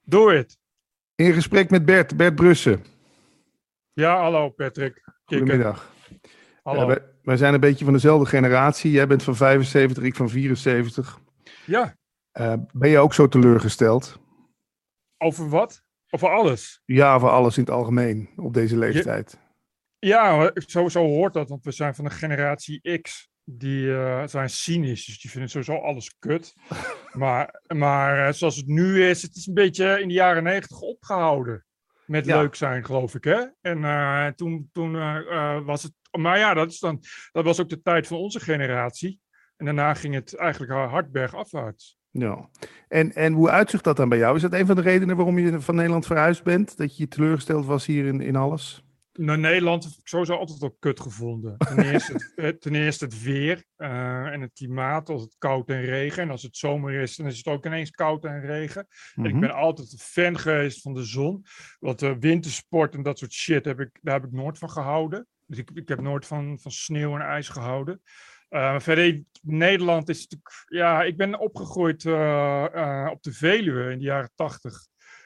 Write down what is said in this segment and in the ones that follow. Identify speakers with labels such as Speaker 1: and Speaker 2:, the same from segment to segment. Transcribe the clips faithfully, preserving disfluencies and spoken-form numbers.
Speaker 1: Doe het.
Speaker 2: In gesprek met Bert, Bert Brussen.
Speaker 1: Ja, hallo Patrick. Kikker.
Speaker 2: Goedemiddag.
Speaker 1: Hallo.
Speaker 2: Uh, wij, wij zijn een beetje van dezelfde generatie. Jij bent van vijfenzeventig, ik van vierenzeventig.
Speaker 1: Ja.
Speaker 2: Uh, ben je ook zo teleurgesteld?
Speaker 1: Over wat? Over alles?
Speaker 2: Ja, over alles in het algemeen op deze leeftijd.
Speaker 1: Ja, zo, zo hoort dat, want we zijn van de generatie X. Die uh, zijn cynisch, dus die vinden sowieso alles kut. maar maar uh, zoals het nu is, het is een beetje in de jaren negentig opgehouden. Met ja. leuk zijn, geloof ik, hè? En uh, toen, toen uh, uh, was het... Maar ja, dat, is dan, dat was ook de tijd van onze generatie. En daarna ging het eigenlijk hard bergafwaarts.
Speaker 2: Ja. En, en hoe uitzicht dat dan bij jou? Is dat een van de redenen waarom je van Nederland verhuisd bent? Dat je teleurgesteld was hier in, in alles?
Speaker 1: Nou, Nederland heb ik sowieso altijd ook kut gevonden. Ten eerste het, ten eerste het weer uh, en het klimaat, als het koud en regen. En als het zomer is, dan is het ook ineens koud en regen. Mm-hmm. En ik ben altijd een fan geweest van de zon. Want uh, wintersport en dat soort shit, heb ik, daar heb ik nooit van gehouden. Dus ik, ik heb nooit van, van sneeuw en ijs gehouden. Uh, verder, Nederland is natuurlijk... Ja, ik ben opgegroeid uh, uh, op de Veluwe in de jaren tachtig.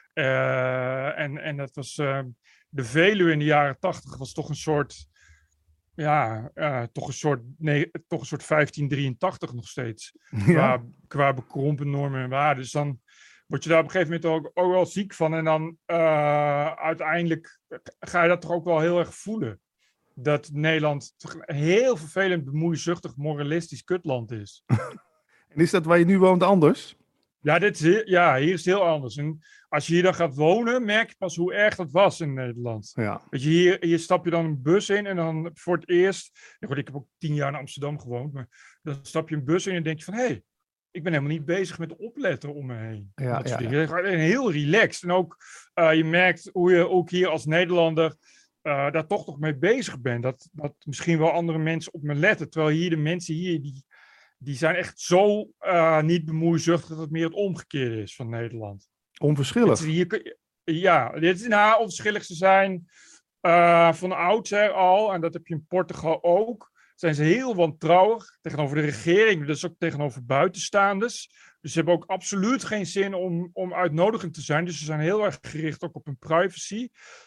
Speaker 1: Uh, en, en dat was... Uh, de Veluwe in de jaren tachtig was toch een soort... Ja, uh, toch een soort... Nee, toch een soort vijftien drieëntachtig nog steeds. Ja. Qua, qua bekrompen normen en waarden. Dus dan word je daar op een gegeven moment ook, ook wel ziek van. En dan uh, uiteindelijk ga je dat toch ook wel heel erg voelen. Dat Nederland toch een heel vervelend, bemoeizuchtig, moralistisch kutland is.
Speaker 2: En is dat waar je nu woont anders?
Speaker 1: Ja, dit is heel, ja, hier is het heel anders. En als je hier dan gaat wonen, merk je pas hoe erg dat was in Nederland.
Speaker 2: Ja.
Speaker 1: Weet je, hier, hier stap je dan een bus in en dan voor het eerst... Ja, goed, ik heb ook tien jaar in Amsterdam gewoond, maar dan stap je een bus in en denk je van... hé, hey, ik ben helemaal niet bezig met opletten om me heen.
Speaker 2: Ja,
Speaker 1: dat
Speaker 2: ja,
Speaker 1: soort
Speaker 2: ja.
Speaker 1: dingen. Heel relaxed. En ook, uh, je merkt hoe je ook hier als Nederlander... Uh, daar toch nog mee bezig ben. Dat, dat misschien wel andere mensen op me letten. Terwijl hier de mensen hier, die, die zijn echt zo uh, niet bemoeizuchtig dat het meer het omgekeerde is van Nederland.
Speaker 2: Onverschillig?
Speaker 1: Dit, hier, ja, dit is nou onverschillig. Ze zijn uh, van oudsher al, en dat heb je in Portugal ook, zijn ze heel wantrouwig tegenover de regering, dus ook tegenover buitenstaanders. Dus ze hebben ook absoluut geen zin om, om uitnodigend te zijn. Dus ze zijn heel erg gericht ook op hun privacy.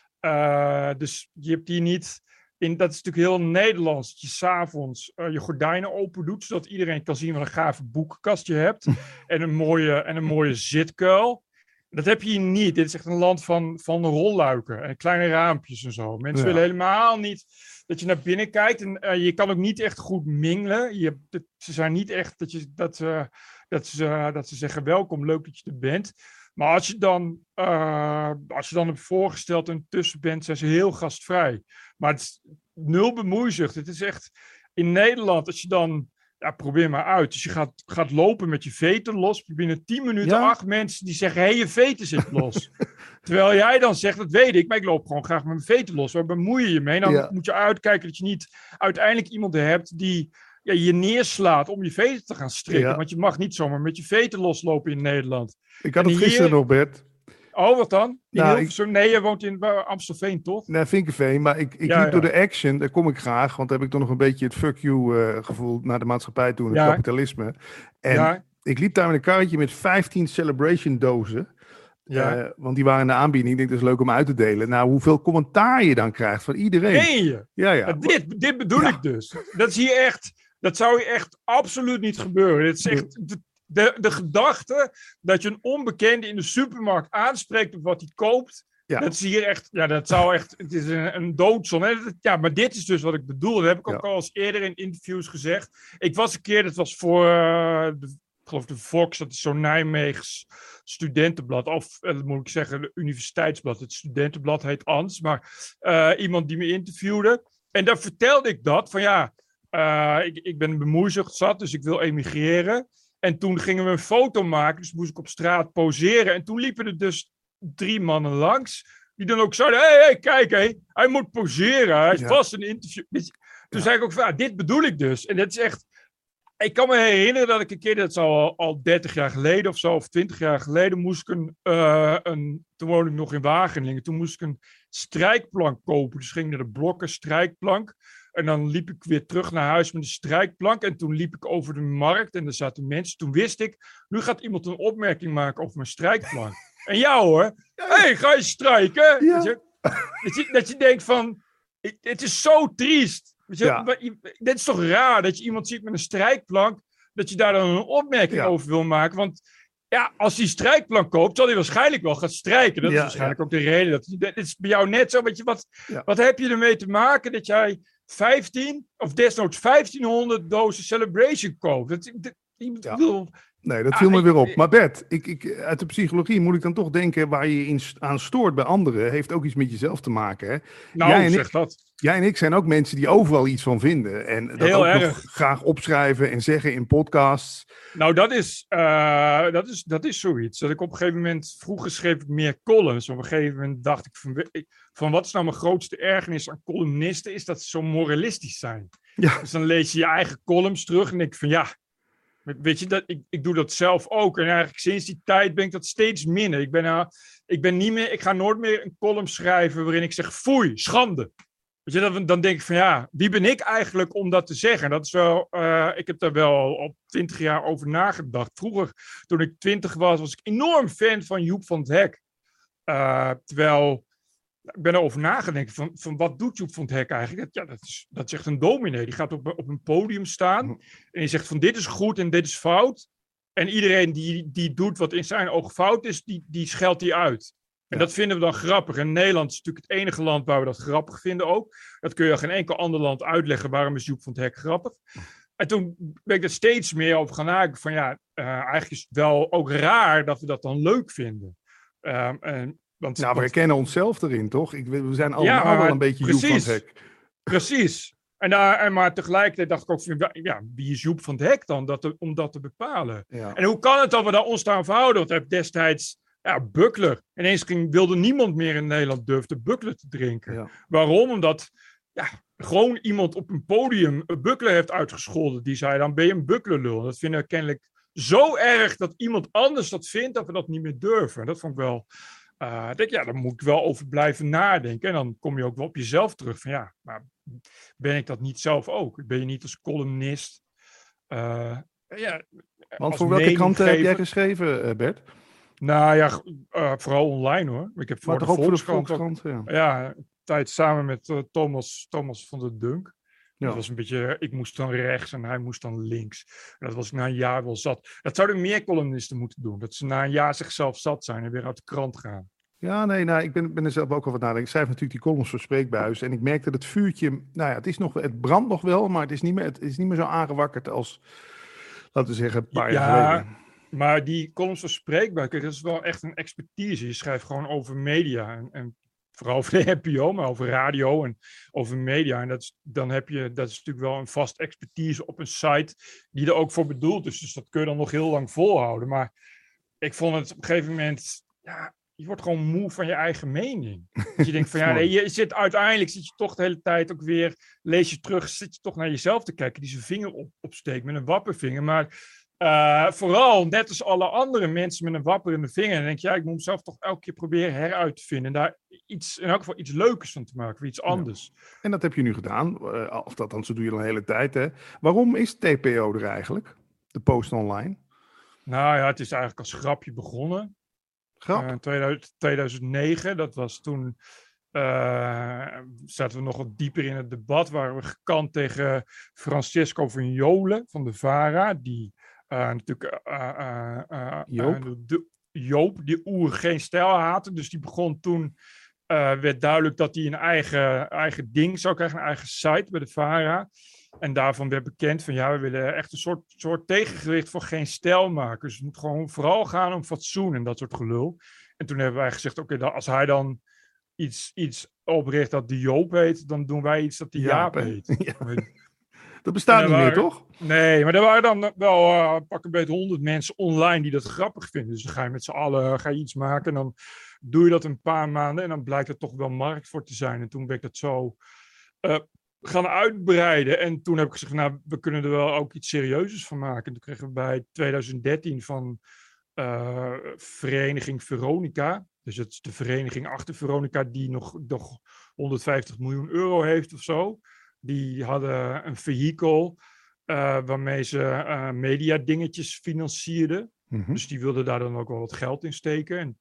Speaker 1: Uh, dus je hebt hier niet... In, dat is natuurlijk heel Nederlands. Dat je s'avonds uh, je gordijnen open doet, zodat iedereen kan zien wat een gave boekenkast je hebt. en, een mooie, en een mooie zitkuil. Dat heb je hier niet. Dit is echt een land van, van rolluiken en kleine raampjes en zo. Mensen ja. willen helemaal niet dat je naar binnen kijkt. En uh, je kan ook niet echt goed mingelen. Je, dat, ze zijn niet echt dat, je, dat, uh, dat, ze, uh, dat ze zeggen welkom, leuk dat je er bent. Maar als je dan, uh, als je dan hebt voorgesteld en tussen bent, zijn ze heel gastvrij. Maar het is nul bemoeizucht. Het is echt in Nederland, als je dan, ja, probeer maar uit. Als je gaat, gaat lopen met je veten los, binnen tien minuten ja? acht mensen die zeggen, hé, hey, je veten zit los. Terwijl jij dan zegt, dat weet ik, maar ik loop gewoon graag met mijn veten los. Waar bemoei je je mee? Dan ja. moet je uitkijken dat je niet uiteindelijk iemand hebt die... Ja, je neerslaat om je veten te gaan strikken. Ja. Want je mag niet zomaar met je veten loslopen in Nederland.
Speaker 2: Ik had en het gisteren hier... nog, Bert.
Speaker 1: Oh, wat dan? In
Speaker 2: nou,
Speaker 1: Hilversum? Ik... Nee, je woont in Amstelveen, toch?
Speaker 2: Nee, Vinkenveen. Maar ik, ik
Speaker 1: ja,
Speaker 2: liep
Speaker 1: ja.
Speaker 2: door de Action. Daar kom ik graag. Want daar heb ik toch nog een beetje het fuck you uh, gevoel naar de maatschappij toe. Het
Speaker 1: ja.
Speaker 2: kapitalisme. En
Speaker 1: ja.
Speaker 2: ik liep daar met een karretje met vijftien Celebration dozen.
Speaker 1: Ja.
Speaker 2: Uh, want die waren in de aanbieding. Ik denk, dat is leuk om uit te delen. Nou, hoeveel commentaar je dan krijgt van iedereen.
Speaker 1: Meen je?
Speaker 2: Ja, ja.
Speaker 1: Dit, dit bedoel ja. ik dus. Dat is hier echt... Dat zou hier echt absoluut niet gebeuren. Het is echt de, de, de gedachte dat je een onbekende in de supermarkt aanspreekt op wat hij koopt. Ja. Dat is hier echt, ja, dat zou echt, het is een, een doodzonde. Ja, maar dit is dus wat ik bedoel. Dat heb ik ook ja. al eens eerder in interviews gezegd. Ik was een keer, dat was voor, uh, de, ik geloof de Vox, dat is zo'n Nijmeegs studentenblad. Of, uh, moet ik zeggen, de universiteitsblad. Het studentenblad heet Ans. Maar uh, iemand die me interviewde. En daar vertelde ik dat, van ja... Uh, ik, ik ben bemoeizucht zat, dus ik wil emigreren. En toen gingen we een foto maken, dus moest ik op straat poseren. En toen liepen er dus drie mannen langs, die dan ook zeiden, hé, hey, hey, kijk, hey, hij moet poseren, hij is ja. vast een interview. Dus, toen ja. zei ik ook van, ja, dit bedoel ik dus. En dat is echt, ik kan me herinneren dat ik een keer, dat is al, al dertig jaar geleden of zo, of twintig jaar geleden, moest ik een, uh, een toen woonde ik nog in Wageningen, toen moest ik een strijkplank kopen. Dus ging naar de blokken strijkplank. En dan liep ik weer terug naar huis met een strijkplank. En toen liep ik over de markt en er zaten mensen. Toen wist ik, nu gaat iemand een opmerking maken over mijn strijkplank. En jou hoor. Hé, hey, ga je strijken?
Speaker 2: Ja.
Speaker 1: Dat, je, dat, je, dat je denkt van, ik, het is zo triest. Weet je,
Speaker 2: Ja.
Speaker 1: dit is toch raar dat je iemand ziet met een strijkplank, dat je daar dan een opmerking
Speaker 2: Ja.
Speaker 1: over wil maken. Want ja, als hij strijkplank koopt, zal hij waarschijnlijk wel gaan strijken. Dat
Speaker 2: Ja,
Speaker 1: is waarschijnlijk
Speaker 2: ja.
Speaker 1: ook de reden. Dat, dit is bij jou net zo. Weet je, wat,
Speaker 2: Ja.
Speaker 1: wat heb je ermee te maken dat jij vijftien of desnoods vijftienhonderd dozen Celebration koopt? Dat, dat, ik
Speaker 2: Ja.
Speaker 1: bedoel,
Speaker 2: Nee, dat
Speaker 1: Ah,
Speaker 2: viel me
Speaker 1: ik-
Speaker 2: weer op.
Speaker 1: ik-
Speaker 2: Maar Bert, ik, ik, uit de psychologie moet ik dan toch denken, waar je je in, aan stoort bij anderen, heeft ook iets met jezelf te maken. Hè?
Speaker 1: nou,
Speaker 2: Jij en
Speaker 1: zeg
Speaker 2: ik-
Speaker 1: dat.
Speaker 2: Jij en ik zijn ook mensen die overal iets van vinden. En dat
Speaker 1: Heel
Speaker 2: ook
Speaker 1: erg.
Speaker 2: nog graag opschrijven en zeggen in podcasts.
Speaker 1: Nou, dat is, eh, dat, is, dat is zoiets. Dat ik op een gegeven moment, vroeger schreef ik meer columns. Op een gegeven moment dacht ik van, ik- van wat is nou mijn grootste ergernis aan columnisten, is dat ze zo moralistisch zijn.
Speaker 2: Ja,
Speaker 1: Dus dan lees je je eigen columns terug en denk ik van ja, weet je, dat, ik, ik doe dat zelf ook. En eigenlijk sinds die tijd ben ik dat steeds minder. Ik ben, nou, ik ben niet meer, ik ga nooit meer een column schrijven waarin ik zeg foei, schande. Weet je, dan, dan denk ik van ja, wie ben ik eigenlijk om dat te zeggen? Dat is wel, uh, ik heb daar wel al twintig jaar over nagedacht. Vroeger, toen ik twintig was, was ik enorm fan van Joep van het Hek. Uh, terwijl, ik ben erover nagedacht van, van wat doet Joep van het Hek eigenlijk? Dat, ja, dat is, dat is echt een dominee. Die gaat op, op een podium staan en die zegt van dit is goed en dit is fout. En iedereen die, die doet wat in zijn ogen fout is, die, die scheldt die uit. En
Speaker 2: Ja.
Speaker 1: dat vinden we dan grappig. En Nederland is natuurlijk het enige land waar we dat grappig vinden ook. Dat kun je aan geen enkel ander land uitleggen. Waarom is Joep van het Hek grappig? En toen ben ik er steeds meer over gaan nadenken. Van ja, uh, eigenlijk is het wel ook raar dat we dat dan leuk vinden. Um, en, want,
Speaker 2: nou, we
Speaker 1: want,
Speaker 2: herkennen onszelf erin, toch? Ik, we zijn allemaal
Speaker 1: Ja,
Speaker 2: wel een beetje Joep van het
Speaker 1: precies.
Speaker 2: Hek.
Speaker 1: Precies. En daar, en maar tegelijkertijd dacht ik ook van, ja, wie is Joep van het Hek dan dat te, om dat te bepalen?
Speaker 2: Ja.
Speaker 1: En hoe kan het dat we daar ons aan verhouden? Want we hebben destijds ja, Buckler. Ineens ging, wilde niemand meer in Nederland durfde Buckler te drinken.
Speaker 2: Ja.
Speaker 1: Waarom? Omdat ja, gewoon iemand op een podium een Buckler heeft uitgescholden. Die zei, dan ben je een Buckler-lul. Dat vinden we kennelijk zo erg dat iemand anders dat vindt, dat we dat niet meer durven. En dat vond ik wel... Uh, denk, ja, daar moet ik wel over blijven nadenken. En dan kom je ook wel op jezelf terug. Van ja, maar ben ik dat niet zelf ook? Ben je niet als columnist... Uh, ja,
Speaker 2: Want voor welke kranten heb jij geschreven, Bert?
Speaker 1: Nou ja, uh, vooral online hoor. Ik heb voor
Speaker 2: maar
Speaker 1: de
Speaker 2: toch ook
Speaker 1: Volkskrant,
Speaker 2: voor de Volkskrant,
Speaker 1: ook, ja. ja, een tijd samen met uh, Thomas, Thomas van der Dunk.
Speaker 2: Ja.
Speaker 1: Dat was een beetje, ik moest dan rechts en hij moest dan links. En dat was ik na een jaar wel zat. Dat zouden meer columnisten moeten doen. Dat ze na een jaar zichzelf zat zijn en weer uit de krant gaan.
Speaker 2: Ja, nee, nou, ik ben, ben er zelf ook over nadenken. Ik schrijf natuurlijk die columns voor Spreekbuis. En ik merk dat het vuurtje, nou ja, het, is nog, het brandt nog wel, maar het is niet meer, het is niet meer zo aangewakkerd als, laten we zeggen, een paar
Speaker 1: ja,
Speaker 2: jaar geleden.
Speaker 1: Maar die columns voor Spreekbuis, dat is wel echt een expertise. Je schrijft gewoon over media en, en vooral over de N P O, maar over radio en over media. En dat is, dan heb je, dat is natuurlijk wel een vast expertise op een site die er ook voor bedoeld is. Dus dat kun je dan nog heel lang volhouden. Maar ik vond het op een gegeven moment, ja, je wordt gewoon moe van je eigen mening. Dat je denkt van ja, nee, je zit uiteindelijk zit je toch de hele tijd ook weer, lees je terug, zit je toch naar jezelf te kijken, die zijn vinger op, opsteekt met een wappervinger. Maar uh, vooral, net als alle andere mensen met een wapperende vinger, dan denk je, ja, ik moet mezelf toch elke keer proberen heruit te vinden. En daar iets, in elk geval iets leukers van te maken, of iets anders.
Speaker 2: Ja. En dat heb je nu gedaan, uh, of dat dan zo doe je al een hele tijd. Hè? Waarom is T P O er eigenlijk, de Post Online?
Speaker 1: Nou ja, het is eigenlijk als grapje begonnen.
Speaker 2: Grap.
Speaker 1: Uh, tweeduizend, tweeduizend negen, dat was toen, uh, zaten we nog wat dieper in het debat, waren we gekant tegen Francesco van Jolen van de VARA, die uh, natuurlijk uh, uh, uh,
Speaker 2: Joop.
Speaker 1: Uh, de, Joop, die oer geen stijl haatte, dus die begon toen, uh, werd duidelijk dat hij een eigen, eigen ding zou krijgen, een eigen site bij de VARA. En daarvan werd bekend van ja, we willen echt een soort, soort tegengewicht voor geen stijl maken. Dus het moet gewoon vooral gaan om fatsoen en dat soort gelul. En toen hebben wij gezegd, oké, okay, als hij dan iets, iets opricht dat de Joop heet, dan doen wij iets dat de Jaap, Jaap heet.
Speaker 2: Ja. Dat bestaat niet
Speaker 1: waren,
Speaker 2: meer, toch?
Speaker 1: Nee, maar er waren dan wel uh, pak een beetje honderd mensen online die dat grappig vinden. Dus dan ga je met z'n allen ga je iets maken en dan doe je dat een paar maanden en dan blijkt er toch wel markt voor te zijn. En toen ben ik dat zo... Uh, gaan uitbreiden. En toen heb ik gezegd, nou, we kunnen er wel ook iets serieuzers van maken. En toen kregen we bij twintig dertien van uh, Vereniging Veronica. Dus het is de vereniging achter Veronica die nog, nog honderdvijftig miljoen euro heeft of zo. Die hadden een vehikel uh, waarmee ze uh, mediadingetjes financierden. Mm-hmm. Dus die wilden daar dan ook wel wat geld in steken. En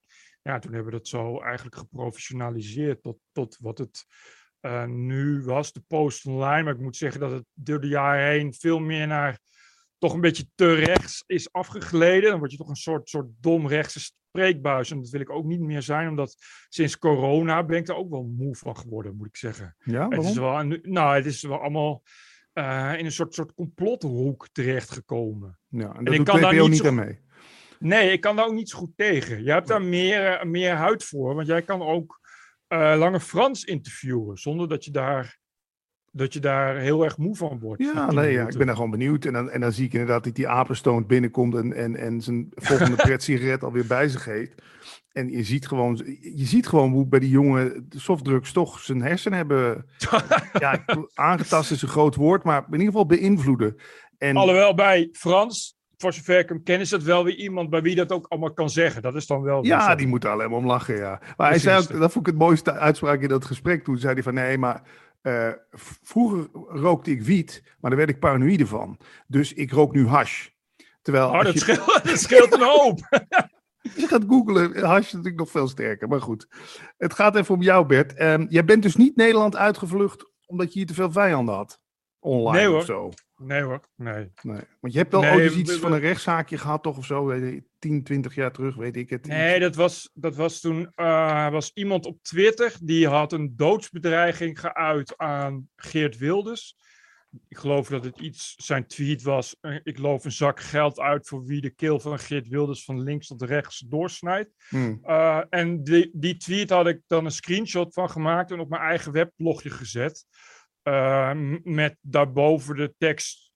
Speaker 1: ja, toen hebben we dat zo eigenlijk geprofessionaliseerd tot, tot wat het uh, nu was, de Post Online. Maar ik moet zeggen dat het door de jaren heen veel meer naar toch een beetje te rechts is afgegleden. Dan word je toch een soort, soort dom rechtse spreekbuis. En dat wil ik ook niet meer zijn, omdat sinds corona ben ik er ook wel moe van geworden, moet ik zeggen.
Speaker 2: Ja, waarom?
Speaker 1: Het is wel, nou, het is wel allemaal uh, in een soort, soort complothoek terechtgekomen.
Speaker 2: Ja, en
Speaker 1: en
Speaker 2: dat
Speaker 1: ik
Speaker 2: doet
Speaker 1: kan
Speaker 2: T P O
Speaker 1: daar niet
Speaker 2: niet
Speaker 1: zo...
Speaker 2: aan mee.
Speaker 1: Nee, ik kan daar ook niet zo goed tegen. Jij hebt daar meer, uh, meer huid voor, want jij kan ook uh, Lange Frans interviewen, zonder dat je daar... dat je daar heel erg moe van wordt.
Speaker 2: Ja, nee, ja, ik ben daar gewoon benieuwd. En dan, en dan zie ik inderdaad dat die apenstoot binnenkomt en, en, en zijn volgende pret-sigaret alweer bij zich heeft. En je ziet gewoon, je ziet gewoon hoe bij die jongen de softdrugs toch zijn hersenen hebben ja, aangetast is een groot woord, maar in ieder geval beïnvloeden. En,
Speaker 1: Alhoewel bij Frans, voor zover ik hem ken, is dat wel weer iemand bij wie dat ook allemaal kan zeggen. Dat is dan wel
Speaker 2: ja,
Speaker 1: zo.
Speaker 2: die moet er alleen maar om lachen, ja. Maar hij zei ook, dat vond ik het mooiste uitspraak in dat gesprek. Toen zei hij van, nee, maar uh, vroeger rookte ik wiet, maar daar werd ik paranoïde van. Dus ik rook nu hash. Terwijl
Speaker 1: oh,
Speaker 2: als
Speaker 1: dat,
Speaker 2: je...
Speaker 1: scheelt, dat scheelt een hoop.
Speaker 2: Je gaat googlen, hash is natuurlijk nog veel sterker, maar goed. Het gaat even om jou, Bert. Um, jij bent dus niet Nederland uitgevlucht omdat je hier te veel vijanden had? Online
Speaker 1: nee, hoor.
Speaker 2: of zo?
Speaker 1: Nee hoor, nee.
Speaker 2: nee. Want je hebt al
Speaker 1: nee,
Speaker 2: ooit eens iets
Speaker 1: we, we,
Speaker 2: van een rechtszaakje gehad, toch of zo? tien, twintig jaar terug, weet ik het.
Speaker 1: Nee, dat was, dat was toen... Uh, was iemand op Twitter, die had een doodsbedreiging geuit aan Geert Wilders. Ik geloof dat het iets, zijn tweet was, uh, ik loof een zak geld uit voor wie de keel van Geert Wilders van links tot rechts doorsnijdt.
Speaker 2: Hmm.
Speaker 1: Uh, en die, die tweet had ik dan een screenshot van gemaakt en op mijn eigen weblogje gezet. Uh, met daarboven de tekst,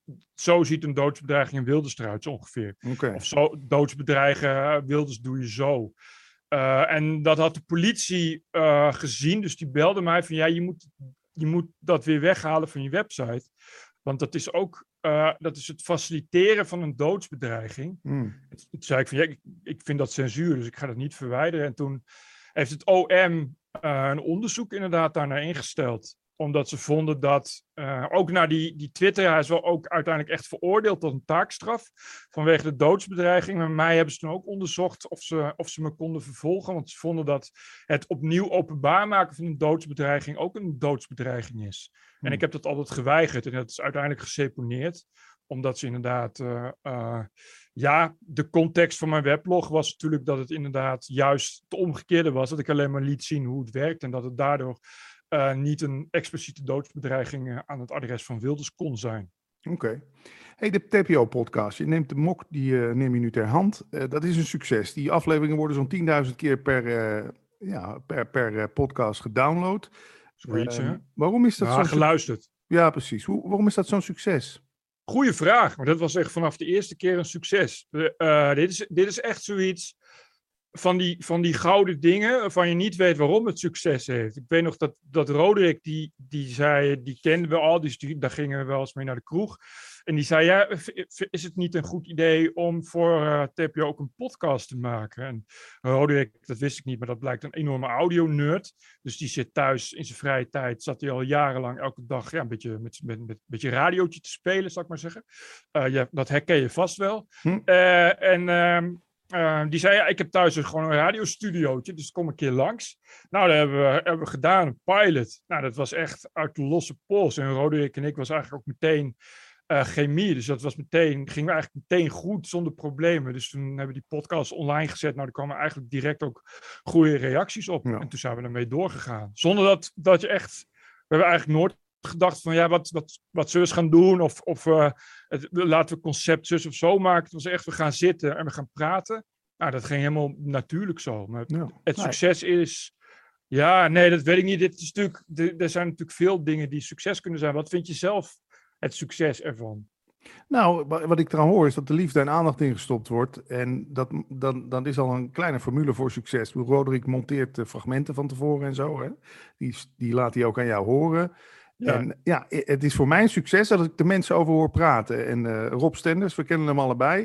Speaker 1: zo ziet een doodsbedreiging in Wilders eruit, zo ongeveer.
Speaker 2: Okay.
Speaker 1: Of zo, doodsbedreigen, Wilders doe je zo. Uh, en dat had de politie uh, gezien, dus die belde mij van, ja, je moet, je moet dat weer weghalen van je website. Want dat is ook, uh, dat is het faciliteren van een doodsbedreiging.
Speaker 2: Mm.
Speaker 1: Toen zei ik van, ja, ik, ik vind dat censuur, dus ik ga dat niet verwijderen. En toen heeft het O M uh, een onderzoek inderdaad daarnaar ingesteld. Omdat ze vonden dat, uh, ook naar die, die Twitter, hij is wel ook uiteindelijk echt veroordeeld tot een taakstraf vanwege de doodsbedreiging. Maar mij hebben ze toen ook onderzocht of ze, of ze me konden vervolgen. Want ze vonden dat het opnieuw openbaar maken van een doodsbedreiging ook een doodsbedreiging is. Hmm. En ik heb dat altijd geweigerd en dat is uiteindelijk geseponeerd. Omdat ze inderdaad, uh, uh, ja, de context van mijn weblog was natuurlijk dat het inderdaad juist het omgekeerde was. Dat ik alleen maar liet zien hoe het werkt en dat het daardoor... Uh, niet een expliciete doodsbedreiging uh, aan het adres van Wilders kon zijn.
Speaker 2: Oké. Okay. Hey, de T P O-podcast. Je neemt de mok, die uh, neem je nu ter hand. Uh, dat is een succes. Die afleveringen worden zo'n tienduizend keer per, uh, ja, per, per uh, podcast gedownload.
Speaker 1: Zoiets, uh,
Speaker 2: waarom is dat
Speaker 1: ja,
Speaker 2: zo'n
Speaker 1: geluisterd.
Speaker 2: Ja, precies. Hoe, waarom is dat zo'n succes?
Speaker 1: Goeie vraag, maar dat was echt vanaf de eerste keer een succes. Uh, dit, is, dit is echt zoiets... Van die, van die gouden dingen waarvan je niet weet waarom het succes heeft. Ik weet nog dat, dat Roderick, die, die zei, die kenden we al, dus die, daar gingen we wel eens mee naar de kroeg. En die zei, ja, is het niet een goed idee om voor uh, T P O ook een podcast te maken? En Roderick, dat wist ik niet, maar dat blijkt een enorme audio-nerd. Dus die zit thuis in zijn vrije tijd, zat hij al jarenlang elke dag ja, een beetje met, met, met een beetje radiootje te spelen, zal ik maar zeggen. Uh, ja, dat herken je vast wel. Hm. Uh, en... Uh, Uh, die zei, ja, ik heb thuis gewoon een radiostudiootje, dus kom een keer langs. Nou, dat hebben we, hebben we gedaan, een pilot. Nou, dat was echt uit de losse pols. En Roderick en ik was eigenlijk ook meteen uh, chemie. Dus dat was meteen, gingen we eigenlijk meteen goed, zonder problemen. Dus toen hebben we die podcast online gezet. Nou, er kwamen eigenlijk direct ook goede reacties op. Ja. En toen zijn we ermee doorgegaan. Zonder dat, dat je echt, we hebben eigenlijk nooit gedacht van, ja, wat, wat, wat zullen we gaan doen? Of, of uh, het, laten we concept zus of zo maken. Het was echt, we gaan zitten en we gaan praten. Nou, dat ging helemaal natuurlijk zo. Maar ja, het succes nee. is... Ja, nee, dat weet ik niet. Dit is natuurlijk, er zijn natuurlijk veel dingen die succes kunnen zijn. Wat vind je zelf het succes ervan?
Speaker 2: Nou, wat ik eraan hoor is dat de liefde en aandacht ingestopt wordt. En dat, dan, dan is al een kleine formule voor succes. Roderick monteert de fragmenten van tevoren en zo. Hè? Die, die laat hij ook aan jou horen. Ja. En ja, het is voor mij een succes dat ik de mensen over hoor praten. En uh, Rob Stenders, we kennen hem allebei.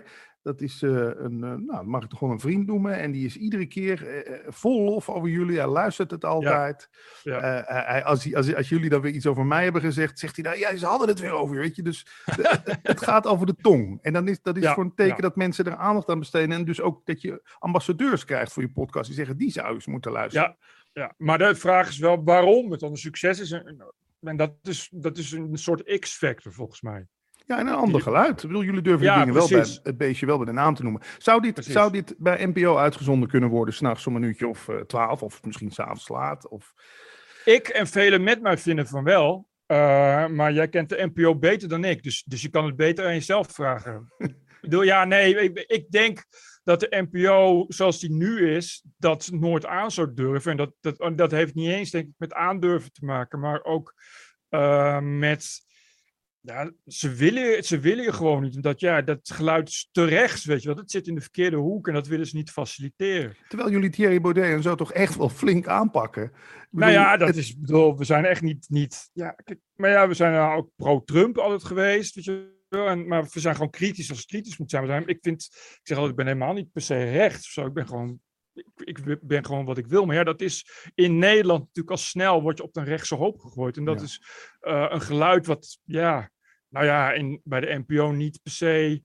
Speaker 2: Dat is uh, een, uh, nou, mag ik toch gewoon een vriend noemen. En die is iedere keer uh, vol lof over jullie. Hij luistert het altijd. Ja. Ja. Uh, hij, als, hij, als, als jullie dan weer iets over mij hebben gezegd, zegt hij nou, ja, ze hadden het weer over je, weet je. Dus de, het gaat over de tong. En dan is dat is ja. voor een teken ja. dat mensen er aandacht aan besteden. En dus ook dat je ambassadeurs krijgt voor je podcast. Die zeggen, die zou je eens moeten luisteren.
Speaker 1: Ja, ja. Maar de vraag is wel waarom het dan een succes is. En, en dat is, dat is een soort X-factor volgens mij.
Speaker 2: Ja, en een ander geluid. Ik bedoel, jullie durven ja, dingen wel bij, het beestje wel bij de naam te noemen. Zou dit, zou dit bij N P O uitgezonden kunnen worden, 's nachts om een uurtje of uh, twaalf, of misschien 's avonds laat? Of...
Speaker 1: Ik en velen met mij vinden van wel. Uh, maar jij kent de N P O beter dan ik. Dus, dus je kan het beter aan jezelf vragen. Ik bedoel, ja, nee, ik, ik denk dat de N P O zoals die nu is, dat nooit aan zou durven. En dat, dat, dat heeft niet eens, denk ik, met aandurven te maken, maar ook uh, met... Ja, ze willen, ze willen je gewoon niet. Omdat ja, dat geluid is te rechts, weet je wel. Dat zit in de verkeerde hoek en dat willen ze niet faciliteren.
Speaker 2: Terwijl jullie Thierry Baudet en zo toch echt wel flink aanpakken. Bedoel,
Speaker 1: nou ja, dat
Speaker 2: het...
Speaker 1: is, bedoel, we zijn echt niet... niet ja, kijk, maar ja, we zijn nou ook pro-Trump altijd geweest, weet je wel. En, maar we zijn gewoon kritisch als het kritisch moet zijn. We zijn ik vind, ik zeg altijd, ik ben helemaal niet per se rechts of zo. Ik ben gewoon... Ik, ik ben gewoon wat ik wil. Maar ja, dat is in Nederland natuurlijk al snel word je op een rechtse hoop gegooid. En dat ja. is uh, een geluid wat, ja, nou ja, in, bij de N P O niet per se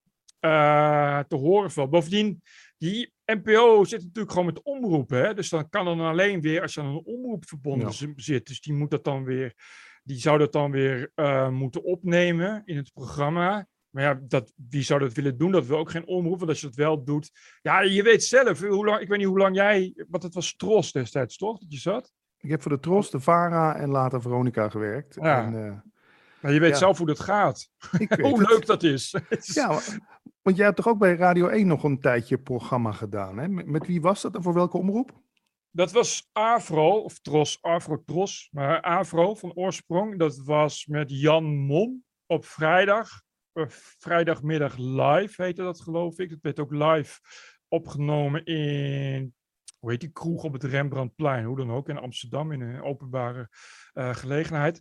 Speaker 1: uh, te horen valt. Bovendien, die N P O zit natuurlijk gewoon met omroepen. Hè? Dus dan kan dan alleen weer, als je aan een omroep verbonden ja. zit, dus die moet dat dan weer, die zou dat dan weer uh, moeten opnemen in het programma. Maar ja, dat, wie zou dat willen doen? Dat wil ook geen omroep. Want als je dat wel doet... Ja, je weet zelf. Hoe lang, ik weet niet hoe lang jij... Want het was Tros destijds, toch? Dat je zat?
Speaker 2: Ik heb voor de Tros, de VARA en later Veronica gewerkt.
Speaker 1: Ja.
Speaker 2: En, uh,
Speaker 1: maar je weet
Speaker 2: ja.
Speaker 1: zelf hoe dat gaat. Hoe leuk het. dat is.
Speaker 2: Ja, want jij hebt toch ook bij Radio één nog een tijdje programma gedaan, hè? Met, met wie was dat en voor welke omroep?
Speaker 1: Dat was Avro, of Tros, Avro Tros. Maar Avro van oorsprong. Dat was met Jan Mom op vrijdag. Vrijdagmiddag live heette dat, geloof ik. Het werd ook live opgenomen in, hoe heet die kroeg op het Rembrandtplein, hoe dan ook, in Amsterdam, in een openbare uh, gelegenheid.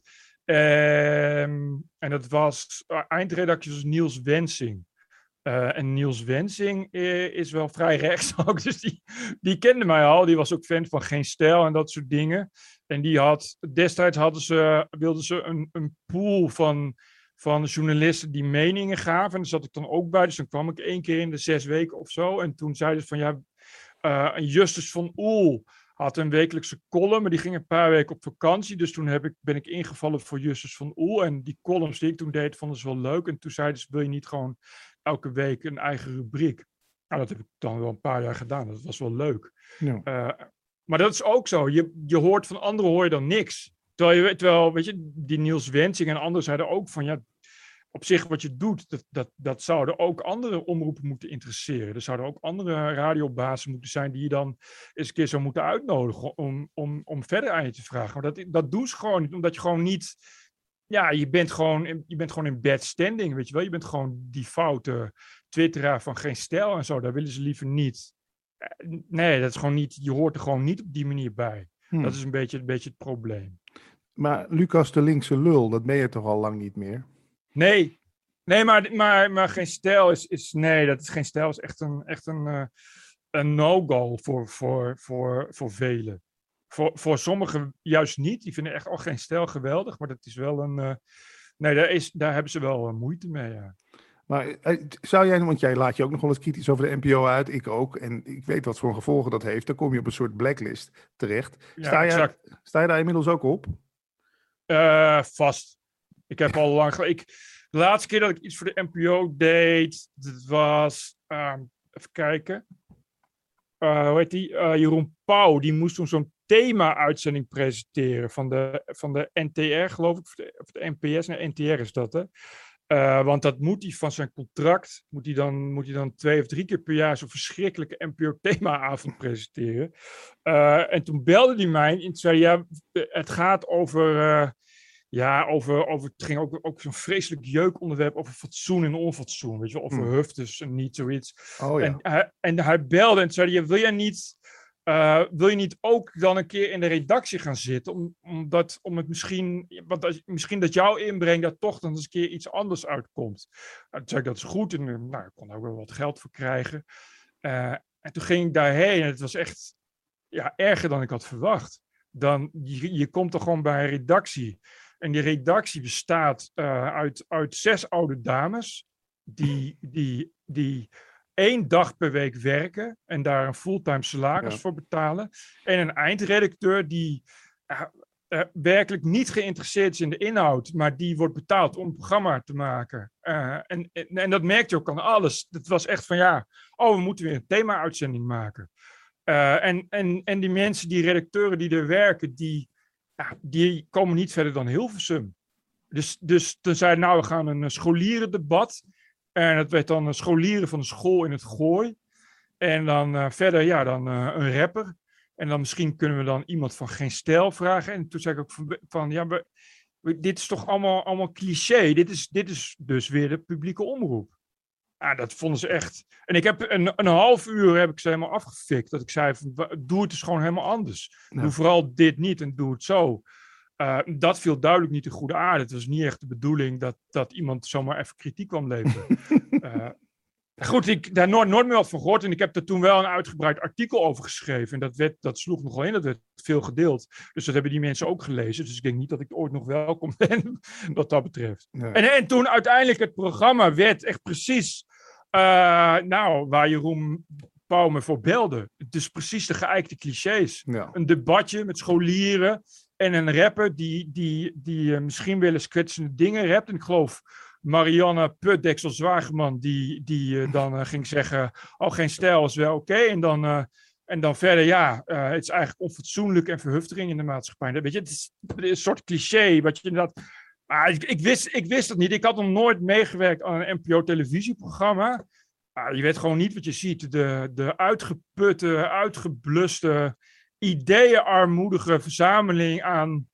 Speaker 1: Um, en dat was, uh, eindredactie was Niels Wensing. Uh, en Niels Wensing uh, is wel vrij rechts ook, dus die, die kende mij al. Die was ook fan van Geen Stijl en dat soort dingen. En die had, destijds hadden ze, wilden ze een, een pool van... van journalisten die meningen gaven. En daar zat ik dan ook bij. Dus dan kwam ik één keer in de zes weken of zo. En toen zeiden ze van ja, uh, Justus van Oel had een wekelijkse column, maar die ging een paar weken op vakantie. Dus toen heb ik, ben ik ingevallen voor Justus van Oel. En die columns die ik toen deed, vonden ze wel leuk. En toen zeiden ze, wil je niet gewoon elke week een eigen rubriek? Nou, dat heb ik dan wel een paar jaar gedaan. Dat was wel leuk. Ja. Uh, maar dat is ook zo. Je, je hoort van anderen hoor je dan niks. Terwijl, je weet wel, weet je, die Niels Wensing en anderen zeiden ook van ja, op zich wat je doet, dat, dat, dat zouden ook andere omroepen moeten interesseren. Er zouden ook andere radiobazen moeten zijn die je dan eens een keer zou moeten uitnodigen om, om, om verder aan je te vragen. Maar dat, dat doen ze gewoon niet, omdat je gewoon niet... Ja, je bent gewoon, je bent gewoon in bad standing, weet je wel. Je bent gewoon die foute twitteraar van Geen Stijl en zo. Daar willen ze liever niet. Nee, dat is gewoon niet... Je hoort er gewoon niet op die manier bij. Hmm. Dat is een beetje, een beetje het probleem.
Speaker 2: Maar Lucas de linkse lul, dat ben je toch al lang niet meer?
Speaker 1: Nee, nee maar, maar, maar Geen Stijl is, is... Nee, dat is Geen Stijl is echt een, echt een, uh, een no-go voor, voor, voor, voor velen. Voor, voor sommigen juist niet. Die vinden echt al Geen Stijl geweldig. Maar dat is wel een... Uh, nee, daar, is, daar hebben ze wel uh, moeite mee, ja.
Speaker 2: Maar zou jij, want jij laat je ook nog wel eens kritisch over de N P O uit, ik ook. En ik weet wat voor gevolgen dat heeft. Dan kom je op een soort blacklist terecht. Ja, sta, je, sta je daar inmiddels ook op?
Speaker 1: Uh, vast. Ik heb al lang... Ik, de laatste keer dat ik iets voor de N P O deed, dat was... Um, even kijken. Uh, hoe heet die? Uh, Jeroen Pauw, die moest toen zo'n thema-uitzending presenteren van de, van de N T R, geloof ik. Of de, of de N P S. Nee, N T R is dat, hè. Uh, want dat moet hij van zijn contract, moet hij, dan, moet hij dan twee of drie keer per jaar zo'n verschrikkelijke N P O-thema-avond presenteren. Uh, en toen belde hij mij en zei, ja, het gaat over, uh, ja, over, over, het ging ook, ook zo'n vreselijk jeukonderwerp over fatsoen en onfatsoen, weet je, over hmm. huftes en niet zoiets.
Speaker 2: Oh, ja.
Speaker 1: en, hij, en hij belde en zei, ja, wil jij niet Uh, wil je niet ook dan een keer in de redactie gaan zitten? Om, omdat, om het misschien, want als, misschien dat jouw inbreng daar toch dan eens een keer iets anders uitkomt. Nou, toen zei ik, dat is goed. En nou, ik kon daar ook wel wat geld voor krijgen. Uh, en toen ging ik daarheen en het was echt ja, erger dan ik had verwacht. Dan, je, je komt er gewoon bij een redactie. En die redactie bestaat uh, uit, uit zes oude dames die, die, die één dag per week werken en daar een fulltime salaris ja. voor betalen. En een eindredacteur die uh, uh, werkelijk niet geïnteresseerd is in de inhoud, maar die wordt betaald om een programma te maken. Uh, en, en, en dat merk je ook aan alles. Het was echt van ja, oh, we moeten weer een thema-uitzending maken. Uh, en, en, en die mensen, die redacteuren die er werken, die, ja, die komen niet verder dan Hilversum. Dus, dus toen zei nou, we gaan een scholierendebat. En dat werd dan scholieren van de school in het Gooi. En dan uh, verder, ja, dan uh, een rapper. En dan misschien kunnen we dan iemand van Geen Stijl vragen. En toen zei ik ook van, van ja, we, we, dit is toch allemaal, allemaal cliché. Dit is, dit is dus weer de publieke omroep. Ja, dat vonden ze echt. En ik heb een, een half uur heb ik ze helemaal afgefikt. Dat ik zei, van, doe het dus gewoon helemaal anders. Ja. Doe vooral dit niet en doe het zo. Uh, dat viel duidelijk niet in goede aarde. Het was niet echt de bedoeling dat, dat iemand zomaar even kritiek kwam leveren. uh, goed, ik daar nooit, nooit meer wat van gehoord. En ik heb er toen wel een uitgebreid artikel over geschreven. En dat, werd, dat sloeg nogal in, dat werd veel gedeeld. Dus dat hebben die mensen ook gelezen. Dus ik denk niet dat ik ooit nog welkom ben, wat dat betreft. Nee. En, en toen uiteindelijk het programma werd echt precies... Uh, nou, waar Jeroen Pauw me voor belde. Dus precies de geëikte clichés. Ja. Een debatje met scholieren... En een rapper die, die, die uh, misschien wel eens kwetsende dingen rapt. En ik geloof Marianne Putdeksel Zwageman die, die uh, dan uh, ging zeggen... Oh, Geen Stijl is wel oké. Okay. En, dan, uh, en dan verder, ja, uh, het is eigenlijk onfatsoenlijk en verhuftering in de maatschappij. Weet je, het is, het is een soort cliché. Wat je inderdaad... Ah, ik, ik, wist, ik wist het niet. Ik had nog nooit meegewerkt aan een N P O-televisieprogramma. Ah, je weet gewoon niet wat je ziet. De, de uitgeputte, uitgebluste... ideeënarmoedige verzameling aan,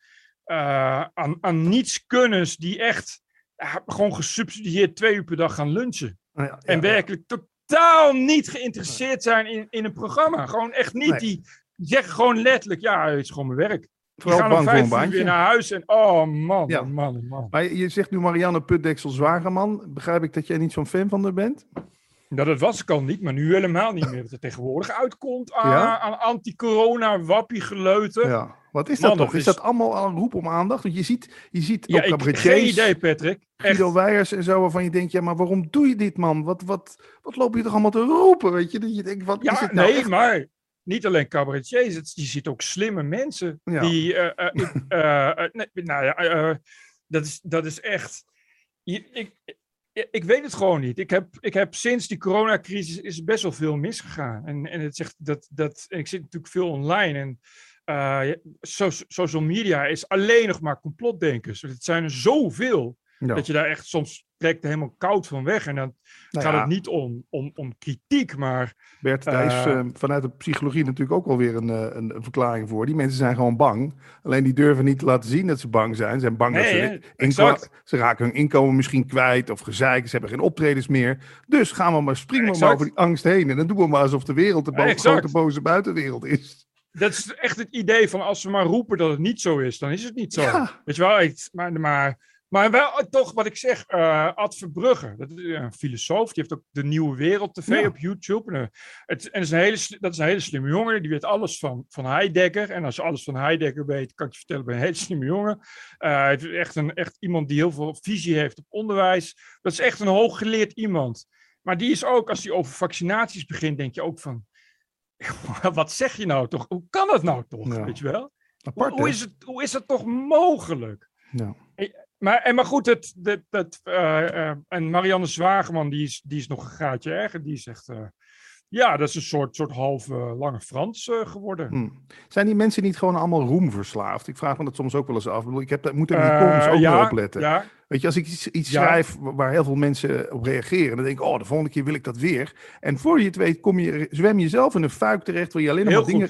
Speaker 1: uh, aan, aan nietskunners die echt uh, gewoon gesubsidieerd twee uur per dag gaan lunchen. Ja, ja, en werkelijk ja. totaal niet geïnteresseerd zijn in, in een programma. Gewoon echt niet. Nee. Die zeggen gewoon letterlijk, ja, het is gewoon mijn werk. Die gaan om vijf uur weer naar huis en oh man, ja. man, man.
Speaker 2: Maar je zegt nu Marianne Putdeksel Zwageman. Begrijp ik dat jij niet zo'n fan van haar bent?
Speaker 1: Nou, dat was ik al niet, maar nu helemaal niet meer. Dat er tegenwoordig uitkomt aan, ja? aan anti-corona wappie-geleuten.
Speaker 2: Ja, wat is dat Man, toch? Dat is... is dat allemaal al een roep om aandacht? Want je ziet, je ziet
Speaker 1: ja, ook cabaretiers, geen idee, Patrick.
Speaker 2: Guido Weijers en zo, waarvan je denkt, ja, maar waarom doe je dit, man? Wat, wat, wat loop je toch allemaal te roepen, weet je? Dat je denkt, wat
Speaker 1: ja,
Speaker 2: is het nou
Speaker 1: nee,
Speaker 2: echt?
Speaker 1: maar niet alleen cabaretiers. Het, je ziet ook slimme mensen. Ja. Die, uh, uh, uh, uh, uh, nee, nou ja, uh, dat, is, dat is echt... Ik... ik Ik weet het gewoon niet. Ik heb, ik heb sinds die coronacrisis is best wel veel misgegaan. En, en het zegt dat, dat en ik zit natuurlijk veel online. En uh, so, social media is alleen nog maar complotdenkers. Het zijn er zoveel. Ja. Dat je daar echt soms trekt helemaal koud van weg. En dan nou gaat ja. het niet om, om, om kritiek, maar...
Speaker 2: Bert, daar uh, is uh, vanuit de psychologie natuurlijk ook wel weer een, een, een verklaring voor. Die mensen zijn gewoon bang. Alleen die durven niet te laten zien dat ze bang zijn. Ze zijn bang nee, dat ze... Hè, inko- ze raken hun inkomen misschien kwijt of gezeik. Ze hebben geen optredens meer. Dus gaan we maar springen we maar over die angst heen. En dan doen we maar alsof de wereld de bo- ja, grote boze buitenwereld is.
Speaker 1: Dat is echt het idee van als we maar roepen dat het niet zo is, dan is het niet zo.
Speaker 2: Ja.
Speaker 1: Weet je wel, ik, maar... maar Maar wel toch wat ik zeg, uh, Ad Verbrugge, dat is een filosoof, die heeft ook de Nieuwe Wereld T V ja. op YouTube. En, uh, het, en is een hele, dat is een hele slimme jongen, die weet alles van, van Heidegger. En als je alles van Heidegger weet, kan ik je vertellen, ben je een hele slimme jongen. Uh, hij is echt, een, echt iemand die heel veel visie heeft op onderwijs. Dat is echt een hooggeleerd iemand. Maar die is ook, als hij over vaccinaties begint, denk je ook van, wat zeg je nou toch? Hoe kan dat nou toch, ja. weet je wel? Apart, hoe, hoe, is het, hoe is het toch mogelijk?
Speaker 2: Ja.
Speaker 1: Maar, en maar goed, het, het, het, uh, uh, en Marianne Zwageman, die is, die is nog een graadje erger. Die zegt, uh, ja, dat is een soort, soort halve uh, lange Frans uh, geworden.
Speaker 2: Hmm. Zijn die mensen niet gewoon allemaal roemverslaafd? Ik vraag me dat soms ook wel eens af. Ik, ik heb, moet er die columns uh, ook ja, mee opletten. Ja. Weet je, als ik iets, iets ja. schrijf waar heel veel mensen op reageren, dan denk ik, oh, de volgende keer wil ik dat weer. En voor je het weet, kom je, zwem je zelf in een fuik terecht, waar je alleen nog maar dingen... dingen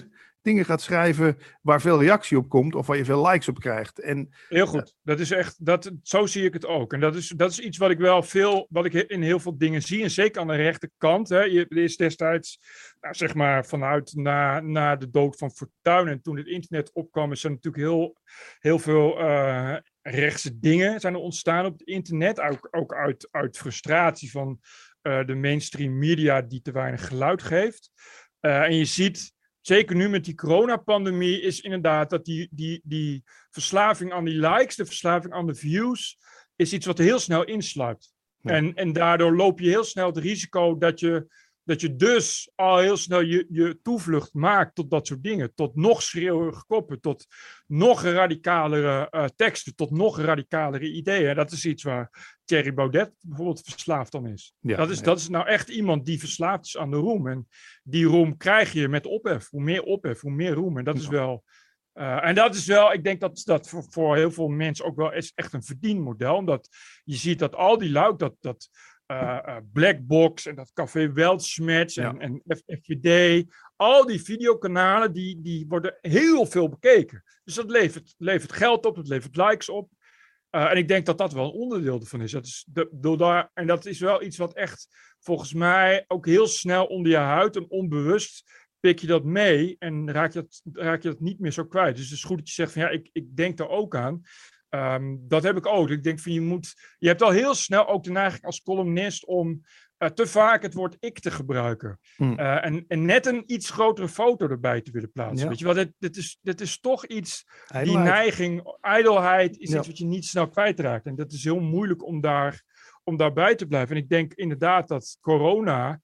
Speaker 2: dingen gaat schrijven waar veel reactie op komt of waar je veel likes op krijgt. En,
Speaker 1: Heel goed. Dat is echt, dat, zo zie ik het ook. En dat is, dat is iets wat ik wel veel, wat ik in heel veel dingen zie. En zeker aan de rechterkant. Hè. Je, er is destijds, nou, zeg maar, vanuit na, na de dood van Fortuyn en toen het internet opkwam, is er natuurlijk heel, heel veel uh, rechtse dingen zijn er ontstaan op het internet. Ook, ook uit, uit frustratie van uh, de mainstream media die te weinig geluid geeft. Uh, en je ziet, zeker nu met die coronapandemie, is inderdaad dat die, die, die verslaving aan die likes, de verslaving aan de views, is iets wat er heel snel insluipt. Ja. En, en daardoor loop je heel snel het risico dat je, dat je dus al heel snel je, je toevlucht maakt tot dat soort dingen. Tot nog schreeuwige koppen, tot nog radicalere uh, teksten, tot nog radicalere ideeën. Dat is iets waar Thierry Baudet bijvoorbeeld verslaafd aan is. Ja, dat, is ja. dat is nou echt iemand die verslaafd is aan de roem. En die roem krijg je met ophef. Hoe meer ophef, hoe meer roem. En dat ja. is wel... Uh, en dat is wel, ik denk dat dat voor, voor heel veel mensen ook wel is echt een verdienmodel. Omdat je ziet dat al die luik, dat, dat uh, uh, Blackbox en dat Café Weltschmerz en, ja. en F V D, al die videokanalen, die, die worden heel veel bekeken. Dus dat levert, levert geld op, dat levert likes op. Uh, en ik denk dat dat wel een onderdeel ervan is. Dat is de, door daar, en dat is wel iets wat echt volgens mij ook heel snel onder je huid en onbewust pik je dat mee en raak je dat, raak je dat niet meer zo kwijt. Dus het is goed dat je zegt van ja, ik, ik denk daar ook aan. Um, dat heb ik ook. Ik denk van je moet, je hebt al heel snel ook de neiging als columnist om uh, te vaak het woord ik te gebruiken. Hmm. Uh, en, en net een iets grotere foto erbij te willen plaatsen. Ja. Weet je wel, dit, dit, is, dit is toch iets, ijdelheid. Die neiging, ijdelheid is ja. iets wat je niet snel kwijtraakt. En dat is heel moeilijk om, daar, om daarbij te blijven. En ik denk inderdaad dat corona...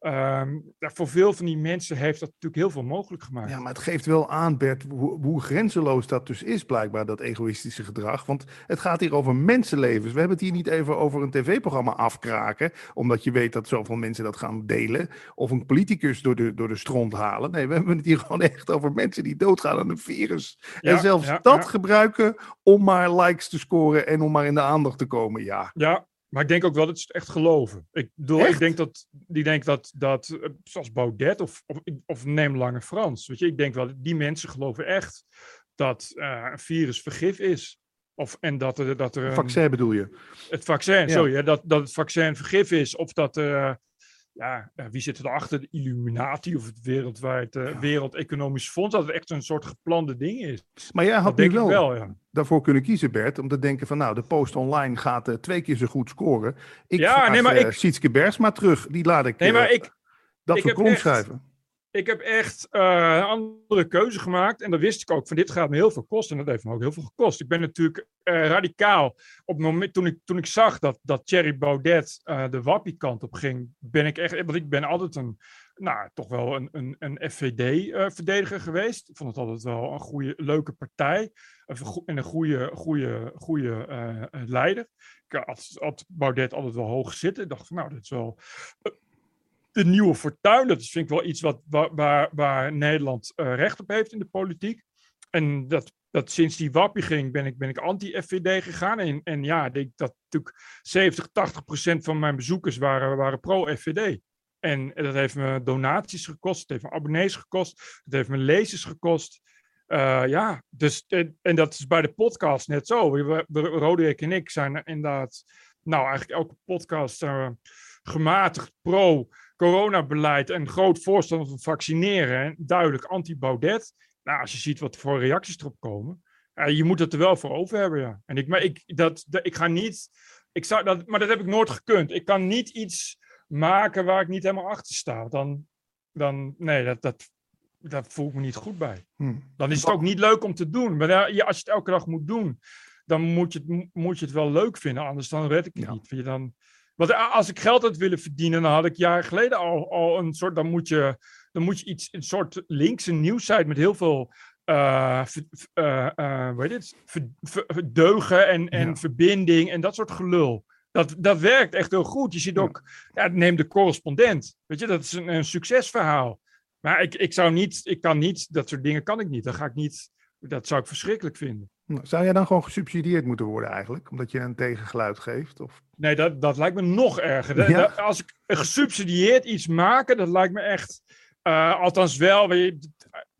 Speaker 1: Um, voor veel van die mensen heeft dat natuurlijk heel veel mogelijk gemaakt.
Speaker 2: Ja, maar het geeft wel aan, Bert, hoe, hoe grenzeloos dat dus is blijkbaar, dat egoïstische gedrag. Want het gaat hier over mensenlevens. We hebben het hier niet even over een tv-programma afkraken, omdat je weet dat zoveel mensen dat gaan delen. Of een politicus door de, door de stront halen. Nee, we hebben het hier gewoon echt over mensen die doodgaan aan een virus. Ja, en zelfs ja, dat ja. gebruiken om maar likes te scoren en om maar in de aandacht te komen, ja.
Speaker 1: Ja. Maar ik denk ook wel dat ze het echt geloven. Ik bedoel, echt? ik denk dat, die denkt dat, dat zoals Baudet of, of, of neem Lange Frans. Weet je, ik denk wel dat die mensen geloven echt dat uh, een virus vergif is. Of, en dat er, dat er een,
Speaker 2: vaccin bedoel je?
Speaker 1: Het vaccin, ja. sorry. Dat, dat het vaccin vergif is. Of dat uh, ja, wie zit erachter? De Illuminati of het wereldwijd uh, ja. Wereld Economisch Fonds. Dat het echt een soort geplande ding is.
Speaker 2: Maar jij had nu wel, wel ja. daarvoor kunnen kiezen, Bert. Om te denken van nou, de Post Online gaat uh, twee keer zo goed scoren. Ik
Speaker 1: ja,
Speaker 2: vraag
Speaker 1: nee, maar
Speaker 2: uh,
Speaker 1: ik...
Speaker 2: Sietske Bergsma terug. Die laat ik,
Speaker 1: nee, maar
Speaker 2: uh,
Speaker 1: ik
Speaker 2: dat
Speaker 1: ik
Speaker 2: voor kolom schrijven.
Speaker 1: Ik heb echt uh, een andere keuze gemaakt. En dat wist ik ook. Van dit gaat me heel veel kosten. En dat heeft me ook heel veel gekost. Ik ben natuurlijk uh, radicaal. Op het moment toen ik, toen ik zag dat, dat Thierry Baudet uh, de wappie-kant op ging. Ben ik echt. Want ik ben altijd een. Nou, toch wel een, een, een F V D-verdediger uh, geweest. Ik vond het altijd wel een goede, leuke partij. En een goede, goede, goede uh, leider. Ik had, had Baudet altijd wel hoog zitten. Ik dacht van nou, dit is wel. Uh, De nieuwe Fortuyn, dat is, vind ik wel iets wat, waar, waar, waar Nederland uh, recht op heeft in de politiek. En dat, dat sinds die wappie ging, ben ik, ben ik anti-F V D gegaan. En, en ja, ik denk dat natuurlijk zeventig, tachtig procent van mijn bezoekers waren, waren pro-F V D. En dat heeft me donaties gekost, het heeft me abonnees gekost, het heeft me lezers gekost. Uh, ja, dus, en, en dat is bij de podcast net zo. We, we, Roderick en ik zijn inderdaad, nou eigenlijk elke podcast uh, gematigd pro coronabeleid en groot voorstander van vaccineren en duidelijk anti-Baudet. Nou, als je ziet wat voor reacties erop komen, uh, je moet het er wel voor over hebben, ja. En ik, maar ik, dat, dat, ik ga niet, ik zou, dat, maar dat heb ik nooit gekund. Ik kan niet iets maken waar ik niet helemaal achter sta. Dan, dan nee, dat, dat, dat voel ik me niet goed bij. Hmm. Dan is het ook niet leuk om te doen. Maar ja, als je het elke dag moet doen, dan moet je het, moet je het wel leuk vinden. Anders dan red ik het ja. niet. Vind je dan... Want als ik geld had willen verdienen, dan had ik jaren geleden al, al een soort, dan moet je, dan moet je iets, een soort linkse nieuwssite met heel veel uh, uh, uh, hoe heet het? Ver, ver, deugen en, en ja. verbinding en dat soort gelul. Dat, dat werkt echt heel goed. Je ziet ook, ja. Ja, neem de correspondent. Weet je, dat is een, een succesverhaal. Maar ik, ik zou niet, ik kan niet, dat soort dingen kan ik niet. Dan ga ik niet, dat zou ik verschrikkelijk vinden.
Speaker 2: Zou jij dan gewoon gesubsidieerd moeten worden eigenlijk? Omdat je een tegengeluid geeft? Of...
Speaker 1: Nee, dat, dat lijkt me nog erger. Ja? Als ik gesubsidieerd iets maak, dat lijkt me echt... Uh, althans wel...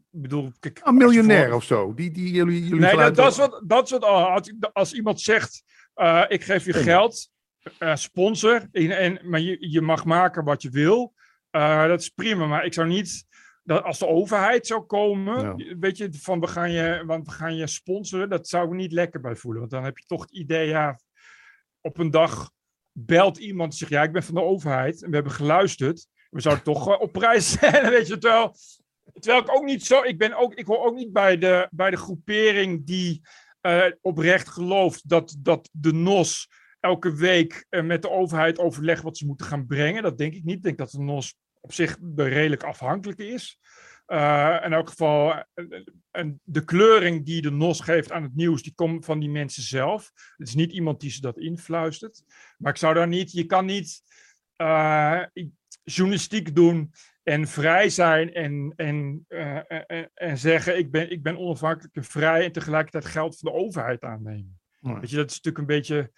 Speaker 1: bedoel, kijk,
Speaker 2: Een miljonair
Speaker 1: voor...
Speaker 2: of zo. Die, die jullie, jullie
Speaker 1: nee,
Speaker 2: vanuit...
Speaker 1: dat, dat, is wat, dat is wat. Als, als iemand zegt: uh, ik geef je geld, uh, sponsor, en, en, maar je, je mag maken wat je wil. Uh, dat is prima, maar ik zou niet. Dat als de overheid zou komen, ja. weet je, van we gaan je, want we gaan je sponsoren, dat zou ik niet lekker bij voelen. Want dan heb je toch het idee, ja, op een dag belt iemand en zegt: ja, ik ben van de overheid en we hebben geluisterd. We zouden toch uh, op prijs zijn, weet je, terwijl. Terwijl ik ook niet zo, ik ben ook, ik hoor ook niet bij de, bij de groepering die uh, oprecht gelooft dat, dat de N O S elke week uh, met de overheid overlegt wat ze moeten gaan brengen. Dat denk ik niet. Ik denk dat de N O S op zich redelijk afhankelijk is. Uh, in elk geval, uh, uh, de kleuring die de N O S geeft aan het nieuws, die komt van die mensen zelf. Het is niet iemand die ze dat influistert. Maar ik zou daar niet, je kan niet uh, journalistiek doen en vrij zijn en, en, uh, en, en zeggen ik ben, ik ben onafhankelijk en vrij en tegelijkertijd geld van de overheid aannemen. Ja. Weet je, dat is natuurlijk een beetje...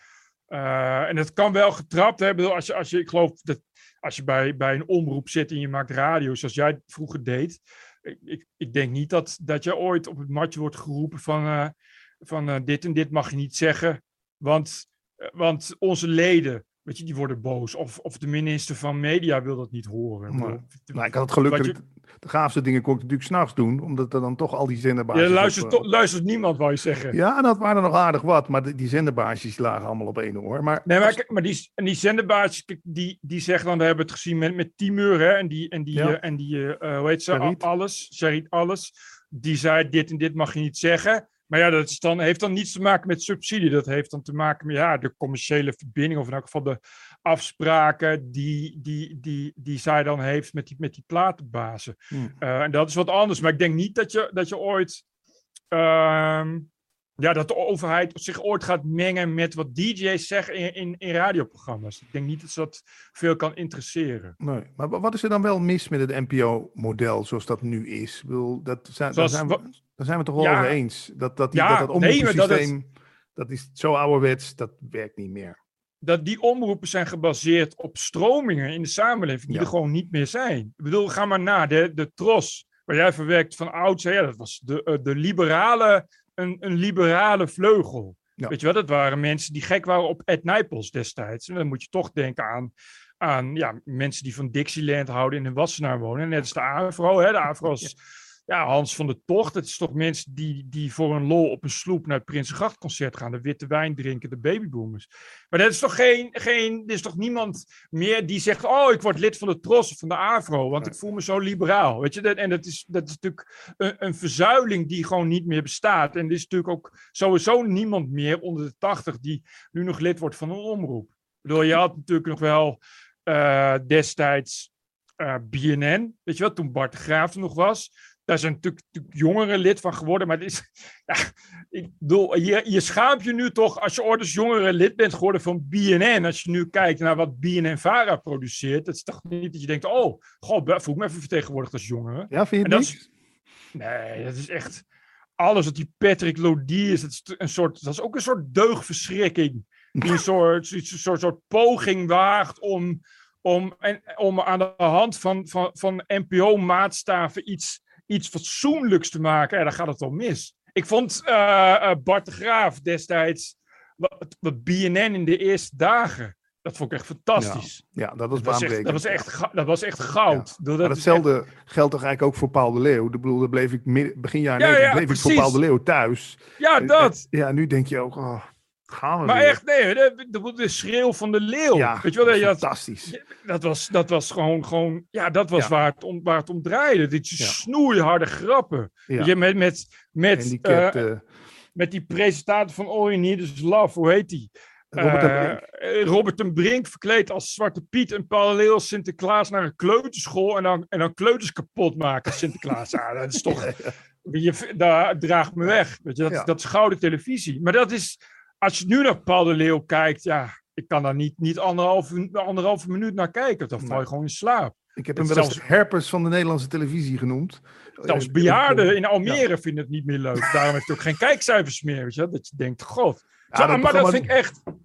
Speaker 1: Uh, en dat kan wel getrapt hebben. Als je, als je, ik geloof dat als je bij, bij een omroep zit en je maakt radio zoals jij het vroeger deed. Ik, ik, ik denk niet dat, dat je ooit op het matje wordt geroepen van, uh, van uh, dit en dit mag je niet zeggen. Want, uh, want onze leden... Weet je, die worden boos. Of, of de minister van Media wil dat niet horen.
Speaker 2: Maar, nou, ik had het geluk dat je... ik de gaafste dingen kon ik natuurlijk 's nachts doen. Omdat er dan toch al die zenderbaasjes...
Speaker 1: Ja, luistert,
Speaker 2: op,
Speaker 1: to- luistert niemand, wou je zeggen.
Speaker 2: Ja, en dat waren er nog aardig wat. Maar die, die zenderbaasjes lagen allemaal op één oor. Maar,
Speaker 1: nee, maar,
Speaker 2: als...
Speaker 1: maar die, en die zenderbaasjes, die, die zeggen dan... We hebben het gezien met, met Timur, hè. En die, en die, ja. uh, en die uh, hoe heet ze? Sharit. Alles. Sharit Alles. Die zei, dit en dit mag je niet zeggen... Maar ja, dat is dan, heeft dan niets te maken met subsidie. Dat heeft dan te maken met ja, de commerciële verbinding. Of in elk geval de afspraken die, die, die, die zij dan heeft met die, met die platenbazen. Hmm. Uh, en dat is wat anders. Maar ik denk niet dat je, dat je ooit... Uh, ja, dat de overheid zich ooit gaat mengen met wat D J's zeggen in, in, in radioprogramma's. Ik denk niet dat ze dat veel kan interesseren.
Speaker 2: Nee, maar wat is er dan wel mis met het N P O-model zoals dat nu is? Ik bedoel, dat zijn, zoals, daar, zijn we, daar zijn we toch wel ja, over eens. Dat dat, die, ja, dat, dat omroepensysteem, nee, dat, dat is zo ouderwets, dat werkt niet meer.
Speaker 1: Dat die omroepen zijn gebaseerd op stromingen in de samenleving die ja. er gewoon niet meer zijn. Ik bedoel, ga maar na, de, de Tros, waar jij verwerkt van ouds, ja, dat was de, de liberale... Een, een liberale vleugel. Ja. Weet je wel, dat waren mensen die gek waren op Ed Nijpels destijds. En dan moet je toch denken aan, aan ja, mensen die van Dixieland houden en in Wassenaar wonen. Net als de AVRO. Hè? De AVRO is ja, Hans van der Tocht. Het is toch mensen die, die voor een lol op een sloep naar het Prinsengrachtconcert gaan. De witte wijn drinken, de babyboomers. Maar dat is toch geen, geen, er is toch niemand meer die zegt... Oh, ik word lid van de Tros of van de AVRO, want ik voel me zo liberaal. Weet je, en dat is, dat is natuurlijk een, een verzuiling die gewoon niet meer bestaat. En er is natuurlijk ook sowieso niemand meer onder de tachtig die nu nog lid wordt van een omroep. Ik bedoel, je had natuurlijk nog wel uh, destijds uh, B N N, weet je wel, toen Bart de Graaf er nog was... Daar zijn natuurlijk, natuurlijk jongeren lid van geworden. Maar het is, ja, ik bedoel, je, je schaamt je nu toch als je ooit als jongere lid bent geworden van B N N. Als je nu kijkt naar wat B N N-Vara produceert. Dat is toch niet dat je denkt, oh, goh, voel ik me even vertegenwoordigd als jongere.
Speaker 2: Ja, vind je
Speaker 1: dat
Speaker 2: niks?
Speaker 1: Is, nee, dat is echt... Alles wat die Patrick Lodier is, dat is, een soort, dat is ook een soort deugdverschrikking. Die een soort, een soort, soort poging waagt om, om, en, om aan de hand van, van, van N P O-maatstaven iets... iets fatsoenlijks te maken, ja, dan gaat het al mis. Ik vond uh, uh, Bart de Graaf destijds, wat, wat B N N in de eerste dagen, dat vond ik echt fantastisch.
Speaker 2: Ja, ja dat was
Speaker 1: dat
Speaker 2: baanbrekend.
Speaker 1: Dat was echt, ja. dat was echt goud. Ja. Dat
Speaker 2: maar hetzelfde echt... geldt toch eigenlijk ook voor Paul de Leeuw? Ik bedoel, daar bleef ik midden, begin jaren
Speaker 1: ja,
Speaker 2: negentig
Speaker 1: ja,
Speaker 2: bleef precies. ik voor Paul de Leeuw thuis.
Speaker 1: Ja, dat.
Speaker 2: En, ja, nu denk je ook, oh, gaan we
Speaker 1: maar
Speaker 2: weer.
Speaker 1: echt, nee, de, de, de schreeuw van de leeuw.
Speaker 2: Ja,
Speaker 1: weet je wel, dat,
Speaker 2: fantastisch.
Speaker 1: Dat, dat, was, dat was gewoon, gewoon, ja, dat was ja. Waar, het om, waar het om draaide. Dit ja. snoeiharde grappen. Ja. Je, met, met, met, uh, uh, met die presentator van All You Need Is Love, hoe heet die? Robert, uh, en Robert ten Brink verkleed als Zwarte Piet en parallel Sinterklaas naar een kleuterschool en dan, en dan kleuters kapot maken Sinterklaas. Ja, dat is toch, je, daar draagt me weg. Weet je, dat, ja. dat is gouden televisie. Maar dat is, als je nu naar Paul de Leeuw kijkt, ja, ik kan daar niet, niet anderhalve, anderhalve minuut naar kijken. Dan val je nee. gewoon in slaap.
Speaker 2: Ik heb hem wel eens herpers van de Nederlandse televisie genoemd.
Speaker 1: Zelfs bejaarden in Almere ja. vinden het niet meer leuk. Daarom heeft hij ook geen kijkcijfers meer. Weet je? Dat je denkt, god. Ja, Zo, dat maar programma... dat vind ik echt...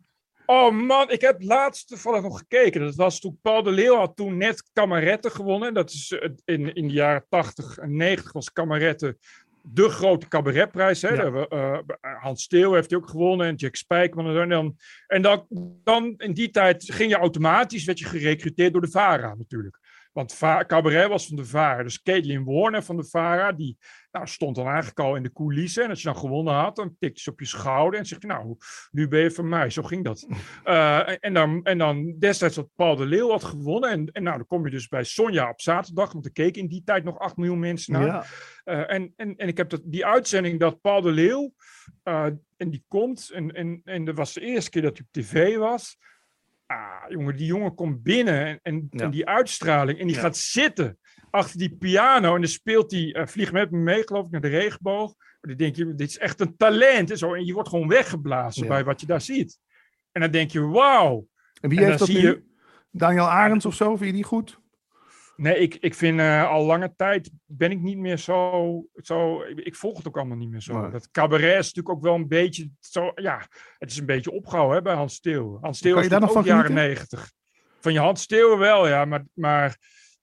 Speaker 1: Oh man, ik heb laatst toevallig nog gekeken. Dat was toen Paul de Leeuw had toen net Kameretten gewonnen. Dat is uh, in, in de jaren tachtig en negentig was Kameretten de grote cabaretprijs. Hè?
Speaker 2: Ja.
Speaker 1: De, uh, Hans Steeuw heeft die ook gewonnen en Jack Spijkerman. En dan, en dan, dan in die tijd ging je automatisch, werd je gerecruiteerd door de VARA natuurlijk. Want va- cabaret was van de VARA. Dus Caitlin Warner van de VARA, die nou, stond dan eigenlijk al in de coulissen. En als je dan gewonnen had, dan tikte ze op je schouder en zegt je, nou, nu ben je van mij. Zo ging dat. Uh, en, dan, en dan destijds had Paul de Leeuw had gewonnen. En, en nou, dan kom je dus bij Sonja op zaterdag, want er keken in die tijd nog acht miljoen mensen naar.
Speaker 2: Ja.
Speaker 1: Uh, en, en, en ik heb dat, die uitzending dat Paul de Leeuw, uh, en die komt, en, en, en dat was de eerste keer dat hij op tv was. Ah, jongen, die jongen komt binnen en, en,
Speaker 2: Ja.
Speaker 1: en die uitstraling. En die
Speaker 2: Ja.
Speaker 1: gaat zitten achter die piano. En dan speelt hij, uh, vliegt met me mee, geloof ik, naar de regenboog. En dan denk je, dit is echt een talent. En, zo. En je wordt gewoon weggeblazen
Speaker 2: Ja.
Speaker 1: bij wat je daar ziet. En dan denk je, wauw.
Speaker 2: En wie
Speaker 1: En
Speaker 2: heeft
Speaker 1: dan
Speaker 2: dat
Speaker 1: zie
Speaker 2: nu?
Speaker 1: je-
Speaker 2: Daniel Arends of zo? Vind je die goed?
Speaker 1: Nee, ik, ik vind uh, al lange tijd ben ik niet meer zo... zo ik, ik volg het ook allemaal niet meer zo.
Speaker 2: Nee.
Speaker 1: Dat cabaret is natuurlijk ook wel een beetje zo... Ja, het is een beetje opgehouden hè, bij Hans Steeuwen. Hans Steeuwen
Speaker 2: Kan
Speaker 1: is
Speaker 2: je daar nog
Speaker 1: natuurlijk ook
Speaker 2: van
Speaker 1: jaren negentig. Van je Hans Steeuwen wel, ja. Maar, maar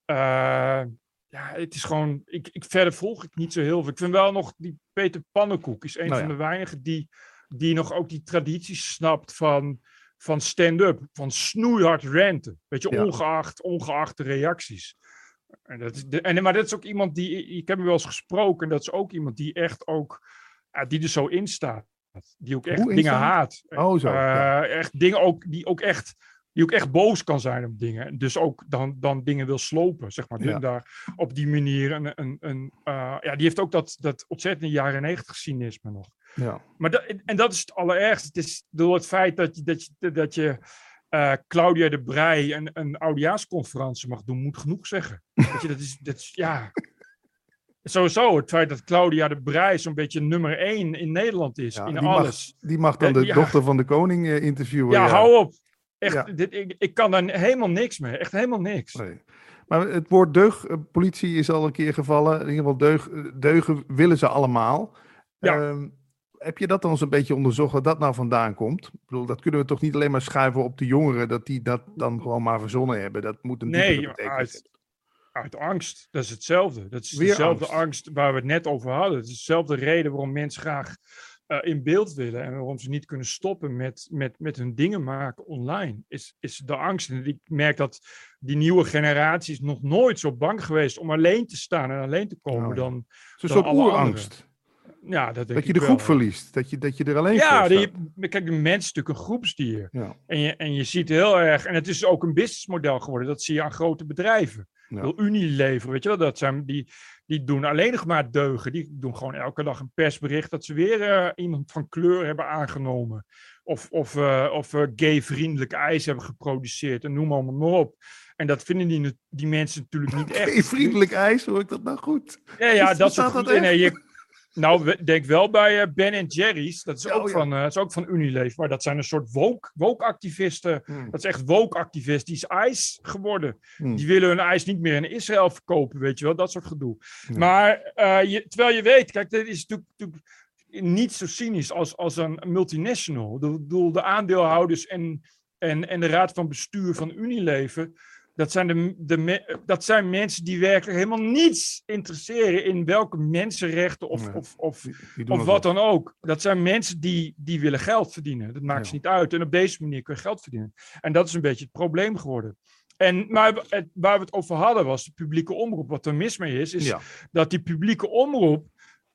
Speaker 1: uh, ja, het is gewoon... Ik, ik, verder volg ik niet zo heel veel. Ik vind wel nog die Peter Pannenkoek is een
Speaker 2: Nou
Speaker 1: van
Speaker 2: ja.
Speaker 1: de weinigen die, die nog ook die tradities snapt van... van stand-up, van snoeihard ranten. Weet je,
Speaker 2: Ja.
Speaker 1: ongeacht, ongeacht de reacties. En dat is de, en, maar dat is ook iemand die, ik heb hem wel eens gesproken, dat is ook iemand die echt ook, uh, die er zo in staat. Die ook echt
Speaker 2: Hoe
Speaker 1: dingen
Speaker 2: instaat?
Speaker 1: haat.
Speaker 2: Oh, zo,
Speaker 1: Uh,
Speaker 2: ja.
Speaker 1: Echt dingen ook, die ook echt, die ook echt boos kan zijn op dingen. Dus ook dan, dan dingen wil slopen, zeg maar.
Speaker 2: Ja.
Speaker 1: En daar op die manier, een, een, een, uh, ja, die heeft ook dat, dat ontzettende jaren negentig cynisme nog.
Speaker 2: Ja.
Speaker 1: Maar dat, en dat is het allerergste. Het is door het feit dat je, dat je, dat je uh, Claudia de Breij een, een oudejaarsconferentie mag doen, moet genoeg zeggen. Weet je, dat is, dat is, ja... Sowieso, het feit dat Claudia de Breij zo'n beetje nummer één in Nederland is,
Speaker 2: Ja,
Speaker 1: in
Speaker 2: die
Speaker 1: alles.
Speaker 2: Mag, die mag dan
Speaker 1: Ja,
Speaker 2: de
Speaker 1: ja.
Speaker 2: dochter van de koning uh, interviewen.
Speaker 1: Ja, hou op. Echt,
Speaker 2: Ja.
Speaker 1: dit, ik, ik kan daar helemaal niks mee. Echt helemaal niks.
Speaker 2: Nee. Maar het woord deug, uh, politie is al een keer gevallen. In ieder geval deug, uh, deugen willen ze allemaal.
Speaker 1: Ja.
Speaker 2: Uh, heb je dat dan eens een beetje onderzocht, waar dat nou vandaan komt? Ik bedoel, dat kunnen we toch niet alleen maar schuiven op de jongeren, dat die dat dan gewoon maar verzonnen hebben. Dat moet een
Speaker 1: Nee,
Speaker 2: diepere betekenis
Speaker 1: uit,
Speaker 2: hebben.
Speaker 1: uit angst. Dat is hetzelfde. Dat is
Speaker 2: Weer
Speaker 1: dezelfde
Speaker 2: angst.
Speaker 1: angst. waar we het net over hadden. Het is dezelfde reden waarom mensen graag uh, in beeld willen en waarom ze niet kunnen stoppen met, met, met hun dingen maken online. Is, is de angst. En ik merk dat die nieuwe generatie is nog nooit zo bang geweest om alleen te staan en alleen te komen
Speaker 2: Oh, ja.
Speaker 1: dan...
Speaker 2: Het is een
Speaker 1: dan
Speaker 2: soort
Speaker 1: alle
Speaker 2: oerangst.
Speaker 1: Ja, dat denk
Speaker 2: Dat je
Speaker 1: ik
Speaker 2: de
Speaker 1: wel,
Speaker 2: groep
Speaker 1: ja.
Speaker 2: verliest. Dat je, dat je er alleen
Speaker 1: Ja,
Speaker 2: voor staat.
Speaker 1: die, kijk, de mens is natuurlijk een groepsdier.
Speaker 2: Ja.
Speaker 1: En je, en je ziet heel erg, en het is ook een businessmodel geworden, dat zie je aan grote bedrijven.
Speaker 2: Ja.
Speaker 1: Wil Unilever, weet je wel, dat zijn, die, die doen alleen nog maar deugen. Die doen gewoon elke dag een persbericht dat ze weer uh, iemand van kleur hebben aangenomen. Of, of, uh, of uh, gay-vriendelijk ijs hebben geproduceerd en noem maar, maar op. En dat vinden die, die mensen natuurlijk niet echt.
Speaker 2: Hey, vriendelijk ijs, hoor ik dat nou goed?
Speaker 1: Ja, ja,
Speaker 2: Is-
Speaker 1: dat soort
Speaker 2: bestaat dat
Speaker 1: goed. Nee,
Speaker 2: echt?
Speaker 1: je, nou, we- denk wel bij uh, Ben en Jerry's. Dat is,
Speaker 2: Ja,
Speaker 1: ook
Speaker 2: oh ja.
Speaker 1: van, uh, dat is ook van Unilever. Maar dat zijn een soort woke, woke-activisten.
Speaker 2: Hmm.
Speaker 1: Dat is echt woke-activist. Die is ijs geworden.
Speaker 2: Hmm.
Speaker 1: Die willen hun ijs niet meer in Israël verkopen, weet je wel. Dat soort gedoe.
Speaker 2: Ja.
Speaker 1: Maar uh, je, terwijl je weet, kijk, dit is natuurlijk, natuurlijk niet zo cynisch als, als een multinational. Ik bedoel, de aandeelhouders en, en, en de raad van bestuur van Unilever... Dat zijn, de, de, me- dat zijn mensen die werkelijk helemaal niets interesseren in welke mensenrechten of,
Speaker 2: Nee.
Speaker 1: of, of,
Speaker 2: Die, die doen
Speaker 1: of
Speaker 2: dat
Speaker 1: wat
Speaker 2: wel.
Speaker 1: dan ook. Dat zijn mensen die, die willen geld verdienen. Dat maakt
Speaker 2: Ja.
Speaker 1: ze niet uit. En op deze manier kun je geld verdienen. En dat is een beetje het probleem geworden. En, maar het, waar we het over hadden was de publieke omroep. Wat er mis mee is, is
Speaker 2: Ja.
Speaker 1: dat die publieke omroep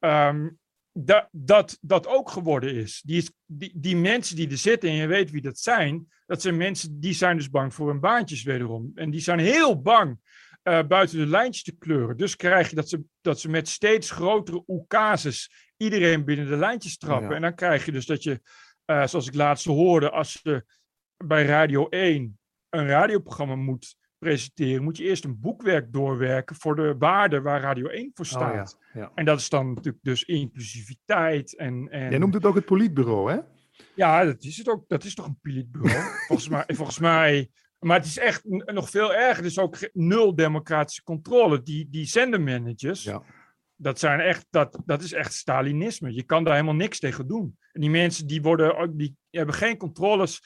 Speaker 1: um, da, dat, dat ook geworden is. Die, is die. Die mensen die er zitten, en je weet wie dat zijn, dat zijn mensen die zijn dus bang voor hun baantjes wederom. En die zijn heel bang uh, buiten de lijntjes te kleuren. Dus krijg je dat ze, dat ze met steeds grotere oekases iedereen binnen de lijntjes trappen.
Speaker 2: Ja.
Speaker 1: En dan krijg je dus dat je, uh, zoals ik laatst hoorde, als je bij Radio één een radioprogramma moet presenteren, moet je eerst een boekwerk doorwerken voor de waarde waar Radio één voor
Speaker 2: Oh,
Speaker 1: staat.
Speaker 2: ja. Ja.
Speaker 1: En dat is dan natuurlijk dus inclusiviteit. En, en...
Speaker 2: Jij noemt het ook het politbureau, hè?
Speaker 1: Ja, dat is het ook. Dat is toch een politbureau? volgens, mij, volgens mij. Maar het is echt n- nog veel erger. Er is ook ge- nul democratische controle. Die, die zendermanagers,
Speaker 2: Ja.
Speaker 1: dat, zijn echt, dat, dat is echt Stalinisme. Je kan daar helemaal niks tegen doen. En die mensen die worden ook, die hebben geen controles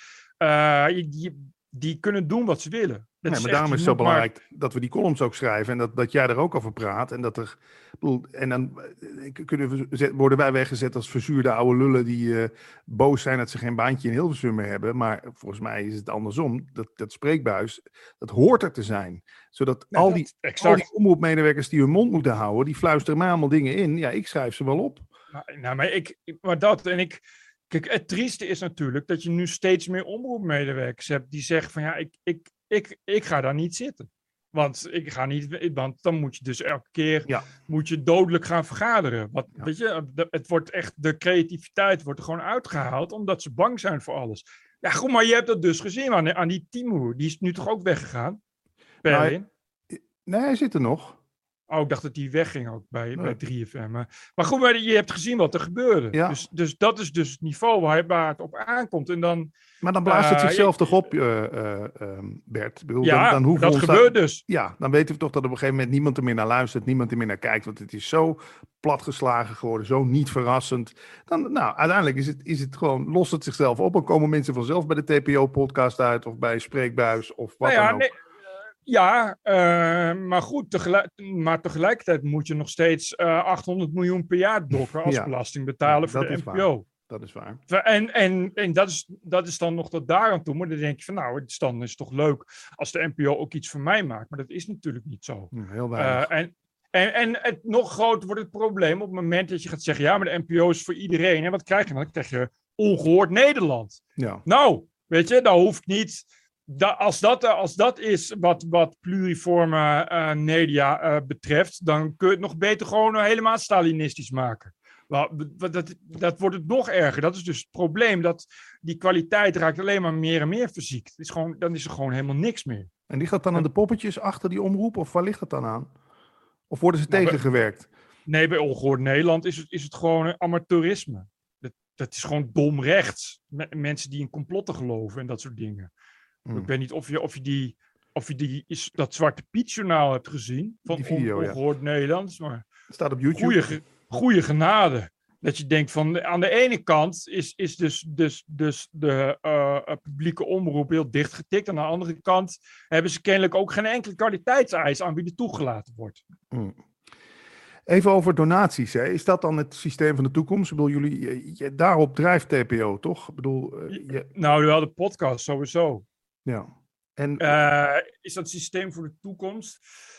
Speaker 1: uh, die, die kunnen doen wat ze willen. Dat
Speaker 2: Nee,
Speaker 1: is
Speaker 2: maar
Speaker 1: echt,
Speaker 2: daarom is
Speaker 1: je
Speaker 2: het zo
Speaker 1: moet maar-
Speaker 2: belangrijk dat we die columns ook schrijven en dat, dat jij er ook over praat. En, dat er, ik bedoel, en dan eh, kunnen we, zet- worden wij weggezet als verzuurde oude lullen die eh, boos zijn dat ze geen baantje in Hilversum meer hebben. Maar volgens mij is het andersom. Dat, dat spreekbuis, dat hoort er te zijn. Zodat
Speaker 1: Nou,
Speaker 2: al,
Speaker 1: dat-
Speaker 2: die, al
Speaker 1: exact.
Speaker 2: die omroepmedewerkers die hun mond moeten houden, die fluisteren mij allemaal dingen in. Ja, ik schrijf ze wel op.
Speaker 1: Nou, nou, maar, ik, ik- maar dat en ik. Kijk, het trieste is natuurlijk dat je nu steeds meer omroepmedewerkers hebt die zeggen van ja, ik, ik, ik, ik ga daar niet zitten. Want ik ga niet, want dan moet je dus elke keer
Speaker 2: Ja.
Speaker 1: moet je dodelijk gaan vergaderen. Wat,
Speaker 2: Ja.
Speaker 1: weet je, de- het wordt echt, de creativiteit wordt er gewoon uitgehaald omdat ze bang zijn voor alles. Ja, goed, maar je hebt dat dus gezien aan, aan die Timo. Die is nu toch ook weggegaan? Perlin.
Speaker 2: Nee, hij zit er nog.
Speaker 1: Oh, ik dacht dat die wegging ook bij,
Speaker 2: Nee.
Speaker 1: bij drie F M. Maar, maar goed, maar je hebt gezien wat er gebeurde.
Speaker 2: Ja.
Speaker 1: Dus, dus dat is dus het niveau waar, waar het op aankomt. En dan,
Speaker 2: Maar dan blaast het
Speaker 1: Uh,
Speaker 2: zichzelf
Speaker 1: ja,
Speaker 2: toch op, uh, uh, um, Bert. Ik bedoel,
Speaker 1: ja,
Speaker 2: dan, dan hoeven
Speaker 1: dat
Speaker 2: we ons
Speaker 1: gebeurt
Speaker 2: daar-
Speaker 1: dus.
Speaker 2: Ja, dan weten we toch dat op een gegeven moment niemand er meer naar luistert, niemand er meer naar kijkt, want het is zo platgeslagen geworden, zo niet verrassend. Dan, nou, uiteindelijk is het, is het gewoon, lost het zichzelf op en komen mensen vanzelf bij de T P O-podcast uit of bij Spreekbuis of wat
Speaker 1: Nou ja,
Speaker 2: dan ook.
Speaker 1: nee, ja uh, maar goed, tegelijk, maar tegelijkertijd moet je nog steeds uh, achthonderd miljoen per jaar dokken als
Speaker 2: Ja.
Speaker 1: belasting betalen
Speaker 2: Ja,
Speaker 1: voor
Speaker 2: dat
Speaker 1: de
Speaker 2: is
Speaker 1: N P O.
Speaker 2: Dat is waar.
Speaker 1: En, en, en dat, is, dat is dan nog tot daar aan toe. Maar dan denk je van nou, het is dan is het toch leuk als de N P O ook iets voor mij maakt. Maar dat is natuurlijk niet zo.
Speaker 2: Heel weinig.
Speaker 1: Uh, en, en, en het nog groter wordt het probleem op het moment dat je gaat zeggen, ja, maar de N P O is voor iedereen. En wat krijg je dan? Dan krijg je ongehoord Nederland.
Speaker 2: Ja.
Speaker 1: Nou, weet je, dat hoeft niet. Da, als, dat, als dat is wat, wat pluriforme uh, media uh, betreft, dan kun je het nog beter gewoon uh, helemaal Stalinistisch maken. Well, dat, dat wordt het nog erger. Dat is dus het probleem. Dat die kwaliteit raakt alleen maar meer en meer verziekt. Het is gewoon, dan is er gewoon helemaal niks meer.
Speaker 2: En ligt dat dan aan de poppetjes achter die omroep? Of waar ligt dat dan aan? Of worden ze
Speaker 1: Nou,
Speaker 2: tegengewerkt?
Speaker 1: Nee, bij Ongehoord Nederland is het, is het gewoon amateurisme. Dat, dat is gewoon dom rechts. Mensen die in complotten geloven en dat soort dingen. Hmm. Ik weet niet of je, of je die... Of je die is, dat Zwarte Piet-journaal hebt gezien. Van
Speaker 2: die video,
Speaker 1: on, Ongehoord
Speaker 2: ja.
Speaker 1: Nederlands. Maar
Speaker 2: het staat op YouTube.
Speaker 1: Goeie, goeie genade. Dat je denkt van, aan de ene kant is, is dus, dus, dus de uh, publieke omroep heel dicht getikt. Aan de andere kant hebben ze kennelijk ook geen enkele kwaliteitseis aan wie er toegelaten wordt.
Speaker 2: Hmm. Even over donaties. Hè. Is dat dan het systeem van de toekomst? Ik bedoel, jullie, je, je, daarop drijft T P O, toch? Ik bedoel, uh, je...
Speaker 1: Nou, wel de podcast sowieso.
Speaker 2: Ja. En...
Speaker 1: Uh, is dat systeem voor de toekomst?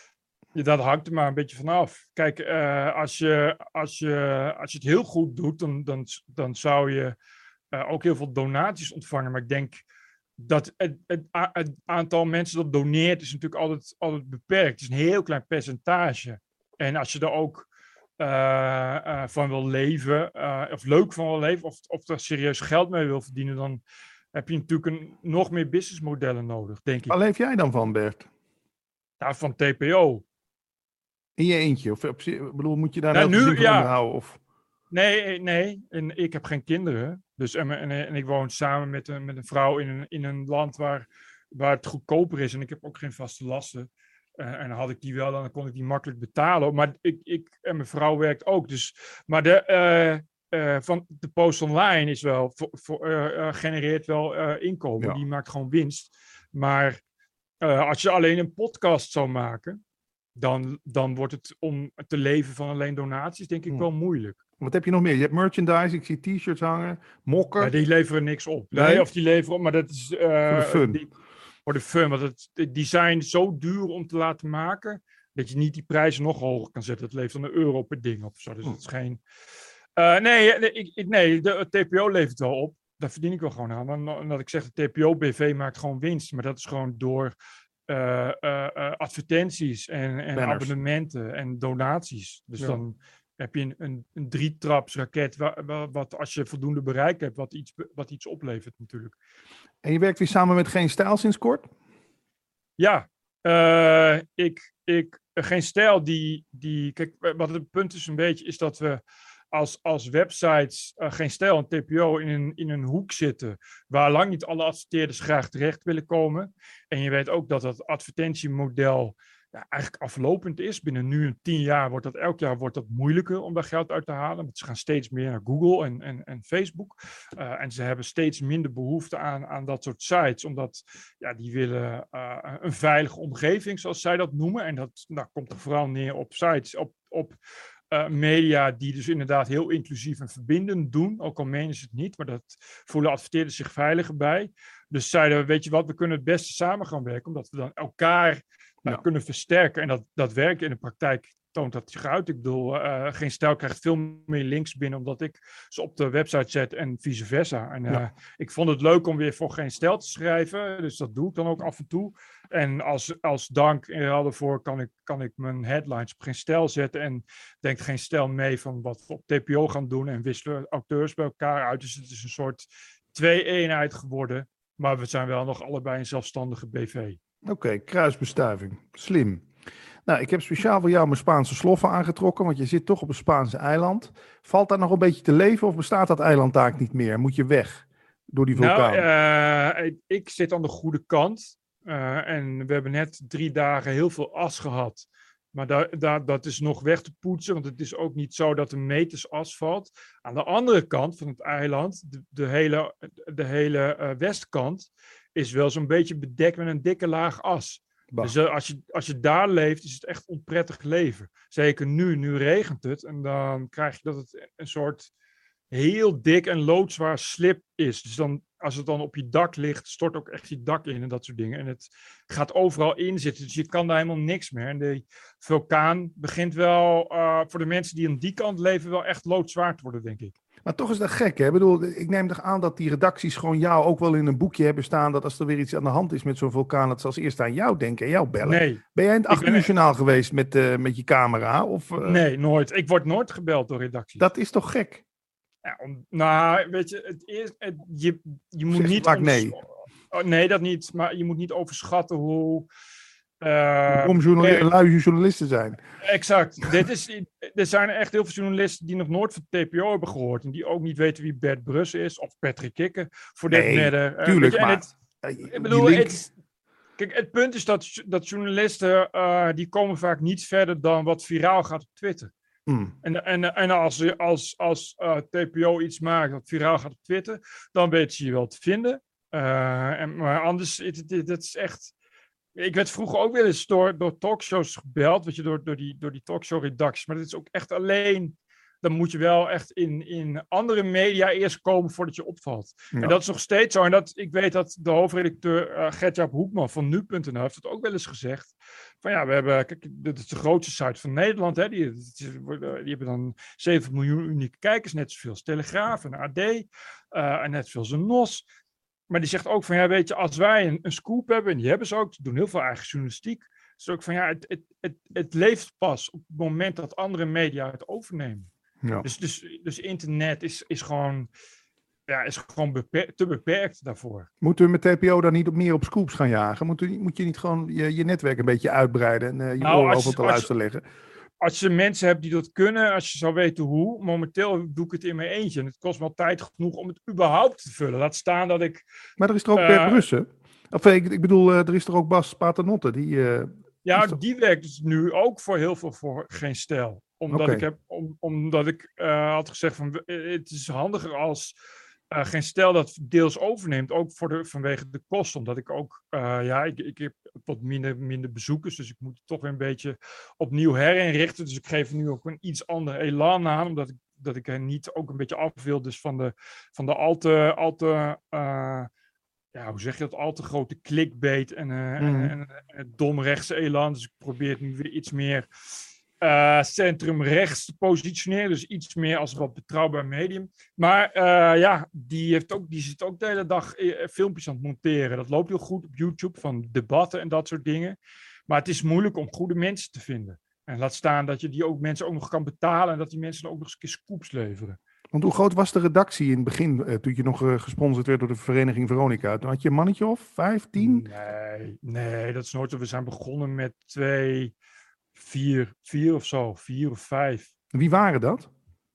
Speaker 1: Ja, dat hangt er maar een beetje vanaf. Kijk, uh, als, je, als, je, als je het heel goed doet, dan, dan, dan zou je uh, ook heel veel donaties ontvangen. Maar ik denk dat het, het, het aantal mensen dat doneert is natuurlijk altijd, altijd beperkt. Het is een heel klein percentage. En als je er ook uh, uh, van wil leven, uh, of leuk van wil leven, of, of er serieus geld mee wil verdienen, dan heb je natuurlijk een, nog meer businessmodellen nodig, denk ik.
Speaker 2: Waar leef jij dan van, Bert?
Speaker 1: Ja, van T P O.
Speaker 2: In je eentje? Of op, ik bedoel, moet je daar
Speaker 1: nou,
Speaker 2: nou
Speaker 1: nu ja.
Speaker 2: onderhouden? Of...
Speaker 1: Nee, nee. En ik heb geen kinderen. Dus, en, en, en ik woon samen met een, met een vrouw in een, in een land waar, waar het goedkoper is. En ik heb ook geen vaste lasten. Uh, en dan had ik die wel, dan kon ik die makkelijk betalen. Maar ik, ik en mijn vrouw werkt ook. Dus, maar de, uh, uh, van de Post Online is wel, voor, voor, uh, uh, genereert wel uh, inkomen. Ja. Die maakt gewoon winst. Maar uh, als je alleen een podcast zou maken, dan, dan wordt het om te leven van alleen donaties, denk ik, hmm. wel moeilijk.
Speaker 2: Wat heb je nog meer? Je hebt merchandise, ik zie t-shirts hangen, mokken.
Speaker 1: Ja, die leveren niks op.
Speaker 2: Nee?
Speaker 1: Nee, of die leveren op, maar dat is... Uh,
Speaker 2: voor de fun.
Speaker 1: Die, voor de fun, want het, die zijn zo duur om te laten maken, dat je niet die prijzen nog hoger kan zetten. Het levert dan een euro per ding op. Zo. Dus het is geen... Uh, nee, nee, ik, nee, de T P O levert wel op. Daar verdien ik wel gewoon aan. En dat ik zeg, de T P O-B V maakt gewoon winst. Maar dat is gewoon door uh, uh, uh, advertenties en, en abonnementen en donaties. Dus ja. Dan heb je een, een, een drietrapsraket, wat, wat als je voldoende bereik hebt, wat iets, wat iets oplevert natuurlijk.
Speaker 2: En je werkt weer samen met Geen Stijl sinds kort?
Speaker 1: Ja, uh, ik, ik, Geen Stijl, die, die, kijk, wat het punt is een beetje, is dat we als, als websites uh, Geen Stijl en T P O in een, in een hoek zitten, waar lang niet alle adverteerders graag terecht willen komen. En je weet ook dat dat advertentiemodel ja, eigenlijk aflopend is. Binnen nu en tien jaar wordt dat elk jaar wordt dat moeilijker om daar geld uit te halen. Want ze gaan steeds meer naar Google en, en, en Facebook. Uh, en ze hebben steeds minder behoefte aan, aan dat soort sites. Omdat ja, die willen uh, een veilige omgeving, zoals zij dat noemen. En dat nou, komt er vooral neer op sites, op, op uh, media die dus inderdaad heel inclusief en verbindend doen. Ook al menen ze het niet, maar dat voelen adverteerders zich veiliger bij. Dus zeiden, weet je wat, we kunnen het beste samen gaan werken. Omdat we dan elkaar uh, ja. kunnen versterken. En dat, dat werkt in de praktijk. Toont dat zich uit. Ik bedoel, uh, Geen Stijl krijgt veel meer links binnen omdat ik ze op de website zet en vice versa. En uh, ja. ik vond het leuk om weer voor Geen Stijl te schrijven. Dus dat doe ik dan ook af en toe. En als, als dank in ruil daarvoor kan ik, kan ik mijn headlines op Geen Stijl zetten. En denkt Geen Stijl mee van wat we op T P O gaan doen. En wisselen auteurs bij elkaar uit. Dus het is een soort twee-eenheid geworden. Maar we zijn wel nog allebei een zelfstandige B V.
Speaker 2: Oké, okay, kruisbestuiving. Slim. Nou, ik heb speciaal voor jou mijn Spaanse sloffen aangetrokken, want je zit toch op een Spaanse eiland. Valt daar nog een beetje te leven of bestaat dat eiland daar niet meer? Moet je weg door die vulkaan?
Speaker 1: Nou, uh, ik zit aan de goede kant. Uh, en we hebben net drie dagen heel veel as gehad. Maar da- da- dat is nog weg te poetsen, want het is ook niet zo dat er meters as valt. Aan de andere kant van het eiland, de, de hele, de hele uh, westkant, is wel zo'n beetje bedekt met een dikke laag as. Bah. Dus uh, als, je, als je daar leeft, is het echt onprettig leven. Zeker nu, nu regent het. En dan krijg je dat het een soort heel dik en loodzwaar slip is. Dus dan, als het dan op je dak ligt, stort ook echt je dak in en dat soort dingen. En het gaat overal in zitten, dus je kan daar helemaal niks meer. En de vulkaan begint wel, uh, voor de mensen die aan die kant leven, wel echt loodzwaar te worden, denk ik.
Speaker 2: Maar toch is dat gek, hè? Ik bedoel, ik neem toch aan dat die redacties gewoon jou ook wel in een boekje hebben staan, dat als er weer iets aan de hand is met zo'n vulkaan, dat ze als eerste aan jou denken en jou bellen.
Speaker 1: Nee.
Speaker 2: Ben jij in het acht uur journaal geweest met, uh, met je camera? Of, uh...
Speaker 1: Nee, nooit. Ik word nooit gebeld door redacties.
Speaker 2: Dat is toch gek?
Speaker 1: Ja, om, nou, weet je, het is, het, je, je moet
Speaker 2: zeg
Speaker 1: niet...
Speaker 2: Vaak nee.
Speaker 1: Oh, nee, dat niet. Maar je moet niet overschatten hoe...
Speaker 2: Uh, Om journali- lui journalisten zijn.
Speaker 1: Exact. Dit is, er zijn echt heel veel journalisten die nog nooit van T P O hebben gehoord. En die ook niet weten wie Bert Brussen is. Of Patrick Kikker. Voor dit
Speaker 2: nee,
Speaker 1: matter.
Speaker 2: Tuurlijk,
Speaker 1: uh,
Speaker 2: maar...
Speaker 1: Het, ik bedoel, link... het, kijk, het punt is dat, dat journalisten... Uh, die komen vaak niet verder dan wat viraal gaat op Twitter. Mm. En, en, en als, als, als uh, T P O iets maakt dat viraal gaat op Twitter... dan weten ze je wel te vinden. Uh, en, maar anders, het, het, het is echt... Ik werd vroeger ook wel eens door, door talkshows gebeld, weet je, door, door die, door die talkshow-redacties. Maar dat is ook echt alleen, dan moet je wel echt in, in andere media eerst komen voordat je opvalt. Ja. En dat is nog steeds zo. En dat, ik weet dat de hoofdredacteur uh, Gert-Jaap Hoekman van nu punt n l heeft het ook wel eens gezegd. Van ja, we hebben, kijk, dit is de grootste site van Nederland. Hè, die, die, die hebben dan zeven miljoen unieke kijkers, net zoveel als Telegraaf en A D. Uh, en net zoals een N O S. Maar die zegt ook van, ja, weet je, als wij een, een scoop hebben, en die hebben ze ook, ze doen heel veel eigen journalistiek, is ook van, ja, het, het, het, het leeft pas op het moment dat andere media het overnemen. Ja. Dus, dus, dus internet is, is gewoon, ja, is gewoon beper- te beperkt daarvoor.
Speaker 2: Moeten we met T P O dan niet op meer op scoops gaan jagen? Moet, moet je niet gewoon je, je netwerk een beetje uitbreiden en uh, je nou, oren over te luisteren leggen?
Speaker 1: Als je mensen hebt die dat kunnen, als je zou weten hoe. Momenteel doe ik het in mijn eentje. En het kost me al tijd genoeg om het überhaupt te vullen. Laat staan dat ik...
Speaker 2: Maar er is er ook uh, Bert Brussen. Of ik, ik bedoel, uh, er is er ook Bas Paternotte. Die, uh,
Speaker 1: ja,
Speaker 2: toch...
Speaker 1: die werkt dus nu ook voor heel veel voor Geen Stijl. Omdat okay. ik, heb, om, omdat ik uh, had gezegd van het is handiger als... Uh, Geen Stijl dat deels overneemt, ook voor de, vanwege de kosten. Omdat ik ook, uh, ja, ik, ik heb wat minder, minder bezoekers, dus ik moet het toch weer een beetje opnieuw herinrichten. Dus ik geef nu ook een iets ander elan aan, omdat ik, dat ik er niet ook een beetje af wil dus van de, van de al te, al te uh, ja, hoe zeg je dat, al te grote clickbait en, uh, mm. en, en, en het domrechtse elan. Dus ik probeer het nu weer iets meer... Uh, centrum-rechts te positioneren. Dus iets meer als een wat betrouwbaar medium. Maar uh, ja, die, heeft ook, die zit ook de hele dag uh, filmpjes aan het monteren. Dat loopt heel goed op YouTube, van debatten en dat soort dingen. Maar het is moeilijk om goede mensen te vinden. En laat staan dat je die ook mensen ook nog kan betalen en dat die mensen ook nog eens een keer scoops leveren.
Speaker 2: Want hoe groot was de redactie in het begin, uh, toen je nog uh, gesponsord werd door de vereniging Veronica? Toen had je een mannetje of vijf, tien?
Speaker 1: Nee, nee, dat is nooit zo. We zijn begonnen met twee... Vier, vier of zo, vier of vijf.
Speaker 2: Wie waren dat?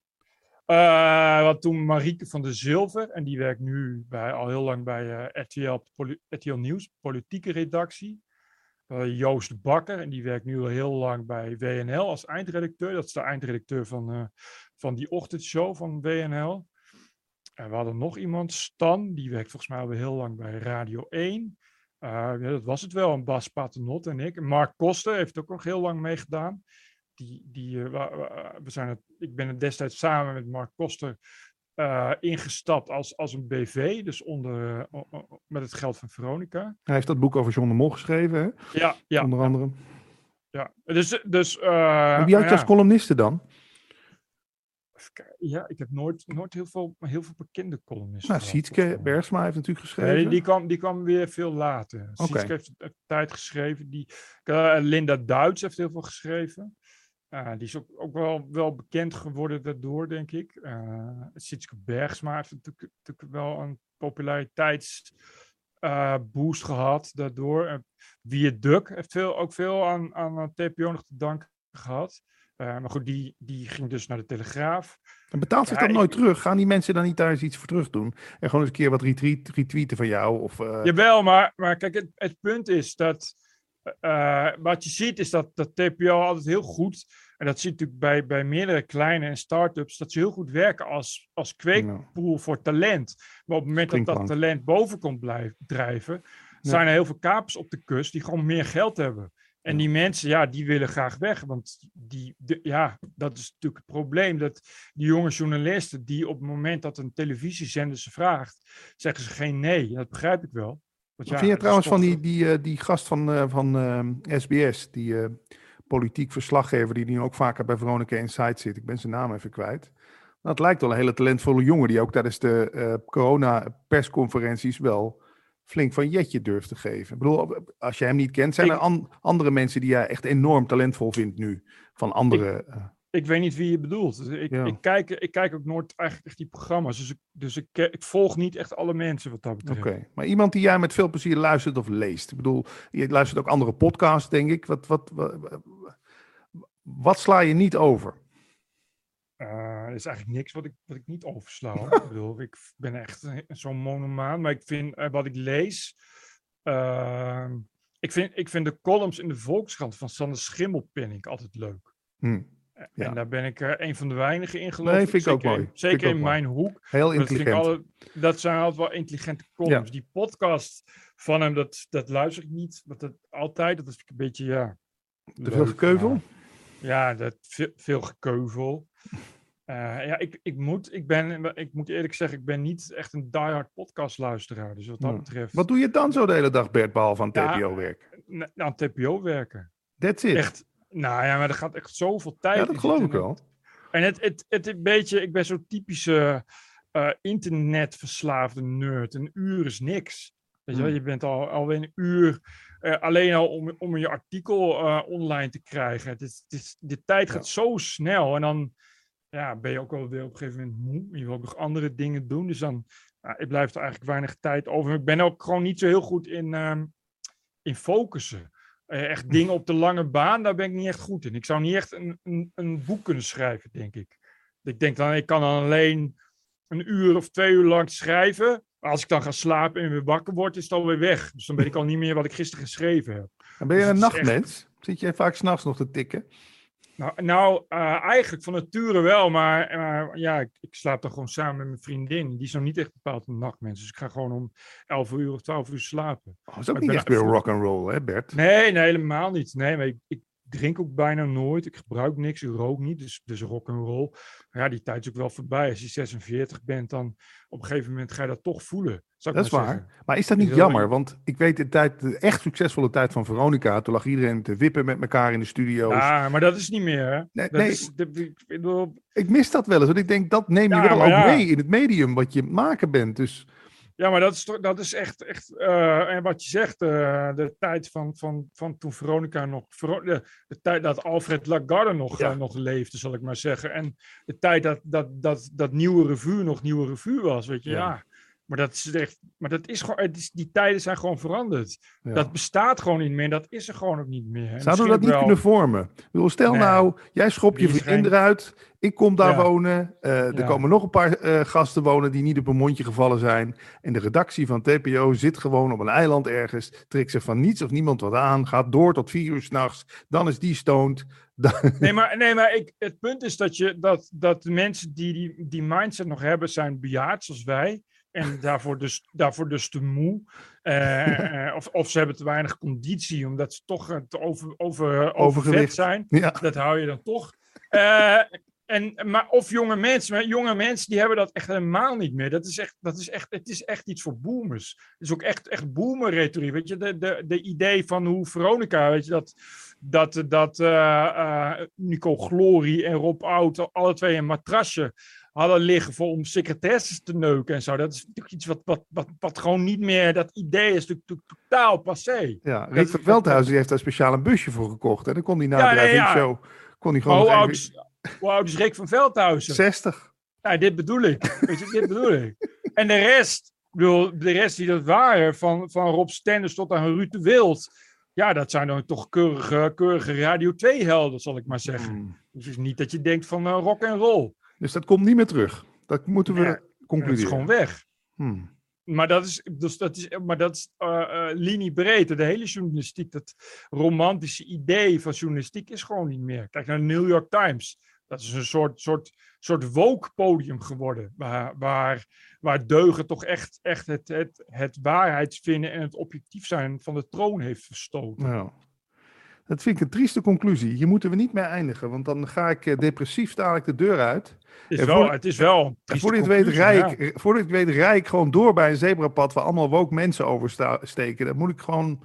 Speaker 1: Uh, wat toen Marieke van der Zilver, en die werkt nu bij, al heel lang bij uh, R T L, poli- R T L Nieuws, politieke redactie. uh, Joost de Bakker. En die werkt nu al heel lang bij W N L als eindredacteur. Dat is de eindredacteur van, uh, van die ochtendshow van W N L. En we hadden nog iemand, Stan. Die werkt volgens mij al heel lang bij Radio één. Uh, ja, dat was het wel. En Bas Paternotte en ik. En Mark Koster heeft ook nog heel lang meegedaan. Die, die, uh, we, we zijn het, ik ben er destijds samen met Mark Koster uh, ingestapt als, als een B V. Dus onder, uh, uh, met het geld van Veronica.
Speaker 2: Hij heeft dat boek over John de Mol geschreven, hè?
Speaker 1: Ja, ja.
Speaker 2: Onder andere.
Speaker 1: Ja, dus... dus uh,
Speaker 2: en wie had je
Speaker 1: ja.
Speaker 2: als columniste dan?
Speaker 1: Ja, ik heb nooit, nooit heel, veel, heel veel bekende columnisten.
Speaker 2: Nou, Sietske Bergsma heeft natuurlijk geschreven.
Speaker 1: Nee, die kwam, die kwam weer veel later.
Speaker 2: Okay.
Speaker 1: Sietske heeft een tijd geschreven. Die, uh, Linda Duits heeft heel veel geschreven. Uh, die is ook, ook wel, wel bekend geworden daardoor, denk ik. Uh, Sietske Bergsma heeft natuurlijk, natuurlijk wel een populariteitsboost uh, gehad daardoor. Uh, Wie Duk heeft veel, ook veel aan, aan T P O nog te danken gehad. Uh, maar goed, die, die ging dus naar de Telegraaf.
Speaker 2: En betaalt zich
Speaker 1: ja,
Speaker 2: dat nooit
Speaker 1: ik...
Speaker 2: terug? Gaan die mensen dan niet thuis iets voor terug doen? En gewoon eens een keer wat retweet, retweeten van jou? Of, uh...
Speaker 1: Jawel, maar, maar kijk, het, het punt is dat... Uh, wat je ziet is dat, dat T P O altijd heel goed... En dat zie je natuurlijk bij, bij meerdere kleine en start-ups... dat ze heel goed werken als, als kweekpool ja. voor talent. Maar op het moment dat dat talent boven komt blijven drijven... Ja. zijn er heel veel kapers op de kust die gewoon meer geld hebben... En die mensen, ja, die willen graag weg. Want die, de, ja, dat is natuurlijk het probleem. Dat die jonge journalisten, die op het moment dat een televisiezender ze vraagt, zeggen ze geen nee. Dat begrijp ik wel. Want, ja,
Speaker 2: vind je trouwens
Speaker 1: toch...
Speaker 2: van die, die, uh, die gast van, uh, van uh, S B S, die uh, politiek verslaggever, die nu ook vaker bij Veronica Inside zit. Ik ben zijn naam even kwijt. Dat lijkt wel een hele talentvolle jongen die ook tijdens de uh, corona-persconferenties wel... flink van jetje durft te geven. Ik bedoel, als je hem niet kent, zijn ik, er an, andere mensen die jij echt enorm talentvol vindt nu. Van andere...
Speaker 1: Ik, uh... ik weet niet wie je bedoelt. Ik, ja. ik, kijk, ik kijk ook nooit eigenlijk echt die programma's. Dus, ik, dus ik, ik volg niet echt alle mensen wat dat betreft.
Speaker 2: Oké, okay. Maar iemand die jij met veel plezier luistert of leest. Ik bedoel, je luistert ook andere podcasts, denk ik. Wat, wat, wat, wat sla je niet over?
Speaker 1: Uh, er is eigenlijk niks wat ik, wat ik niet oversla. ik bedoel, ik ben echt zo'n monomaan. Maar ik vind uh, wat ik lees... Uh, ik, vind, ik vind de columns in de Volkskrant van Sander Schimmelpenninck altijd leuk.
Speaker 2: Hmm, ja.
Speaker 1: En daar ben ik uh, een van de weinigen in geloof
Speaker 2: nee,
Speaker 1: ik.
Speaker 2: vind ik
Speaker 1: Zeker,
Speaker 2: ook mooi.
Speaker 1: Zeker
Speaker 2: vind
Speaker 1: in
Speaker 2: ook
Speaker 1: mijn
Speaker 2: mooi.
Speaker 1: hoek.
Speaker 2: Heel intelligent.
Speaker 1: Dat, altijd, dat zijn altijd wel intelligente columns.
Speaker 2: Ja.
Speaker 1: Die podcast van hem, dat, dat luister ik niet. Dat, dat, altijd, dat is een beetje, ja...
Speaker 2: Te veel gekeuvel?
Speaker 1: Maar, ja, dat, veel, veel gekeuvel. Uh, ja, ik, ik, moet, ik, ben, ik moet eerlijk zeggen, ik ben niet echt een diehard podcastluisteraar. Dus wat dat betreft...
Speaker 2: Wat doe je dan zo de hele dag, Bert, behalve aan T P O-werk?
Speaker 1: Ja, aan T P O werken.
Speaker 2: That's it?
Speaker 1: Echt, nou ja, maar er gaat echt zoveel tijd in.
Speaker 2: Ja, dat geloof ik wel.
Speaker 1: En het, het, het, het een beetje, ik ben zo'n typische uh, internetverslaafde nerd. Een uur is niks. Weet je, hmm. je bent al alweer een uur uh, alleen al om, om je artikel uh, online te krijgen. Het is, het is, de tijd gaat ja. zo snel en dan ja, ben je ook wel weer op een gegeven moment moe. Je wil ook nog andere dingen doen. Dus dan uh, ik blijf er eigenlijk weinig tijd over. Ik ben ook gewoon niet zo heel goed in, um, in focussen. Uh, echt dingen op de lange baan, daar ben ik niet echt goed in. Ik zou niet echt een, een, een boek kunnen schrijven, denk ik. Ik denk dan, ik kan dan alleen een uur of twee uur lang schrijven. Maar als ik dan ga slapen en weer wakker word, is het alweer weg. Dus dan weet ik al niet meer wat ik gisteren geschreven heb.
Speaker 2: En ben je
Speaker 1: dus
Speaker 2: een nachtmens?
Speaker 1: Echt...
Speaker 2: Zit je vaak 's nachts nog te tikken?
Speaker 1: Nou, nou uh, eigenlijk van nature wel, maar uh, ja, ik, ik slaap dan gewoon samen met mijn vriendin. Die is nog niet echt bepaald een nachtmens. Dus ik ga gewoon om elf uur of twaalf uur slapen.
Speaker 2: Oh, dat is ook maar niet echt meer rock and roll, hè Bert?
Speaker 1: Nee, nee, helemaal niet. Nee, maar ik, ik drink ook bijna nooit. Ik gebruik niks, ik rook niet. Dus, dus rock and roll. Maar ja, die tijd is ook wel voorbij. Als je zesenveertig bent, dan op een gegeven moment ga je dat toch voelen.
Speaker 2: Dat is waar. Zeggen. Maar is dat niet jammer? Je... Want ik weet de tijd, de echt succesvolle tijd van Veronica, toen lag iedereen te wippen met elkaar in de studio's.
Speaker 1: Ja, maar dat is niet meer, hè?
Speaker 2: Nee,
Speaker 1: dat
Speaker 2: nee.
Speaker 1: Is, de, ik, bedoel...
Speaker 2: ik mis dat wel eens. Want ik denk, dat neem je ja, wel ook ja. mee in het medium wat je maken bent. Dus...
Speaker 1: Ja, maar dat is, dat is echt, echt uh, en wat je zegt, uh, de tijd van, van, van toen Veronica nog, de, de tijd dat Alfred Lagarde nog, ja. uh, nog leefde, zal ik maar zeggen. En de tijd dat, dat, dat, dat Nieuwe Revue nog Nieuwe Revue was, weet je, ja. ja. Maar dat is echt, maar dat is gewoon, het is, die tijden zijn gewoon veranderd.
Speaker 2: Ja.
Speaker 1: Dat bestaat gewoon niet meer. En dat is er gewoon ook niet meer. En
Speaker 2: Zouden we dat niet
Speaker 1: wel...
Speaker 2: kunnen vormen? Ik bedoel, stel
Speaker 1: Nee.
Speaker 2: nou, jij schopt je
Speaker 1: Wie is
Speaker 2: vriendin
Speaker 1: geen-
Speaker 2: eruit. Ik kom daar
Speaker 1: Ja.
Speaker 2: wonen. Uh, er
Speaker 1: Ja.
Speaker 2: komen nog een paar uh, gasten wonen die niet op een mondje gevallen zijn. En de redactie van T P O zit gewoon op een eiland ergens. Trekt zich van niets of niemand wat aan. Gaat door tot vier uur 's nachts. Dan is die stoned. Dan...
Speaker 1: Nee, maar, nee, maar ik, het punt is dat, je, dat, dat de mensen die, die die mindset nog hebben, zijn bejaard zoals wij. En daarvoor dus, daarvoor dus te moe. Uh, of, of ze hebben te weinig conditie, omdat ze toch te over, over, overvet zijn.
Speaker 2: Ja.
Speaker 1: Dat hou je dan toch. Uh, en, maar, of jonge mensen. Maar jonge mensen die hebben dat echt helemaal niet meer. Dat is echt, dat is echt, het is echt iets voor boomers. Het is ook echt, echt boomer-retoriek. Weet je, de, de, de idee van hoe Veronica, weet je, dat, dat, dat uh, uh, Nico Glory en Rob Oud alle twee een matrasje hadden liggen voor om secretaresses te neuken en zo. Dat is natuurlijk iets wat, wat, wat, wat gewoon niet meer... Dat idee is natuurlijk totaal passé.
Speaker 2: Ja, Rick van Veldhuizen heeft daar speciaal een busje voor gekocht. En dan kon hij na
Speaker 1: ja,
Speaker 2: de
Speaker 1: nee, ja.
Speaker 2: show kon hij gewoon...
Speaker 1: Hoe
Speaker 2: nog
Speaker 1: oud,
Speaker 2: even...
Speaker 1: is, hoe oud is Rick van Veldhuizen?
Speaker 2: zestig.
Speaker 1: Ja, dit bedoel ik. Weet je, dit bedoel ik. En de rest, ik bedoel, de rest die dat waren, van, van Rob Stenders tot aan Ruud de Wild... Ja, dat zijn dan toch keurige, keurige Radio twee helden, zal ik maar zeggen. Hmm. Dus het is niet dat je denkt van uh, rock en roll.
Speaker 2: Dus dat komt niet meer terug. Dat moeten we
Speaker 1: ja,
Speaker 2: concluderen.
Speaker 1: Het is gewoon weg.
Speaker 2: Hmm.
Speaker 1: Maar dat is, dus dat is, maar dat is uh, uh, liniebreedte. De hele journalistiek, dat romantische idee van journalistiek is gewoon niet meer. Kijk naar de New York Times. Dat is een soort, soort, soort woke podium geworden. Waar, waar, waar deugen toch echt, echt het, het, het waarheidsvinden en het objectief zijn van de troon heeft verstoten.
Speaker 2: Nou, dat vind ik een trieste conclusie. Hier moeten we niet mee eindigen, want dan ga ik uh, depressief dadelijk de deur uit.
Speaker 1: Het is wel,
Speaker 2: voor,
Speaker 1: het is wel
Speaker 2: en voor dit weet rijk, ja. Voordat ik weet rij ik gewoon door bij een zebrapad waar allemaal woke mensen oversteken. Dat moet ik gewoon...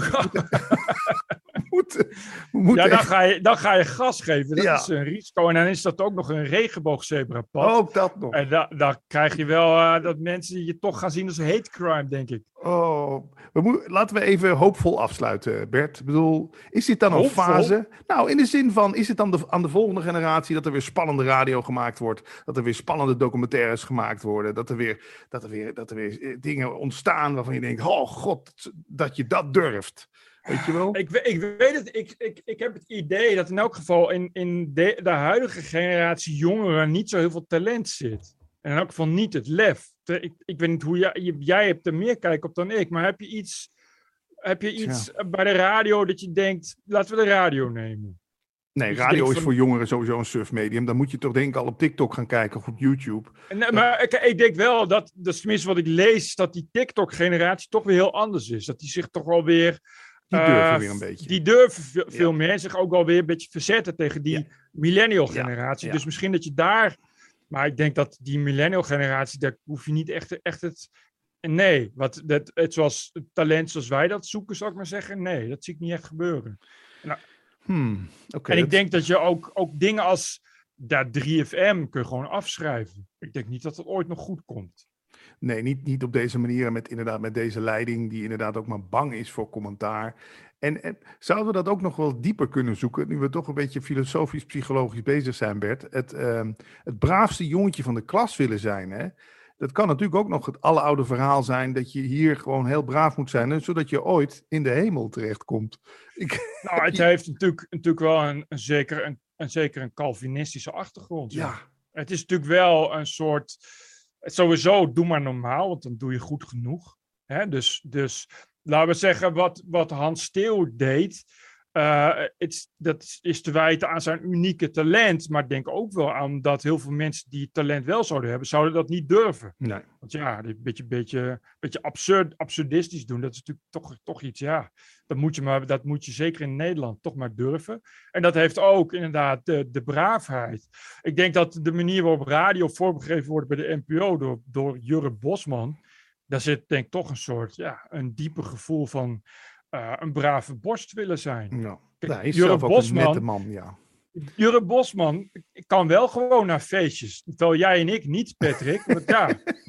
Speaker 2: moeten, moeten
Speaker 1: ja, dan
Speaker 2: echt...
Speaker 1: ga, je, dan ga je gas geven. Dat
Speaker 2: ja.
Speaker 1: is een risico. En dan is dat ook nog een regenboogzebrapad.
Speaker 2: Ook dat nog.
Speaker 1: En da, dan krijg je wel uh, dat mensen je toch gaan zien als hate crime, denk ik.
Speaker 2: Oh, we moet, laten we even hoopvol afsluiten, Bert. Ik bedoel, is dit dan
Speaker 1: hoopvol?
Speaker 2: een fase? Nou, in de zin van, is het dan de, aan de volgende generatie dat er weer spannende radio gemaakt wordt? Dat er weer spannende documentaires gemaakt worden? Dat er weer, dat er weer, dat er weer dingen ontstaan waarvan je denkt, oh god, dat je dat durft. Weet je wel?
Speaker 1: Ik, ik weet het, ik, ik, ik heb het idee dat in elk geval in, in de, de huidige generatie jongeren niet zo heel veel talent zit. En in elk geval niet het lef. Ik, ik weet niet hoe jij, jij hebt er meer kijk op dan ik, maar heb je iets, heb je iets ja. bij de radio dat je denkt, laten we de radio nemen?
Speaker 2: Nee, radio is van... voor jongeren sowieso een suf medium. Dan moet je toch denk ik al op TikTok gaan kijken of op YouTube.
Speaker 1: Nee, maar ik, ik denk wel dat, dat is tenminste wat ik lees, dat die TikTok-generatie toch weer heel anders is. Dat die zich toch wel weer...
Speaker 2: Die durven
Speaker 1: uh,
Speaker 2: weer een beetje.
Speaker 1: Die durven veel, veel
Speaker 2: ja.
Speaker 1: meer zich ook wel weer een beetje verzetten tegen die ja. millennial-generatie.
Speaker 2: Ja. Ja.
Speaker 1: Dus misschien dat je daar... Maar ik denk dat die millennial-generatie, daar hoef je niet echt, echt het... Nee, wat, dat, het zoals het talent zoals wij dat zoeken, zou ik maar zeggen. Nee, dat zie ik niet echt gebeuren. Nou,
Speaker 2: hmm, okay,
Speaker 1: en ik
Speaker 2: dat...
Speaker 1: denk dat je ook, ook dingen als dat drie F M kun je gewoon afschrijven. Ik denk niet dat het ooit nog goed komt.
Speaker 2: Nee, niet, niet op deze manier, met, inderdaad, met deze leiding die inderdaad ook maar bang is voor commentaar. En, en zouden we dat ook nog wel dieper kunnen zoeken, nu we toch een beetje filosofisch-psychologisch bezig zijn, Bert. Het, uh, het braafste jongetje van de klas willen zijn, hè? Dat kan natuurlijk ook nog het aloude verhaal zijn dat je hier gewoon heel braaf moet zijn, zodat je ooit in de hemel terechtkomt. Ik...
Speaker 1: Nou, het heeft natuurlijk, natuurlijk wel een, een, zeker, een, een zeker een Calvinistische achtergrond. Ja.
Speaker 2: Ja.
Speaker 1: Het is natuurlijk wel een soort... Sowieso, doe maar normaal, want dan doe je goed genoeg. Hè? Dus, dus laten we zeggen, wat, wat Hans Steeuw deed, uh, het, dat is te wijten aan zijn unieke talent. Maar ik denk ook wel aan dat heel veel mensen die talent wel zouden hebben, zouden dat niet durven.
Speaker 2: Nee.
Speaker 1: Want ja, een beetje, beetje, beetje absurd, absurdistisch doen, dat is natuurlijk toch, toch iets, ja. Dat moet, je maar, dat moet je zeker in Nederland toch maar durven. En dat heeft ook inderdaad de, de braafheid. Ik denk dat de manier waarop radio vormgegeven wordt bij de N P O door, door Jurre Bosman, daar zit denk ik toch een soort, ja, een dieper gevoel van uh, een brave borst willen zijn.
Speaker 2: Nou,
Speaker 1: Kijk,
Speaker 2: hij is
Speaker 1: Jurre
Speaker 2: zelf ook
Speaker 1: Bosman,
Speaker 2: een nette man, ja.
Speaker 1: Jurre Bosman kan wel gewoon naar feestjes. Terwijl jij en ik niet, Patrick. Want ja,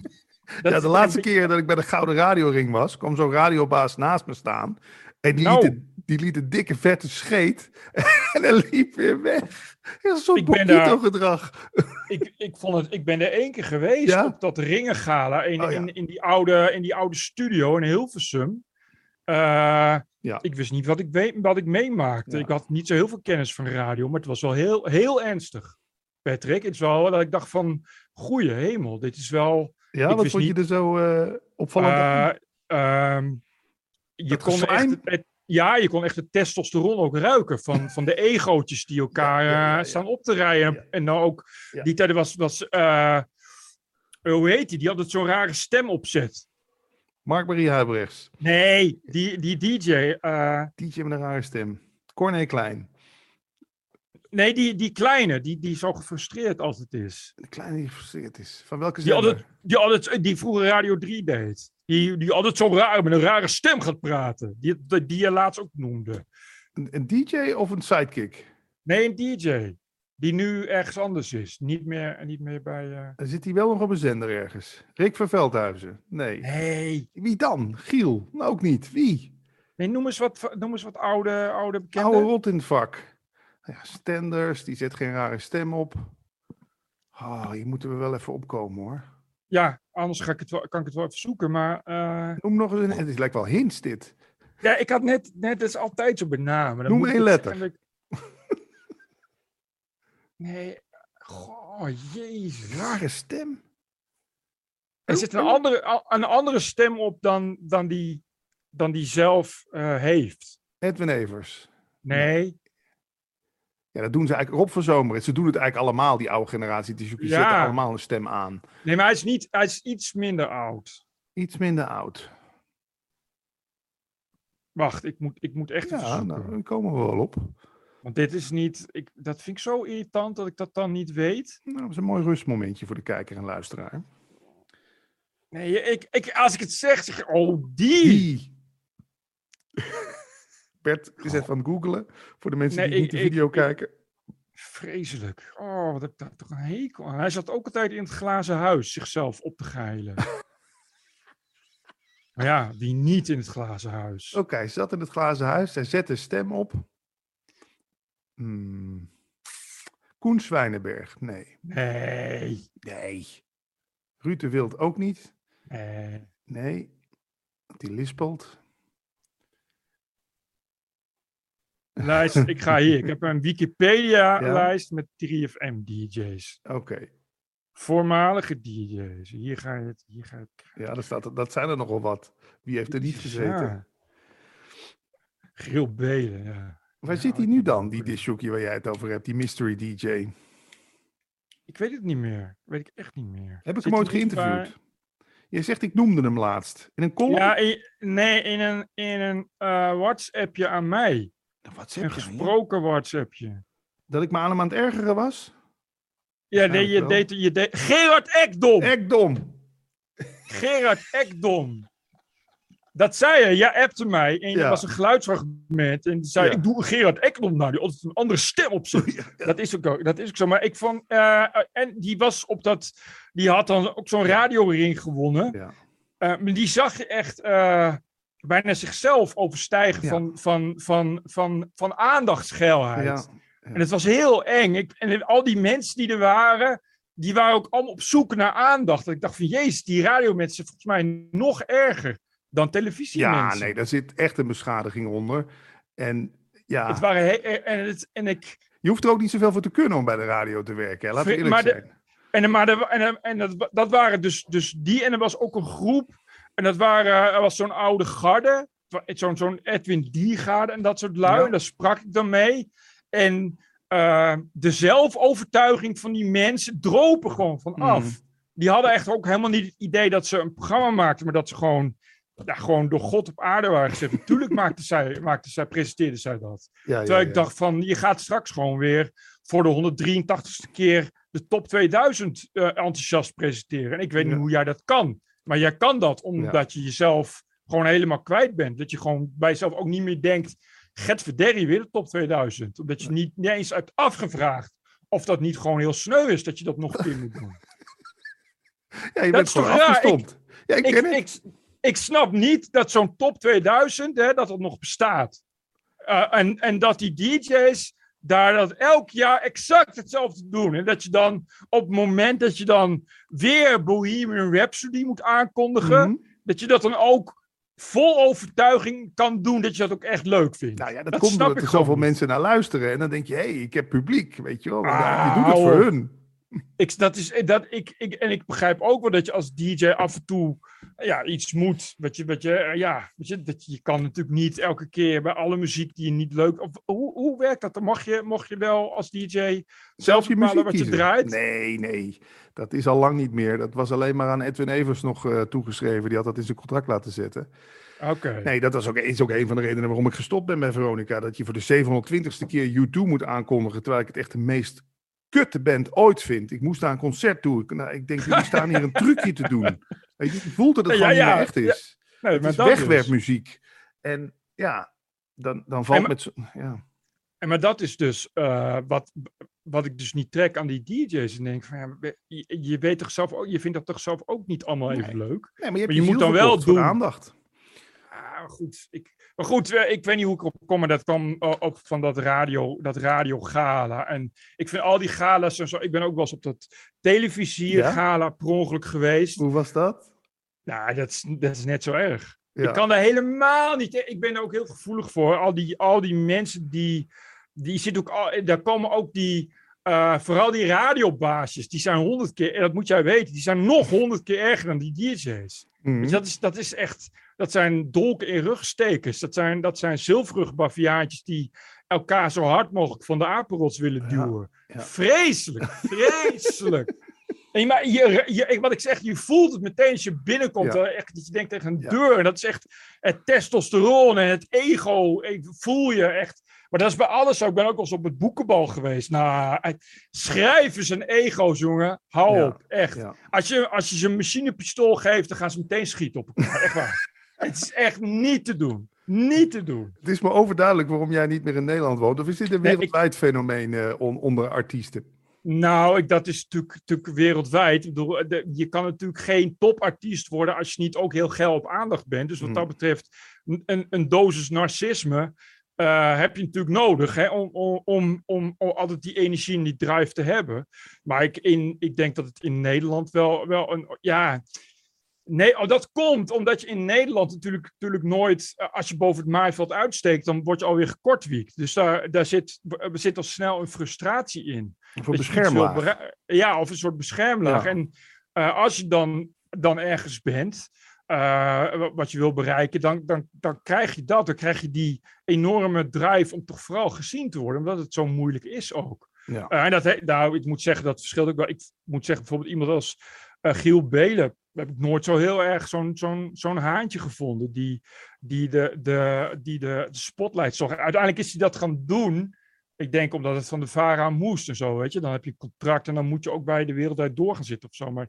Speaker 2: dat ja, de laatste keer dat ik bij de Gouden Radioring was, kwam zo'n radiobaas naast me staan. En die,
Speaker 1: nou.
Speaker 2: liet, de, die liet een dikke vette scheet en hij liep weer weg. Heel soort
Speaker 1: Ik ben daar-
Speaker 2: Bokito-gedrag.
Speaker 1: ik, ik, vond het, ik ben er één keer geweest
Speaker 2: Ja?
Speaker 1: op dat Ringengala in,
Speaker 2: Oh, ja.
Speaker 1: in, in, die oude, in die oude studio in Hilversum. Eh,
Speaker 2: Ja.
Speaker 1: Ik wist niet wat ik, weet, wat ik meemaakte.
Speaker 2: Ja.
Speaker 1: Ik had niet zo heel veel kennis van radio, maar het was wel heel, heel ernstig. Patrick, het is wel dat ik dacht van, goeie hemel, dit is wel...
Speaker 2: Ja,
Speaker 1: Ik
Speaker 2: wat
Speaker 1: wist
Speaker 2: vond je
Speaker 1: niet-
Speaker 2: er zo eh, opvallend aan?
Speaker 1: Eh, ehm, je
Speaker 2: Dat
Speaker 1: kon
Speaker 2: geslijm?
Speaker 1: echt, het, ja, je kon echt het testosteron ook ruiken van, van de egootjes die elkaar
Speaker 2: Ja, ja, ja,
Speaker 1: eh,
Speaker 2: ja.
Speaker 1: staan op te rijden.
Speaker 2: Ja.
Speaker 1: En dan ook,
Speaker 2: Ja.
Speaker 1: die tijd was, was eh, hoe heet die? Die had het zo'n rare stem opzet.
Speaker 2: Mark-Marie Huibrechts,
Speaker 1: Nee, die, die D J. eh,
Speaker 2: D J met een rare stem. Corné Klein.
Speaker 1: nee, die, die kleine, die, die zo gefrustreerd altijd is.
Speaker 2: De kleine die gefrustreerd is. Van welke
Speaker 1: Die
Speaker 2: zender?
Speaker 1: altijd, die, altijd, die vroeger Radio drie deed. Die, die altijd zo raar met een rare stem gaat praten. Die, die, die je laatst ook noemde.
Speaker 2: Een, een D J of een sidekick?
Speaker 1: Nee, een D J. Die nu ergens anders is. Niet meer, niet meer bij... eh,
Speaker 2: Dan zit hij wel nog op een zender ergens. Rick van Veldhuizen? Nee.
Speaker 1: Nee.
Speaker 2: Wie dan? Giel? Nou, ook niet. Wie?
Speaker 1: nee noem, eens wat, noem eens wat oude, oude bekende.
Speaker 2: Oude rot in het vak. Ja, Stenders, die zet geen rare stem op. Oh, hier moeten we wel even opkomen hoor.
Speaker 1: Ja, anders ga ik het wel, kan ik het wel even zoeken. Maar eh,
Speaker 2: Noem nog eens een... Het lijkt wel hints dit.
Speaker 1: ja, ik had net... net het is altijd zo benamen. Dan
Speaker 2: Noem
Speaker 1: moet ik
Speaker 2: één
Speaker 1: het
Speaker 2: letter.
Speaker 1: zeggen, dan- Nee. Goh, jezus.
Speaker 2: Rare stem.
Speaker 1: Er zit een andere, een andere stem op dan, dan, die, dan die zelf eh, heeft.
Speaker 2: Edwin Evers.
Speaker 1: Nee.
Speaker 2: Ja, dat doen ze eigenlijk. Rob van Zomeren. Ze doen het eigenlijk allemaal, die oude generatie. Die die
Speaker 1: Ja.
Speaker 2: zetten allemaal een stem aan.
Speaker 1: Nee, maar hij is, niet, hij is iets minder oud.
Speaker 2: Iets minder oud.
Speaker 1: Wacht, ik moet, ik moet echt even
Speaker 2: Ja,
Speaker 1: zoeken.
Speaker 2: nou, daar komen we wel op.
Speaker 1: Want dit is niet... Ik, dat vind ik zo irritant dat ik dat dan niet weet.
Speaker 2: Nou, dat is een mooi rustmomentje voor de kijker en luisteraar.
Speaker 1: Nee, ik, ik, als ik het zeg, zeg ik... Oh, die!
Speaker 2: Die. Bert is even aan het googelen. Voor de mensen
Speaker 1: Nee,
Speaker 2: die niet de
Speaker 1: ik-
Speaker 2: video
Speaker 1: ik-
Speaker 2: kijken.
Speaker 1: Vreselijk. Oh, wat heb ik daar toch een hekel aan. Hij zat ook altijd in het glazen huis zichzelf op te geilen. Maar ja, wie niet in het glazen huis?
Speaker 2: Oké, hij zat in het glazen huis. Hij zette een stem op. Hmm. Koen Zwijnenberg. Nee.
Speaker 1: Nee.
Speaker 2: Nee. Ruud de Wild ook niet.
Speaker 1: nee.
Speaker 2: Nee. Die lispelt.
Speaker 1: Lijst, ik ga hier. Ik heb een Wikipedia-lijst met drie F M-D J's.
Speaker 2: Oké.
Speaker 1: Voormalige D J's. Hier ga je het... Hier ga je het
Speaker 2: Ja, dat, staat, dat zijn er nogal wat. Wie heeft er niet gezeten?
Speaker 1: Ja. Grill Belen, ja.
Speaker 2: Waar
Speaker 1: Ja,
Speaker 2: zit hij
Speaker 1: ik
Speaker 2: nu
Speaker 1: heb
Speaker 2: dan,
Speaker 1: ook
Speaker 2: die
Speaker 1: een-
Speaker 2: discjockey waar jij het over hebt? Die mystery D J.
Speaker 1: Ik weet het niet meer. Weet ik echt niet meer.
Speaker 2: Heb ik
Speaker 1: Zit
Speaker 2: hem ooit
Speaker 1: hij niet
Speaker 2: geïnterviewd? Je zegt, ik noemde hem laatst. In een
Speaker 1: bij-
Speaker 2: column?
Speaker 1: Ja, in- nee, in een, in een eh, WhatsAppje aan mij.
Speaker 2: Wat
Speaker 1: Een gesproken WhatsAppje.
Speaker 2: Dat ik me aan hem aan het ergeren was?
Speaker 1: Ja, nee, je
Speaker 2: Waarschijnlijk
Speaker 1: deed, je deed... Gerard Ekdom!
Speaker 2: Ekdom!
Speaker 1: Gerard Ekdom! Dat zei je. Jij appte mij. En
Speaker 2: Ja.
Speaker 1: dat was een geluidsfragment. En die zei,
Speaker 2: Ja.
Speaker 1: ik doe Gerard Ekdom nou. Die altijd een andere stem op zit. Dat is ook, dat is ook zo. Maar ik vond... eh, en die was op dat... Die had dan ook zo'n radioring gewonnen.
Speaker 2: Ja.
Speaker 1: Eh, maar die zag je echt eh, bijna zichzelf overstijgen
Speaker 2: Ja.
Speaker 1: van, van, van, van, van aandachtsgeilheid.
Speaker 2: Ja.
Speaker 1: En het was heel eng. Ik, en al die mensen die er waren, die waren ook allemaal op zoek naar aandacht. Ik dacht van, jezus, die radiomensen volgens mij nog erger dan televisiemensen.
Speaker 2: Ja, nee, daar zit echt een beschadiging onder. En ja,
Speaker 1: Het waren he- en, het, en ik...
Speaker 2: je hoeft er ook niet zoveel voor te kunnen om bij de radio te werken. Hè? Laten we
Speaker 1: Ver-
Speaker 2: eerlijk
Speaker 1: maar de-
Speaker 2: zijn.
Speaker 1: En, maar de, en, en dat, dat waren dus, dus die, en er was ook een groep. En dat waren, er was zo'n oude garde, zo'n zo'n Edwin Diergaarde en dat soort lui.
Speaker 2: Ja.
Speaker 1: En daar sprak ik dan mee. En eh, de zelfovertuiging van die mensen dropen gewoon van af.
Speaker 2: Mm.
Speaker 1: Die hadden echt ook helemaal niet het idee dat ze een programma maakten, maar dat ze gewoon, ja, gewoon door God op aarde waren gezet. Natuurlijk maakte zij, maakte zij, presenteerde zij dat.
Speaker 2: Ja,
Speaker 1: Terwijl
Speaker 2: ja,
Speaker 1: ik
Speaker 2: ja.
Speaker 1: dacht van, je gaat straks gewoon weer voor de honderddrieëntachtigste keer de top tweeduizend eh, enthousiast presenteren. En ik weet
Speaker 2: Ja.
Speaker 1: niet hoe jij dat kan. Maar jij kan dat omdat je jezelf gewoon helemaal kwijt bent. Dat je gewoon bij jezelf ook niet meer denkt, Getverderrie weer de top tweeduizend. Omdat je niet, niet eens hebt afgevraagd of dat niet gewoon heel sneu is dat je dat nog een keer moet doen.
Speaker 2: Ja, je
Speaker 1: dat
Speaker 2: bent
Speaker 1: is
Speaker 2: gewoon
Speaker 1: toch raar?
Speaker 2: afgestompt. Ja, ik
Speaker 1: ik,
Speaker 2: ken het.
Speaker 1: ik, ik snap niet dat zo'n top tweeduizend, hè, dat het nog bestaat. Uh, en, en dat die D J's daar dat elk jaar exact hetzelfde doen. En dat je dan op het moment dat je dan weer Bohemian Rhapsody moet aankondigen,
Speaker 2: Mm-hmm.
Speaker 1: dat je dat dan ook vol overtuiging kan doen dat je dat ook echt leuk vindt.
Speaker 2: Nou ja, dat,
Speaker 1: dat
Speaker 2: komt
Speaker 1: snap
Speaker 2: omdat
Speaker 1: ik
Speaker 2: er zoveel
Speaker 1: niet.
Speaker 2: mensen naar luisteren. En dan denk je, hé, hey, ik heb publiek, weet je wel.
Speaker 1: Ah,
Speaker 2: je doet het voor hun.
Speaker 1: Ik, dat is, dat, ik, ik, en ik begrijp ook wel dat je als D J af en toe ja, iets moet. Wat je, wat je, ja, weet je, dat je, je kan natuurlijk niet elke keer bij alle muziek die je niet leuk... Of, hoe, hoe werkt dat? Dan mag je, mocht je wel als D J zelf
Speaker 2: je
Speaker 1: bepalen
Speaker 2: muziek
Speaker 1: wat
Speaker 2: kiezen.
Speaker 1: je draait?
Speaker 2: Nee, nee. Dat is al lang niet meer. Dat was alleen maar aan Edwin Evers nog uh, toegeschreven. Die had dat in zijn contract laten zetten.
Speaker 1: Oké. Okay.
Speaker 2: Nee, dat was ook, is ook een van de redenen waarom ik gestopt ben bij Veronica. Dat je voor de zevenhonderdtwintigste keer U twee moet aankondigen. Terwijl ik het echt de meest kutte band ooit vind. Ik moest naar een concert toe. Ik, nou, ik denk, jullie staan hier een trucje te doen. Weet je, je voelt dat het ja, gewoon ja, niet meer echt is. Ja. Nee, het is wegwerpmuziek. Dus. En ja, dan, dan valt en, met... Ja.
Speaker 1: En maar dat is dus uh, wat, wat ik dus niet trek aan die D J's. En denk van, ja, je, je weet toch zelf ook, je vindt dat toch zelf ook niet allemaal even
Speaker 2: nee.
Speaker 1: leuk.
Speaker 2: Nee, maar je,
Speaker 1: maar
Speaker 2: je
Speaker 1: moet dan wel doen.
Speaker 2: Aandacht.
Speaker 1: Ah, goed, ik, maar goed, ik weet niet hoe ik op kom, maar dat kwam op van dat radio, dat radio gala. En ik vind al die gala's en zo, ik ben ook wel eens op dat televisie gala ja? per ongeluk geweest.
Speaker 2: Hoe was dat?
Speaker 1: Nou, dat is, dat is net zo erg.
Speaker 2: Ja.
Speaker 1: Ik kan daar helemaal niet, ik ben er ook heel gevoelig voor. Al die, al die mensen die, die zitten ook, al, daar komen ook die, uh, vooral die radiobaasjes, die zijn honderd keer, en dat moet jij weten, die zijn nog honderd keer erger dan die D J's. Mm. Dus dat is, dat is echt... Dat zijn dolken in rugstekers. Dat zijn, dat zijn zilverrugbaviaantjes die elkaar zo hard mogelijk van de apenrots willen duwen. Ja, ja. Vreselijk, vreselijk. En maar je, je, wat ik zeg, je voelt het meteen als je binnenkomt. Ja. Echt, dat je denkt tegen een ja. deur. En dat is echt het testosteron en het ego. Voel je echt. Maar dat is bij alles zo. Ik ben ook al eens op het boekenbal geweest. Nou, schrijven zijn ego's, jongen. Hou ja. op, echt. Ja. Als je, als je ze een machinepistool geeft, dan gaan ze meteen schieten op elkaar. Echt waar. Het is echt niet te doen. Niet te doen.
Speaker 2: Het is me overduidelijk waarom jij niet meer in Nederland woont. Of is dit een wereldwijd nee, ik... fenomeen uh, on, onder artiesten?
Speaker 1: Nou, ik, dat is natuurlijk, natuurlijk wereldwijd. Ik bedoel, de, je kan natuurlijk geen topartiest worden als je niet ook heel geil op aandacht bent. Dus wat hmm. dat betreft, een, een dosis narcisme uh, heb je natuurlijk nodig, hè, om, om, om, om, om altijd die energie en die drive te hebben. Maar ik, in, ik denk dat het in Nederland wel, wel een... ja. Nee, oh, dat komt omdat je in Nederland natuurlijk, natuurlijk nooit, als je boven het maaiveld uitsteekt, dan word je alweer gekortwiekt. Dus daar, daar zit, er zit al snel een frustratie in.
Speaker 2: Of een beschermlaag.
Speaker 1: Bere- ja, of een soort beschermlaag. Ja. En uh, als je dan, dan ergens bent, uh, wat je wil bereiken, dan, dan, dan krijg je dat. Dan krijg je die enorme drive om toch vooral gezien te worden, omdat het zo moeilijk is ook. Ja. Uh, en dat, nou, ik moet zeggen, dat verschilt ook wel. Ik moet zeggen, bijvoorbeeld iemand als uh, Giel Belen, heb ik nooit zo heel erg zo'n, zo'n, zo'n haantje gevonden die, die, de, de, die de, de spotlight zag. Uiteindelijk is hij dat gaan doen. Ik denk omdat het van de VARA moest en zo, weet je. Dan heb je een contract en dan moet je ook bij de Wereld Door gaan zitten of zo. Maar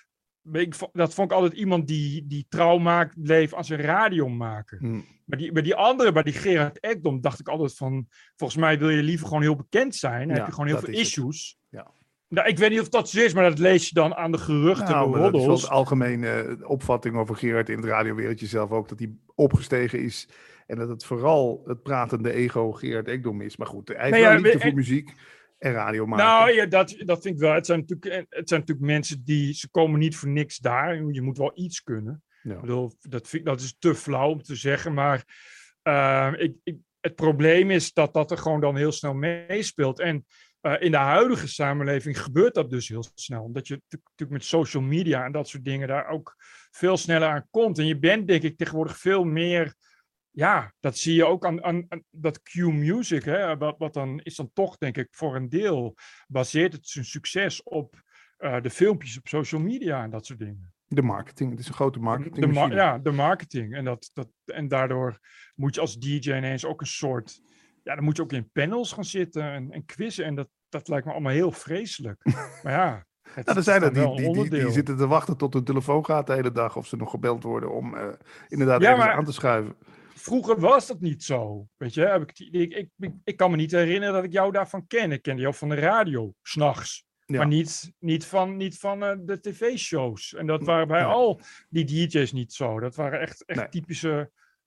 Speaker 1: ik, dat vond ik altijd iemand die, die trouw maakt, bleef als een radiomaker. Hmm. Maar die, bij die andere, bij die Gerard Ekdom, dacht ik altijd van, volgens mij wil je liever gewoon heel bekend zijn. Dan ja, heb je gewoon heel veel issues.
Speaker 2: Ja.
Speaker 1: Nou, ik weet niet of dat zo is, maar dat lees je dan aan de geruchten.
Speaker 2: Nou,
Speaker 1: de
Speaker 2: dat is wel de algemene opvatting over Gerard in het radiowereldje zelf ook, dat hij opgestegen is en dat het vooral het pratende ego Gerard Ekdom is. Maar goed, hij heeft nee, wel ja, liefde voor en, muziek en radio maken.
Speaker 1: Nou ja, dat, dat vind ik wel. Het zijn, natuurlijk, het zijn natuurlijk mensen die, ze komen niet voor niks daar. Je moet wel iets kunnen. Ja. Ik bedoel, dat, vind, dat is te flauw om te zeggen, maar uh, ik, ik, het probleem is dat dat er gewoon dan heel snel meespeelt. En Uh, in de huidige samenleving gebeurt dat dus heel snel. Omdat je natuurlijk met social media en dat soort dingen daar ook veel sneller aan komt. En je bent denk ik tegenwoordig veel meer... Ja, dat zie je ook aan, aan, aan dat Q-music. Hè, wat, wat dan is dan toch denk ik voor een deel... baseert het zijn succes op uh, de filmpjes op social media en dat soort dingen.
Speaker 2: De marketing, het is een grote marketing.
Speaker 1: De ma- ja, de marketing. En, dat, dat, en daardoor moet je als D J ineens ook een soort... Ja, dan moet je ook in panels gaan zitten en, en quizzen. En dat, dat lijkt me allemaal heel vreselijk. Maar ja, het
Speaker 2: nou, er zijn er die, die, die, die zitten te wachten tot hun telefoon gaat de hele dag. Of ze nog gebeld worden om uh, inderdaad ja, ergens aan te schuiven.
Speaker 1: Vroeger was dat niet zo. Weet je, heb ik, ik, ik, ik, ik kan me niet herinneren dat ik jou daarvan ken. Ik kende jou van de radio, 's nachts. Ja. Maar niet, niet van, niet van uh, de tv-shows. En dat waren bij nee. al die D J's niet zo. Dat waren echt, echt nee. typische...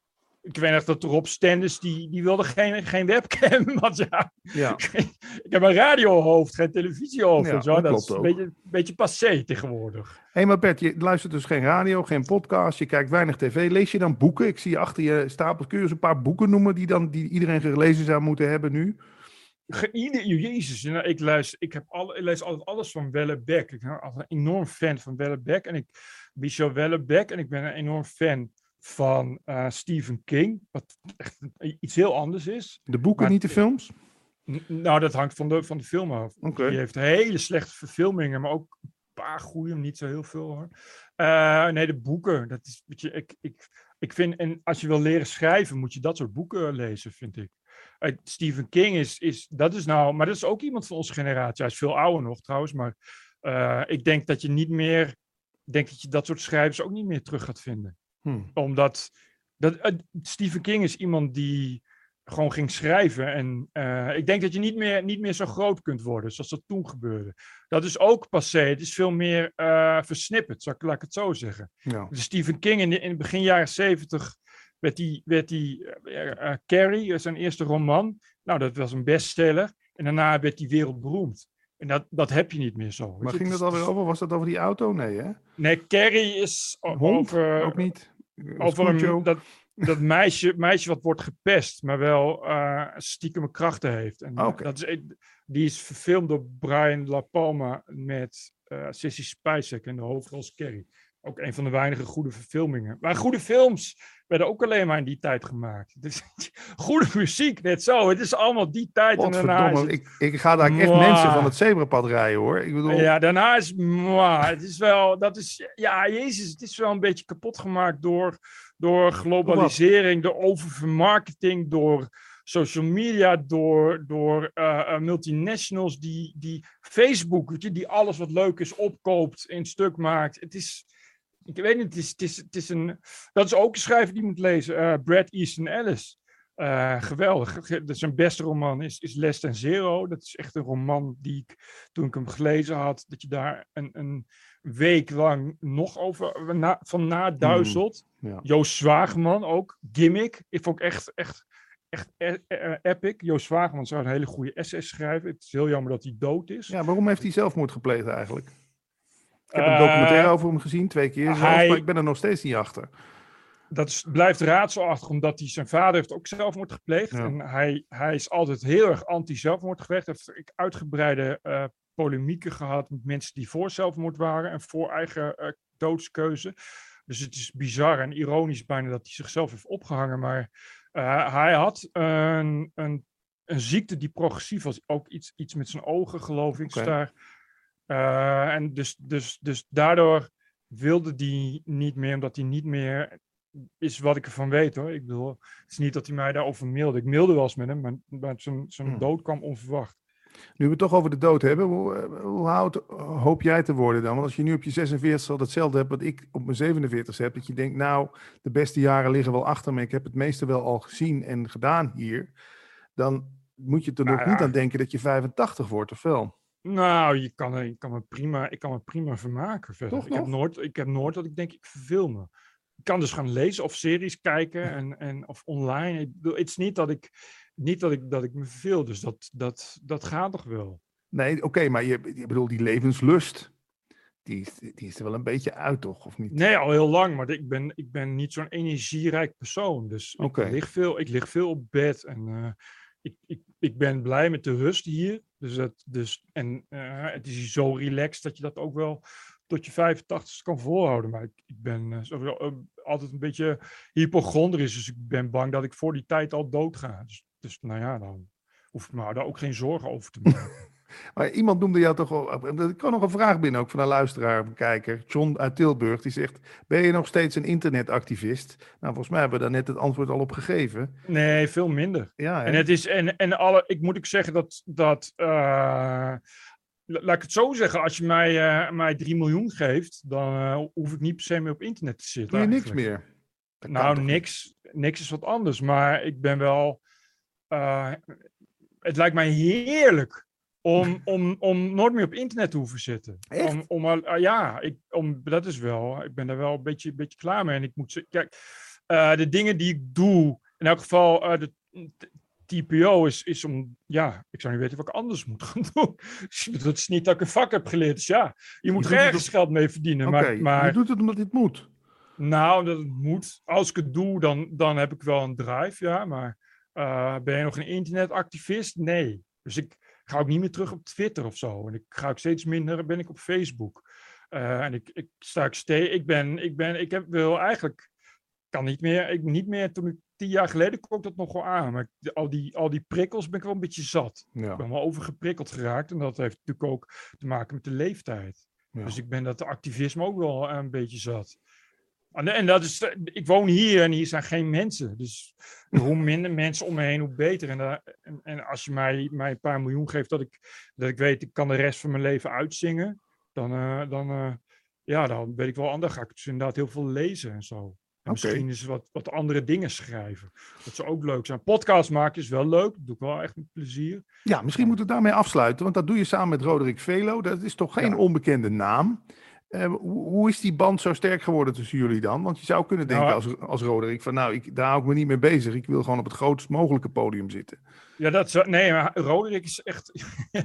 Speaker 1: Ik weet nog dat Rob Stenders, die, die wilde geen, geen webcam. Want ja,
Speaker 2: Ja.
Speaker 1: ik heb een radiohoofd, geen televisiehoofd.
Speaker 2: Ja,
Speaker 1: en zo.
Speaker 2: dat
Speaker 1: Dat,
Speaker 2: klopt
Speaker 1: is een
Speaker 2: ook.
Speaker 1: beetje, een beetje passé tegenwoordig.
Speaker 2: Hé, hey, maar Bert, je luistert dus geen radio, geen podcast, je kijkt weinig tv. Lees je dan boeken? Ik zie achter je stapels. Kun je eens een paar boeken noemen die, dan, die iedereen gelezen zou moeten hebben nu?
Speaker 1: Ge- ieder- Jezus, nou, ik, luister, ik, heb alle, ik lees altijd alles van Wellebeck. Ik ben altijd een enorm fan van Wellebeck. En ik, Michel Wellebeck. En ik ben een enorm fan van uh, Stephen King. Wat echt iets heel anders is.
Speaker 2: De boeken,
Speaker 1: Maar-
Speaker 2: niet de films?
Speaker 1: N- Nou, dat hangt van de, van de film af.
Speaker 2: Oké.
Speaker 1: Die heeft hele slechte verfilmingen, maar ook een paar goede, niet zo heel veel hoor. Eh, nee, de boeken. Dat is, weet je, ik, ik, ik vind, en als je wil leren schrijven, moet je dat soort boeken lezen, vind ik. Eh, Stephen King is, is, dat is nou, maar dat is ook iemand van onze generatie. Hij is veel ouder nog trouwens, maar eh, ik denk dat je niet meer, ik denk dat je dat soort schrijvers ook niet meer terug gaat vinden.
Speaker 2: Hm.
Speaker 1: Omdat dat, uh, Stephen King is iemand die gewoon ging schrijven. En uh, ik denk dat je niet meer, niet meer zo groot kunt worden, zoals dat toen gebeurde. Dat is ook passé. Het is veel meer uh, versnipperd, zou ik, laat ik het zo zeggen.
Speaker 2: Ja.
Speaker 1: Dus Stephen King in, de, in het begin jaren zeventig werd die, werd die uh, uh, Carrie, zijn eerste roman. Nou, dat was een bestseller. En daarna werd die wereldberoemd. En dat, dat heb je niet meer zo.
Speaker 2: Maar
Speaker 1: je?
Speaker 2: ging
Speaker 1: Het
Speaker 2: dat
Speaker 1: is-
Speaker 2: alweer over? Was dat over die auto? Nee, hè?
Speaker 1: Nee, Carrie is o-
Speaker 2: Hond?
Speaker 1: over...
Speaker 2: Ook niet? Een
Speaker 1: Over
Speaker 2: Scuccio?
Speaker 1: een, dat, dat meisje, meisje wat wordt gepest, maar wel uh, stiekeme krachten heeft. En, uh,
Speaker 2: Oké.
Speaker 1: dat is, die is verfilmd door Brian La Palma met uh, Sissy Spacek in de hoofdrol als Carrie. Ook een van de weinige goede verfilmingen. Maar goede films werden ook alleen maar in die tijd gemaakt. Dus, goede muziek, net zo. Het is allemaal die tijd. En daarna is
Speaker 2: Godverdomme,
Speaker 1: het,
Speaker 2: ik, ik ga daar echt
Speaker 1: Mwah.
Speaker 2: mensen van het zebrapad rijden, hoor. Ik bedoel,
Speaker 1: ja, daarna is mwah, het is wel, dat is, ja, jezus, het is wel een beetje kapot gemaakt door, door globalisering, door oververmarketing, door social media, door, door uh, uh, multinationals die, die Facebook, weet je, die alles wat leuk is opkoopt, in stuk maakt. Het is, ik weet niet, het is, het is, het is een, dat is ook een schrijver die moet lezen, uh, Bret Easton Ellis. Uh, geweldig. Dat is zijn beste roman, is, is Less Than Zero. Dat is echt een roman die ik, toen ik hem gelezen had, dat je daar een, een week lang nog over na, van naduizelt.
Speaker 2: Mm, ja.
Speaker 1: Joost Zwageman ook. Gimmick. Ik vond echt, echt, echt e- e- epic. Joost Zwageman zou een hele goede essays schrijven. Het is heel jammer dat hij dood is.
Speaker 2: Ja, waarom heeft hij zelfmoord gepleegd eigenlijk? Ik heb
Speaker 1: Uh,
Speaker 2: een documentaire over hem gezien, twee keer zelfs,
Speaker 1: hij-
Speaker 2: maar ik ben er nog steeds niet achter.
Speaker 1: Dat is, blijft raadselachtig, omdat hij, zijn vader heeft ook zelfmoord gepleegd.
Speaker 2: Ja.
Speaker 1: En hij, hij is altijd heel erg anti-zelfmoord geweest. Hij heeft uitgebreide uh, polemieken gehad met mensen die voor zelfmoord waren en voor eigen uh, doodskeuze. Dus het is bizar en ironisch bijna dat hij zichzelf heeft opgehangen. Maar uh, hij had een, een, een ziekte die progressief was. Ook iets, iets met zijn ogen, geloof ik.
Speaker 2: Okay.
Speaker 1: Daar. Uh, en dus, dus, dus daardoor wilde hij niet meer, omdat hij niet meer... is wat ik ervan weet hoor. Ik bedoel, het is niet dat hij mij daarover mailde. Ik mailde wel eens met hem, maar, maar zijn, zijn
Speaker 2: Hmm.
Speaker 1: dood kwam onverwacht.
Speaker 2: Nu we het toch over de dood hebben, hoe, hoe oud hoop jij te worden dan? Want als je nu op je zesenveertigste al hetzelfde hebt wat ik op mijn zevenenveertigste heb, dat je denkt, nou, de beste jaren liggen wel achter me, ik heb het meeste wel al gezien en gedaan hier, dan moet je er
Speaker 1: Nou
Speaker 2: nog
Speaker 1: ja.
Speaker 2: niet aan denken dat je vijfentachtig wordt, of wel?
Speaker 1: Nou, je kan, je kan me prima, ik kan me prima vermaken verder.
Speaker 2: Toch
Speaker 1: ik, heb
Speaker 2: nog?
Speaker 1: nooit, ik heb nooit dat ik denk, ik verveel me. Ik kan dus gaan lezen of series kijken en, en, of online. Ik bedoel, het is niet dat ik, niet dat ik, dat ik me verveel, dus dat, dat, dat gaat toch wel.
Speaker 2: Nee, oké, okay, maar je, je bedoelt die levenslust, die, is- die is er wel een beetje uit, toch? Of niet?
Speaker 1: Nee, al heel lang, maar ik ben, ik ben niet zo'n energierijk persoon. Dus
Speaker 2: Oké.
Speaker 1: ik, lig veel, ik lig veel op bed en uh, ik, ik, ik ben blij met de rust hier. Dus dat, dus, en uh, het is hier zo relaxed dat je dat ook wel tot je vijfentachtigste kan volhouden. Maar ik, ik ben uh, sowieso, uh, altijd een beetje hypochondrisch, dus ik ben bang dat ik voor die tijd al dood ga. Dus, dus nou ja, dan hoef ik me daar ook geen zorgen over te maken.
Speaker 2: Maar iemand noemde jou toch wel... Er kwam nog een vraag binnen, ook van een luisteraar, een kijker. John uit Tilburg, die zegt... Ben je nog steeds een internetactivist? Nou, volgens mij hebben we daar net het antwoord al op gegeven.
Speaker 1: Nee, veel minder.
Speaker 2: Ja, hè?
Speaker 1: En het is, en, en alle, ik moet ook zeggen dat, dat uh, laat ik het zo zeggen, als je mij, uh, mij drie miljoen geeft, dan uh, hoef ik niet per se meer op internet te zitten.
Speaker 2: Doe je niks
Speaker 1: eigenlijk.
Speaker 2: meer? Dat kan
Speaker 1: Nou,
Speaker 2: toch niet?
Speaker 1: niks, niks is wat anders, maar ik ben wel, uh, het lijkt mij heerlijk om, om, om nooit meer op internet te hoeven zitten.
Speaker 2: Echt?
Speaker 1: Om, om, uh, ja, ik, om, dat is wel, ik ben daar wel een beetje, een beetje klaar mee. En ik moet zeggen, kijk, uh, de dingen die ik doe, in elk geval uh, de T P O is, is om, ja, ik zou niet weten wat ik anders moet gaan doen. Dat is niet dat ik een vak heb geleerd, dus ja, je moet je er ergens op... geld mee verdienen.
Speaker 2: Oké, okay,
Speaker 1: maar, maar...
Speaker 2: je doet het omdat dit moet.
Speaker 1: Nou, dat het moet. Als ik het doe, dan, dan heb ik wel een drive, ja, maar uh, ben je nog een internetactivist? Nee. Dus ik ga ook niet meer terug op Twitter of zo. En ik ga ook steeds minder, ben ik op Facebook. Uh, en ik, ik sta ik steeds, ik ben, ik ben, ik heb wil eigenlijk, kan niet meer, ik niet meer, toen ik tien jaar geleden kon ik dat nog wel aan. Maar ik, al, die, al die prikkels ben ik wel een beetje zat. Ja. Ik ben wel overgeprikkeld geraakt en dat heeft natuurlijk ook te maken met de leeftijd. Ja. Dus ik ben dat activisme ook wel een beetje zat. En dat is, ik woon hier en hier zijn geen mensen. Dus hoe minder mensen om me heen, hoe beter. En, uh, en, en als je mij, mij een paar miljoen geeft, dat ik, dat ik weet, ik kan de rest van mijn leven uitzingen. Dan, uh, dan, uh, ja, dan weet ik wel anders. Ga ik dus inderdaad heel veel lezen en zo. En okay. Misschien eens wat, wat andere dingen schrijven. Dat zou ook leuk zijn. Podcast maken is wel leuk. Dat doe ik wel echt met plezier.
Speaker 2: Ja, misschien moeten we daarmee afsluiten. Want dat doe je samen met Roderick Velo. Dat is toch geen ja. onbekende naam. Uh, hoe, hoe is die band zo sterk geworden tussen jullie dan? Want je zou kunnen denken nou, als, als Roderick van nou, ik, daar hou ik me niet mee bezig. Ik wil gewoon op het grootst mogelijke podium zitten.
Speaker 1: Ja, dat is, nee, maar Roderick is echt,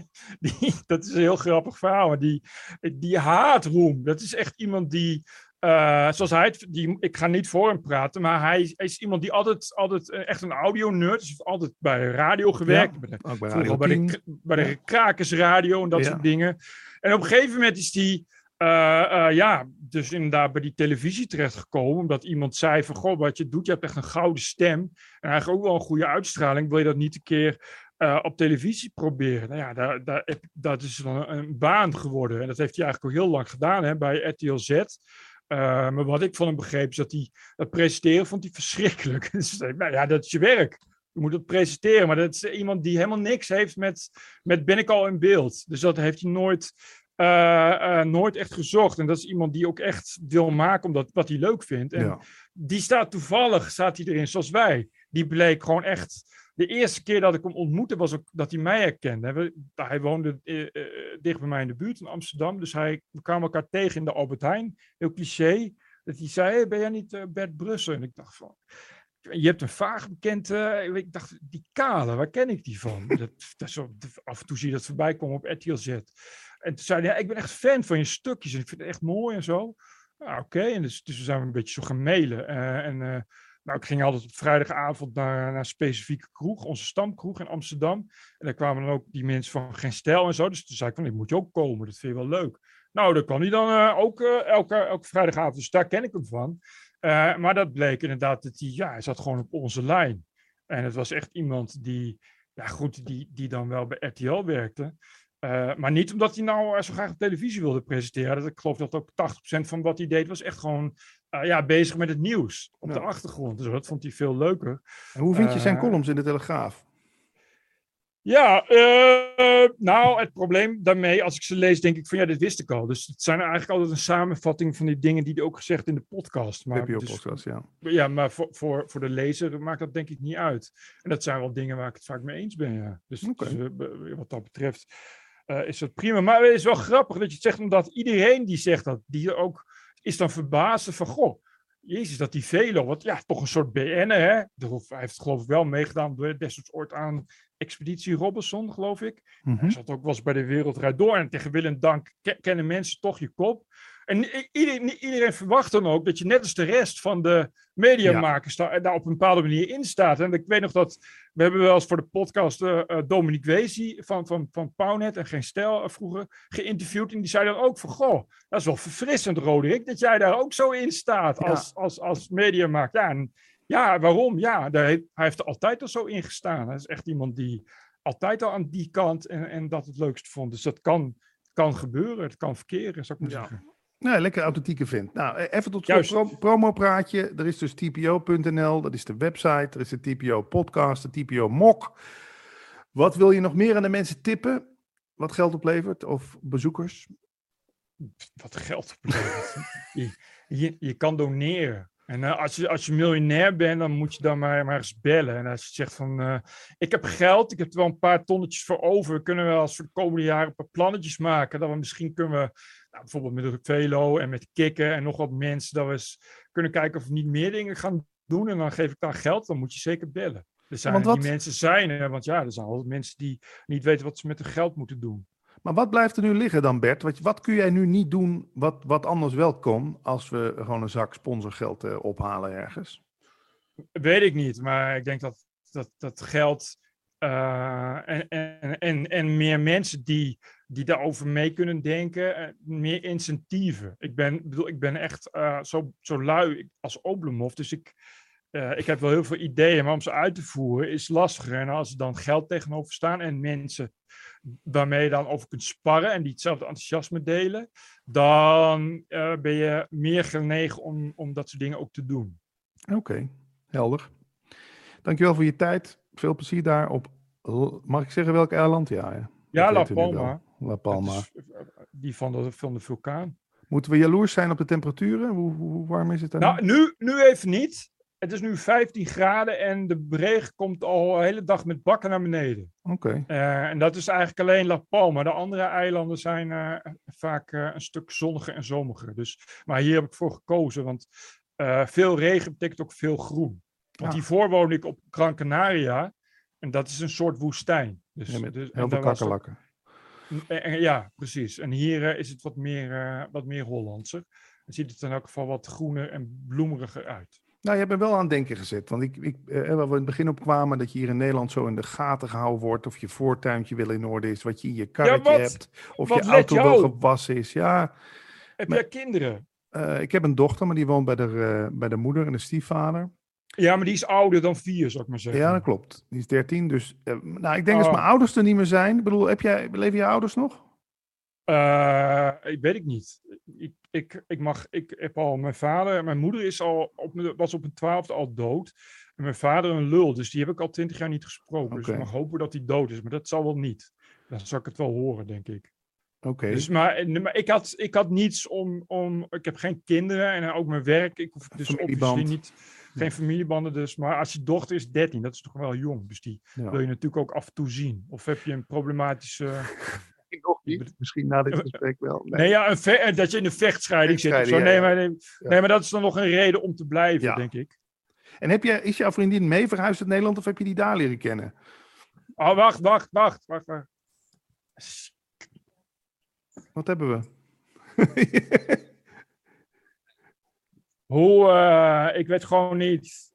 Speaker 1: die, dat is een heel grappig verhaal. Maar die, die haat roem. Dat is echt iemand die, uh, zoals hij het, die, ik ga niet voor hem praten, maar hij, hij is iemand die altijd, altijd echt een audio-nerd is. Heeft altijd bij de radio gewerkt. Ja, bij de,
Speaker 2: bij, radio
Speaker 1: bij de, bij de ja. Krakersradio en dat ja. soort dingen. En op een gegeven moment is die... Uh, uh, ja, dus inderdaad bij die televisie terechtgekomen. Omdat iemand zei van, goh, wat je doet, je hebt echt een gouden stem. En eigenlijk ook wel een goede uitstraling. Wil je dat niet een keer uh, op televisie proberen? Nou ja, daar, daar, dat is dan een baan geworden. En dat heeft hij eigenlijk al heel lang gedaan, hè, bij R T L Z. Uh, maar wat ik van hem begreep, is dat hij dat presenteren vond hij verschrikkelijk. Dus nou ja, dat is je werk. Je moet het presenteren. Maar dat is iemand die helemaal niks heeft met, met ben ik al in beeld. Dus dat heeft hij nooit... Uh, uh, nooit echt gezocht. En dat is iemand die ook echt wil maken omdat wat hij leuk vindt. En ja. die staat toevallig, staat hij erin zoals wij. Die bleek gewoon echt... De eerste keer dat ik hem ontmoette was ook dat hij mij herkende. We, hij woonde uh, uh, dicht bij mij in de buurt in Amsterdam. Dus hij, we kwamen elkaar tegen in de Albert Heijn. Heel cliché. Dat hij zei, hey, ben jij niet uh, Bert Brussen? En ik dacht van... Je hebt een vaag bekend... Uh, ik dacht, die kale, waar ken ik die van? dat, dat zo, af en toe zie je dat voorbij komen op R T L Z. En toen zei hij, ja, ik ben echt fan van je stukjes en ik vind het echt mooi en zo. Nou, oké, okay. En dus, dus we zijn een beetje zo gaan mailen. Uh, en uh, nou, ik ging altijd op vrijdagavond naar, naar een specifieke kroeg, onze stamkroeg in Amsterdam. En daar kwamen dan ook die mensen van Geen Stijl en zo. Dus toen zei ik van, ik moet je ook komen, dat vind je wel leuk. Nou, daar kwam hij dan uh, ook uh, elke, elke vrijdagavond, dus daar ken ik hem van. Uh, maar dat bleek inderdaad dat hij, ja, hij zat gewoon op onze lijn. En het was echt iemand die, ja goed, die, die dan wel bij R T L werkte. Uh, maar niet omdat hij nou zo graag op televisie wilde presenteren. Dat, ik geloof dat ook tachtig procent van wat hij deed was echt gewoon uh, ja, bezig met het nieuws op ja. de achtergrond. Dus dat vond hij veel leuker.
Speaker 2: En hoe vind je zijn uh, columns in de Telegraaf?
Speaker 1: Ja, uh, nou het probleem daarmee, als ik ze lees, denk ik van ja, dit wist ik al. Dus het zijn eigenlijk altijd een samenvatting van die dingen die hij ook gezegd in de podcast. Maar
Speaker 2: T P O-podcast, dus, ja.
Speaker 1: Ja, maar voor, voor, voor de lezer maakt dat denk ik niet uit. En dat zijn wel dingen waar ik het vaak mee eens ben, ja. Dus, okay. dus uh, wat dat betreft... Uh, is dat prima. Maar het is wel grappig dat je het zegt, omdat iedereen die zegt dat, die ook is dan verbaasd van, goh, jezus, dat die Velo, wat ja, toch een soort B N'er, hè? Hij heeft geloof ik wel meegedaan door destijds ooit aan Expeditie Robinson, geloof ik. Mm-hmm. Hij zat ook wel eens bij de Wereld Draait Door en tegen wil en dank ke- kennen mensen toch je kop. En iedereen, iedereen verwacht dan ook dat je net als de rest van de mediamakers ja. daar, daar op een bepaalde manier in staat. En ik weet nog dat, we hebben wel eens voor de podcast uh, Dominique Wezi van, van, van Pownet en Geen Stijl uh, vroeger geïnterviewd. En die zei dan ook van, goh, dat is wel verfrissend, Roderick, dat jij daar ook zo in staat als, ja. als, als mediamaker. Ja, en, ja, waarom? Ja, daar heeft, hij heeft er altijd al zo in gestaan. Hij is echt iemand die altijd al aan die kant en, en dat het leukste vond. Dus dat kan, kan gebeuren, het kan verkeren, zou ik maar ja. zeggen.
Speaker 2: Nee, lekker authentieke vent. Nou, even tot slot pro- promopraatje. Er is dus T P O punt N L, dat is de website. Er is de T P O podcast, de T P O Mok. Wat wil je nog meer aan de mensen tippen? Wat geld oplevert of bezoekers?
Speaker 1: Wat geld oplevert? je, je, je kan doneren. En uh, als, je, als je miljonair bent, dan moet je dan maar, maar eens bellen. En als je zegt van, uh, ik heb geld, ik heb er wel een paar tonnetjes voor over. We kunnen wel als voor de komende jaren een paar plannetjes maken. Dat we misschien kunnen we, nou, bijvoorbeeld met de Velo en met Kikken en nog wat mensen, dat we eens kunnen kijken of we niet meer dingen gaan doen en dan geef ik daar geld, dan moet je zeker bellen. Er zijn
Speaker 2: want
Speaker 1: die
Speaker 2: wat-
Speaker 1: mensen zijn er, want ja, er zijn altijd mensen die niet weten wat ze met hun geld moeten doen.
Speaker 2: Maar wat blijft er nu liggen dan, Bert? Wat, wat kun jij nu niet doen wat, wat anders wel kon als we gewoon een zak sponsorgeld eh, ophalen ergens?
Speaker 1: Weet ik niet, maar ik denk dat dat, dat geld uh, en, en, en, en meer mensen die, die daarover mee kunnen denken, uh, meer incentieven. Ik ben, bedoel, ik ben echt uh, zo, zo lui als Oblomov, dus ik, uh, ik heb wel heel veel ideeën, maar om ze uit te voeren is lastiger. En als er dan geld tegenover staan en mensen waarmee je dan over kunt sparren en die hetzelfde enthousiasme delen, dan uh, ben je meer genegen om, om dat soort dingen ook te doen.
Speaker 2: Oké, okay, helder. Dankjewel voor je tijd. Veel plezier daar op, mag ik zeggen welk eiland? Ja, ja.
Speaker 1: Ja, La Palma.
Speaker 2: La Palma.
Speaker 1: Is, die van de, van de vulkaan.
Speaker 2: Moeten we jaloers zijn op de temperaturen? Hoe, hoe warm is het daar?
Speaker 1: Nou, nu, nu even niet. Het is nu vijftien graden en de regen komt al de hele dag met bakken naar beneden.
Speaker 2: Oké. Okay.
Speaker 1: Uh, en dat is eigenlijk alleen La Palma. De andere eilanden zijn uh, vaak uh, een stuk zonniger en zomiger. Dus, maar hier heb ik voor gekozen, want uh, veel regen betekent ook veel groen. Want ah. hiervoor woonde ik op Gran Canaria en dat is een soort woestijn. Dus,
Speaker 2: ja, met
Speaker 1: dus,
Speaker 2: heel veel kakkerlakken.
Speaker 1: Ja, precies. En hier uh, is het wat meer, uh, wat meer Hollandser. Dan ziet het in elk geval wat groener en bloemeriger uit.
Speaker 2: Nou, je hebt me wel aan het denken gezet. Want ik, ik, eh, waar we in het begin op kwamen, dat je hier in Nederland zo in de gaten gehouden wordt. Of je voortuintje wel in orde is, wat je in je karretje ja, wat, hebt. Of je auto wel gewassen is. Ja.
Speaker 1: Heb maar, jij kinderen?
Speaker 2: Uh, ik heb een dochter, maar die woont bij de, uh, bij de moeder en de stiefvader.
Speaker 1: Ja, maar die is ouder dan vier, zou ik maar zeggen.
Speaker 2: Ja, dat klopt. Die is dertien. Dus uh, nou, ik denk oh. dat mijn ouders er niet meer zijn. Ik bedoel, heb jij, leven je ouders nog?
Speaker 1: Uh, ik weet ik niet. Ik, ik, ik, mag, ik heb al mijn vader, mijn moeder is al op, was op mijn twaalfde al dood. En mijn vader een lul, dus die heb ik al twintig jaar niet gesproken. Okay. Dus ik mag hopen dat hij dood is, maar dat zal wel niet. Dan zal ik het wel horen, denk ik.
Speaker 2: Oké. Okay.
Speaker 1: Dus, maar maar ik, had, ik had niets om, om. Ik heb geen kinderen en ook mijn werk. Ik hoef dus obviously niet. Geen ja. familiebanden dus. Maar als je dochter is dertien, dat is toch wel jong. Dus die ja. wil je natuurlijk ook af en toe zien. Of heb je een problematische.
Speaker 2: Ik nog niet. Misschien na dit gesprek wel.
Speaker 1: Nee, nee ja, een ve- dat je in een vechtscheiding, vechtscheiding zit. Of zo. Nee, ja, ja. Maar, nee, ja. nee, maar dat is dan nog een reden om te blijven, ja. denk ik.
Speaker 2: En heb je, is jouw vriendin mee verhuisd uit Nederland of heb je die daar leren kennen?
Speaker 1: Oh, wacht, wacht, wacht, wacht, wacht.
Speaker 2: Wat hebben we?
Speaker 1: Hoe, uh, ik weet gewoon niet.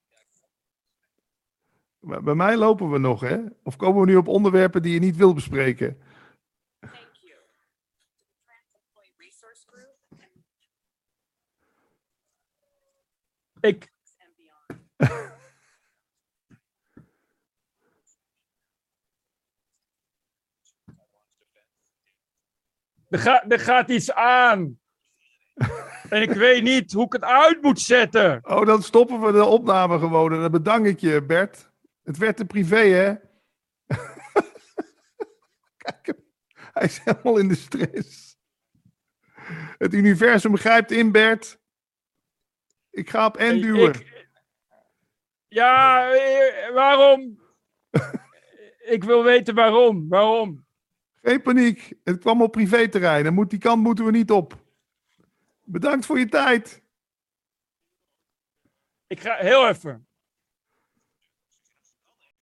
Speaker 2: Maar bij mij lopen we nog, hè? Of komen we nu op onderwerpen die je niet wil bespreken?
Speaker 1: Ik. Er, ga, er gaat iets aan. En ik weet niet hoe ik het uit moet zetten.
Speaker 2: Oh, dan stoppen we de opname gewoon. En dan bedank ik je, Bert. Het werd te privé, hè? Kijk, hij is helemaal in de stress. Het universum grijpt in, Bert. Ik ga op N duwen. Ik,
Speaker 1: ja, waarom? Ik wil weten waarom. Waarom?
Speaker 2: Geen paniek. Het kwam op privéterrein. En moet, die kant moeten we niet op. Bedankt voor je tijd.
Speaker 1: Ik ga heel even.